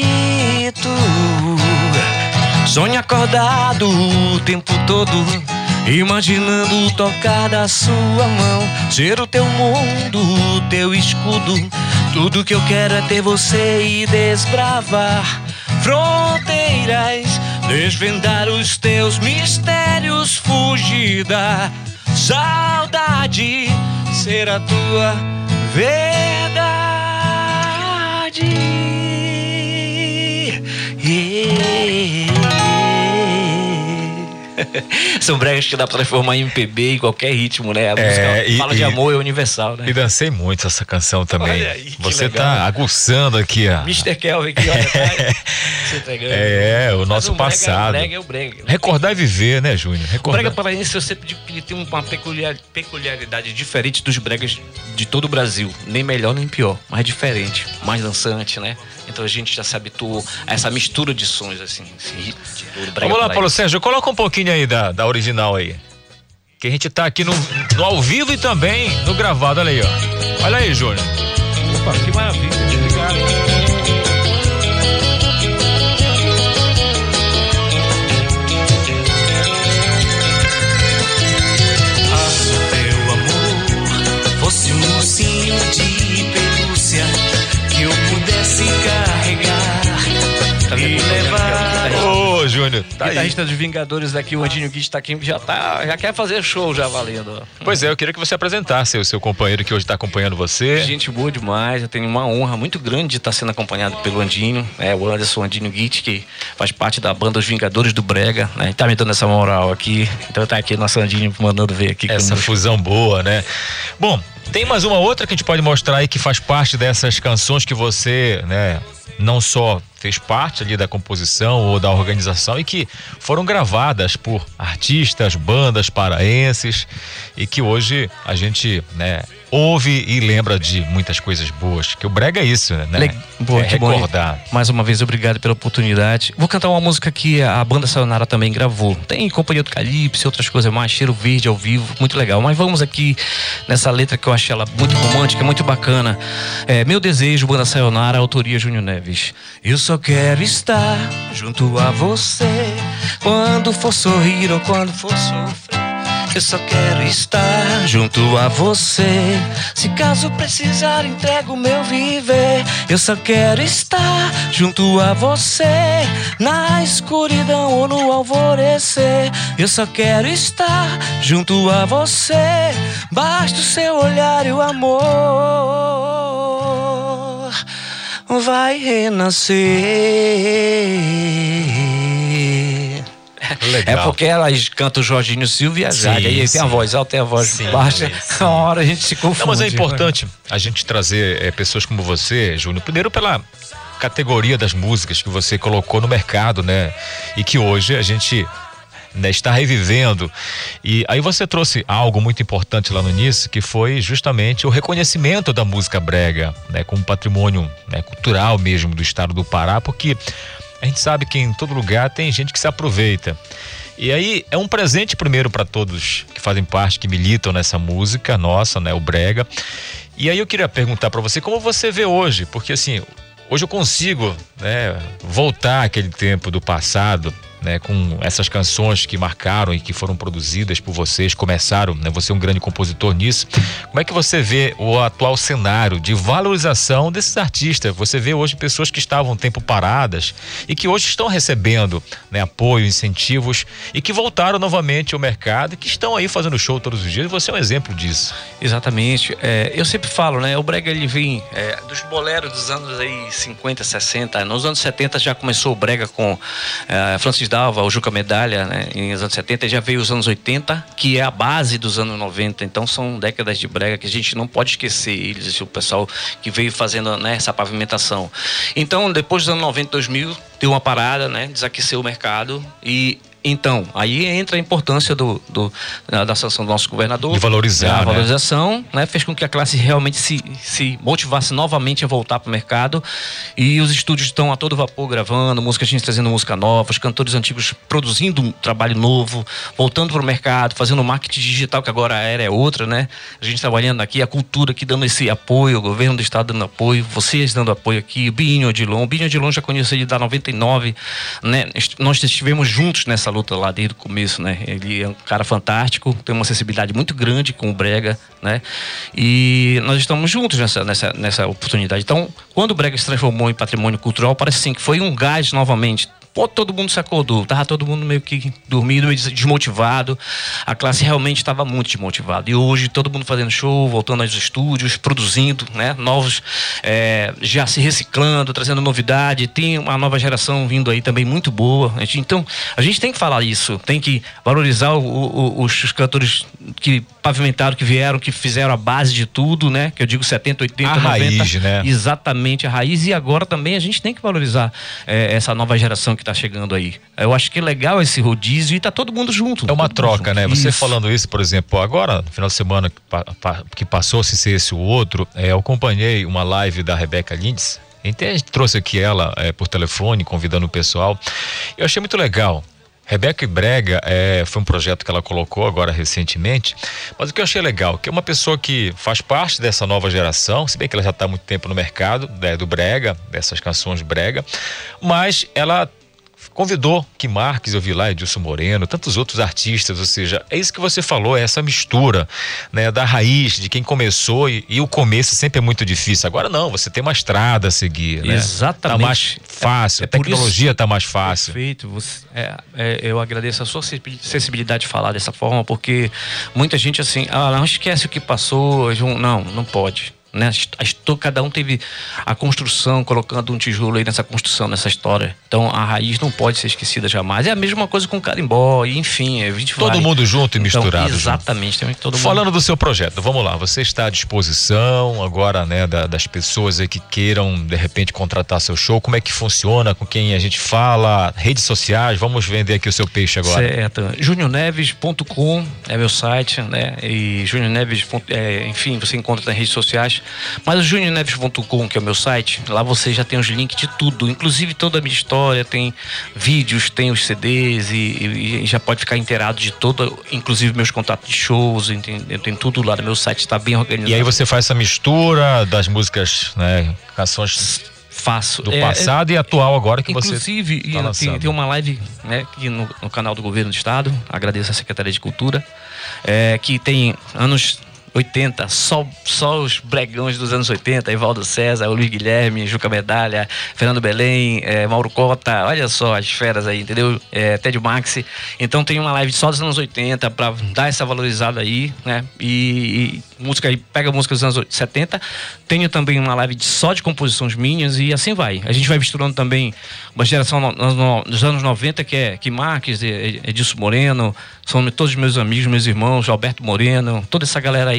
Sonho acordado o tempo todo, imaginando tocar da sua mão, ser o teu mundo, o teu escudo. Tudo que eu quero é ter você e desbravar fronteiras, desvendar os teus mistérios, fugir da saudade, ser a tua verdade. Yeah. São bregas que dá pra transformar em M P B em qualquer ritmo, né? A música é, e, fala de e, amor, é universal, né? E dancei muito essa canção também. Olha aí, que Você legal. tá aguçando aqui, ó. mister Kelvin aqui, olha, tá se entregando. É, o nosso um brega, passado. O brega é o brega. Recordar e viver, né, Júnior? O Recordar. brega paraense, eu sempre digo que ele tem uma peculiar, peculiaridade diferente dos bregas de todo o Brasil. Nem melhor, nem pior, mas diferente. Mais dançante, né? Então a gente já se habituou a essa mistura de sons, assim. Esse ritmo do brega. Vamos lá, Paulo Sérgio, coloca um pouquinho aí da, da original aí. Que a gente tá aqui no, no ao vivo e também no gravado, olha aí, ó. Olha aí, Júnior. Opa, que maravilha, obrigado. Ah, se o teu amor fosse um ursinho de pelúcia que eu pudesse carregar e levar. Ô, Júnior, tá aí. Guitarrista dos Vingadores daqui, o Andinho Guite tá aqui, já, tá, já quer fazer show já valendo. Pois é, eu queria que você apresentasse o seu companheiro que hoje está acompanhando você. Gente boa demais, eu tenho uma honra muito grande de estar sendo acompanhado pelo Andinho, é, o Anderson Andinho Guite, que faz parte da banda Os Vingadores do Brega, né? Tá me dando essa moral aqui, então tá aqui nosso Andinho mandando ver aqui. Essa conosco. fusão boa, né? Bom, tem mais uma outra que a gente pode mostrar aí que faz parte dessas canções que você, né, não só fez parte ali da composição ou da organização e que foram gravadas por artistas, bandas paraenses e que hoje a gente, né, ouve e lembra de muitas coisas boas, que o brega é isso, né? Le... Boa, é que recordar. Bom. Mais uma vez, obrigado pela oportunidade. Vou cantar uma música que a banda Sayonara também gravou. Tem Companhia do Calypso e outras coisas mais, Cheiro Verde ao vivo, muito legal. Mas vamos aqui nessa letra que eu achei ela muito romântica, muito bacana. É, Meu Desejo, banda Sayonara, autoria Júnior Neves. Eu só quero estar junto a você quando for sorrir ou quando for sofrer. Eu só quero estar junto a você. Se caso precisar, entrego o meu viver. Eu só quero estar junto a você na escuridão ou no alvorecer. Eu só quero estar junto a você. Basta o seu olhar e o amor vai renascer. Legal. É porque elas cantam Jorginho Silva e a Jaga. E aí tem a voz alta e a voz sim, baixa. Sim. Uma hora a gente se confunde. Não, mas é importante a gente trazer é, pessoas como você, Júnior. Primeiro pela categoria das músicas que você colocou no mercado, né? E que hoje a gente né, está revivendo. E aí você trouxe algo muito importante lá no início, que foi justamente o reconhecimento da música brega, né, como patrimônio, né, cultural mesmo do estado do Pará, porque a gente sabe que em todo lugar tem gente que se aproveita. E aí é um presente primeiro para todos que fazem parte, que militam nessa música nossa, né, o brega. E aí eu queria perguntar para você como você vê hoje, porque assim, hoje eu consigo, né, voltar àquele tempo do passado, né, com essas canções que marcaram e que foram produzidas por vocês, começaram, né, você é um grande compositor nisso. Como é que você vê o atual cenário de valorização desses artistas? Você vê hoje pessoas que estavam um tempo paradas e que hoje estão recebendo, né, apoio, incentivos e que voltaram novamente ao mercado e que estão aí fazendo show todos os dias. Você é um exemplo disso. Exatamente. É, eu sempre falo, né, o brega ele vem é, dos boleros dos anos aí cinquenta, sessenta. Nos anos setenta já começou o brega com é, Francis Dalva, o Juca Medalha, né, nos anos setenta, já veio os anos oitenta, que é a base dos anos noventa, então são décadas de brega que a gente não pode esquecer eles, o pessoal que veio fazendo, né, essa pavimentação. Então, depois dos anos noventa, dois mil, deu uma parada, né, desaqueceu o mercado e então, aí entra a importância do, do, da sanção do nosso governador. De valorizar, A né? valorização, né? Fez com que a classe realmente se, se motivasse novamente a voltar para o mercado. E os estúdios estão a todo vapor gravando música, a gente trazendo música nova, os cantores antigos produzindo um trabalho novo, voltando para o mercado, fazendo marketing digital, que agora a era é outra, né? A gente trabalhando aqui, a cultura aqui dando esse apoio, o governo do estado dando apoio, vocês dando apoio aqui, o Binho Odilon. O Binho Odilon já conheci ele da noventa e nove, né? Nós estivemos juntos nessa luta lá desde o começo, né? Ele é um cara fantástico, tem uma sensibilidade muito grande com o brega, né? E nós estamos juntos nessa, nessa, nessa oportunidade. Então, quando o brega se transformou em patrimônio cultural, parece assim que foi um gás novamente. Pô, todo mundo se acordou, tava todo mundo meio que dormindo, meio desmotivado. A classe realmente estava muito desmotivada. E hoje todo mundo fazendo show, voltando aos estúdios, produzindo, né? Novos, é, já se reciclando, trazendo novidade. Tem uma nova geração vindo aí também muito boa. A gente, então, a gente tem que falar isso, tem que valorizar o, o, os, os cantores que pavimentaram, que vieram, que fizeram a base de tudo, né? Que eu digo setenta, oitenta, a noventa. Raiz, né? Exatamente, a raiz. E agora também a gente tem que valorizar é, essa nova geração que tá chegando aí. Eu acho que é legal esse rodízio e tá todo mundo junto. É uma troca, né? Você Isso. falando isso, por exemplo, agora, no final de semana que, pa, pa, que passou, se ser esse ou outro, é, eu acompanhei uma live da Rebeca Lindes. A gente trouxe aqui ela é, por telefone, convidando o pessoal. Eu achei muito legal. Rebeca e Brega é, foi um projeto que ela colocou agora recentemente, mas o que eu achei legal, que é uma pessoa que faz parte dessa nova geração, se bem que ela já está há muito tempo no mercado, né, do brega, dessas canções brega, mas ela convidou Kim Marques, eu vi lá, Edilson Moreno, tantos outros artistas, ou seja, é isso que você falou, é essa mistura, né, da raiz, de quem começou e, e o começo sempre é muito difícil. Agora não, você tem uma estrada a seguir, né? Exatamente. Tá mais fácil, É- é a tecnologia por isso- tá mais fácil. Perfeito. Você, é, é, eu agradeço a sua sensibilidade de falar dessa forma, porque muita gente assim, ah, não esquece o que passou, não, não pode. Né? Estou, cada um teve a construção, colocando um tijolo aí nessa construção, nessa história. Então a raiz não pode ser esquecida jamais. É a mesma coisa com o carimbó, e enfim, a gente Todo vai. mundo junto e Então, misturado. exatamente, tem que todo mundo. Falando do seu projeto, vamos lá, você está à disposição agora, né, da- das pessoas aí que queiram, de repente, contratar seu show, como é que funciona, com quem a gente fala, redes sociais, vamos vender aqui o seu peixe agora. Certo. junior neves ponto com é meu site, né? E Junior Neves, é, enfim, você encontra nas redes sociais. Mas o junior neves ponto com, que é o meu site, lá você já tem os links de tudo, inclusive toda a minha história, tem vídeos, tem os C Ds e, e- e já pode ficar inteirado de todo, inclusive meus contatos de shows, tem, tem tudo lá no meu site, está bem organizado. E aí você faz essa mistura das músicas, né, canções Faço. do É, passado é, e atual agora que você Inclusive, tá e tem, lançando. tem uma live, né, aqui no, no canal do Governo do Estado, agradeço à Secretaria de Cultura, é, que tem anos oitenta, só, só os bregões dos anos oitenta, Evaldo César, o Luiz Guilherme, Juca Medalha, Fernando Belém, é, Mauro Cota, olha só as feras aí, entendeu? É, Ted Maxi. Então tem uma live só dos anos oitenta para dar essa valorizada aí, né? E, e música aí, pega música dos anos setenta. Tenho também uma live de, só de composições minhas e assim vai. A gente vai misturando também uma geração no, no, dos anos noventa, que é Kim Marques, Edilson Moreno, são todos meus amigos, meus irmãos, Alberto Moreno, toda essa galera aí.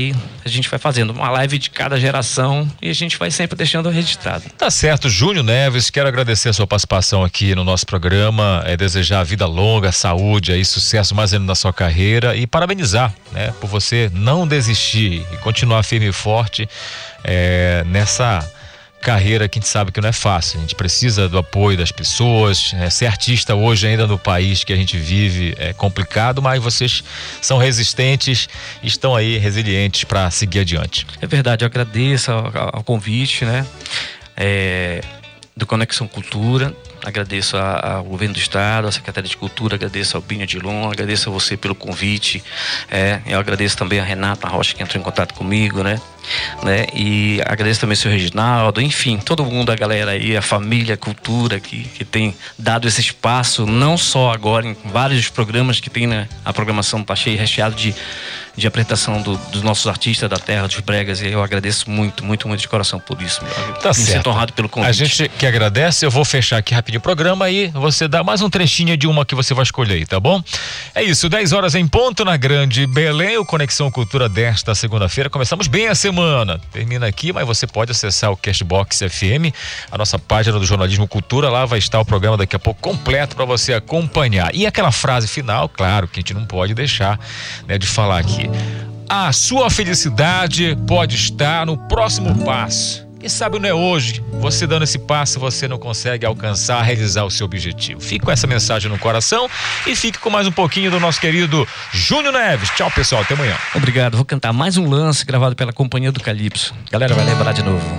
aí a gente vai fazendo uma live de cada geração e a gente vai sempre deixando registrado. Tá certo, Júnior Neves, quero agradecer a sua participação aqui no nosso programa, é desejar vida longa, saúde, aí, sucesso mais ainda na sua carreira e parabenizar, né, por você não desistir e continuar firme e forte é, nessa carreira que a gente sabe que não é fácil. A gente precisa do apoio das pessoas, é, ser artista hoje ainda no país que a gente vive é complicado, mas vocês são resistentes e estão aí resilientes para seguir adiante. É verdade, eu agradeço ao, ao convite, né, é, do Conexão Cultura. Agradeço ao governo do estado, à Secretaria de Cultura, agradeço ao Binho Adilon, agradeço a você pelo convite, é, eu agradeço também a Renata Rocha que entrou em contato comigo, né, né, e agradeço também o seu Reginaldo, enfim, todo mundo, a galera aí, a família Cultura que, que tem dado esse espaço, não só agora em vários programas que tem, né, a programação tá cheia, recheado de de apresentação do, dos nossos artistas da terra, dos bregas, e eu agradeço muito, muito, muito de coração por isso. Tá certo. Me sinto honrado pelo convite. A gente que agradece, eu vou fechar aqui rapidinho o programa e você dá mais um trechinho de uma que você vai escolher aí, tá bom? É isso, dez horas em ponto na Grande Belém, o Conexão Cultura desta segunda-feira. Começamos bem a semana, termina aqui, mas você pode acessar o Cashbox F M, a nossa página do Jornalismo Cultura, lá vai estar o programa daqui a pouco completo para você acompanhar. E aquela frase final, claro, que a gente não pode deixar, né, de falar aqui. A sua felicidade pode estar no próximo passo. Quem sabe não é hoje, você dando esse passo, você não consegue alcançar, realizar o seu objetivo. Fique com essa mensagem no coração e fique com mais um pouquinho do nosso querido Júnior Neves. Tchau, pessoal, até amanhã. Obrigado, vou cantar mais um lance gravado pela Companhia do Calypso. Galera vai lembrar de novo.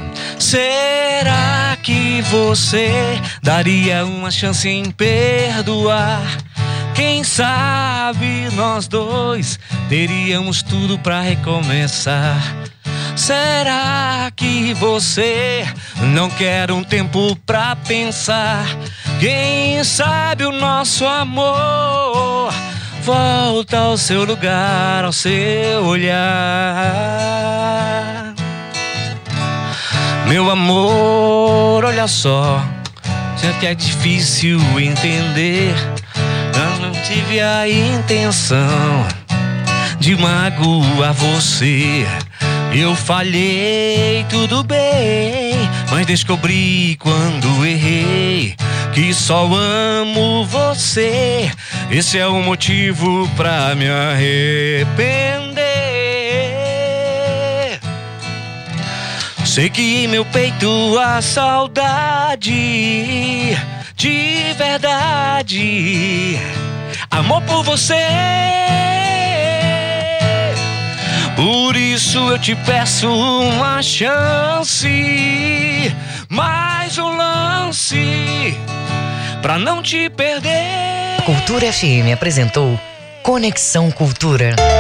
Será que você daria uma chance em perdoar? Quem sabe nós dois teríamos tudo pra recomeçar. Será que você não quer um tempo pra pensar? Quem sabe o nosso amor volta ao seu lugar, ao seu olhar. Meu amor, olha só, já que é difícil entender, eu não tive a intenção de magoar você. Eu falhei, tudo bem, mas descobri quando errei que só amo você. Esse é o motivo pra me arrepender. Sei que em meu peito há saudade de verdade, amor por você. Por isso eu te peço uma chance, mais um lance, pra não te perder. Cultura F M apresentou Conexão Cultura.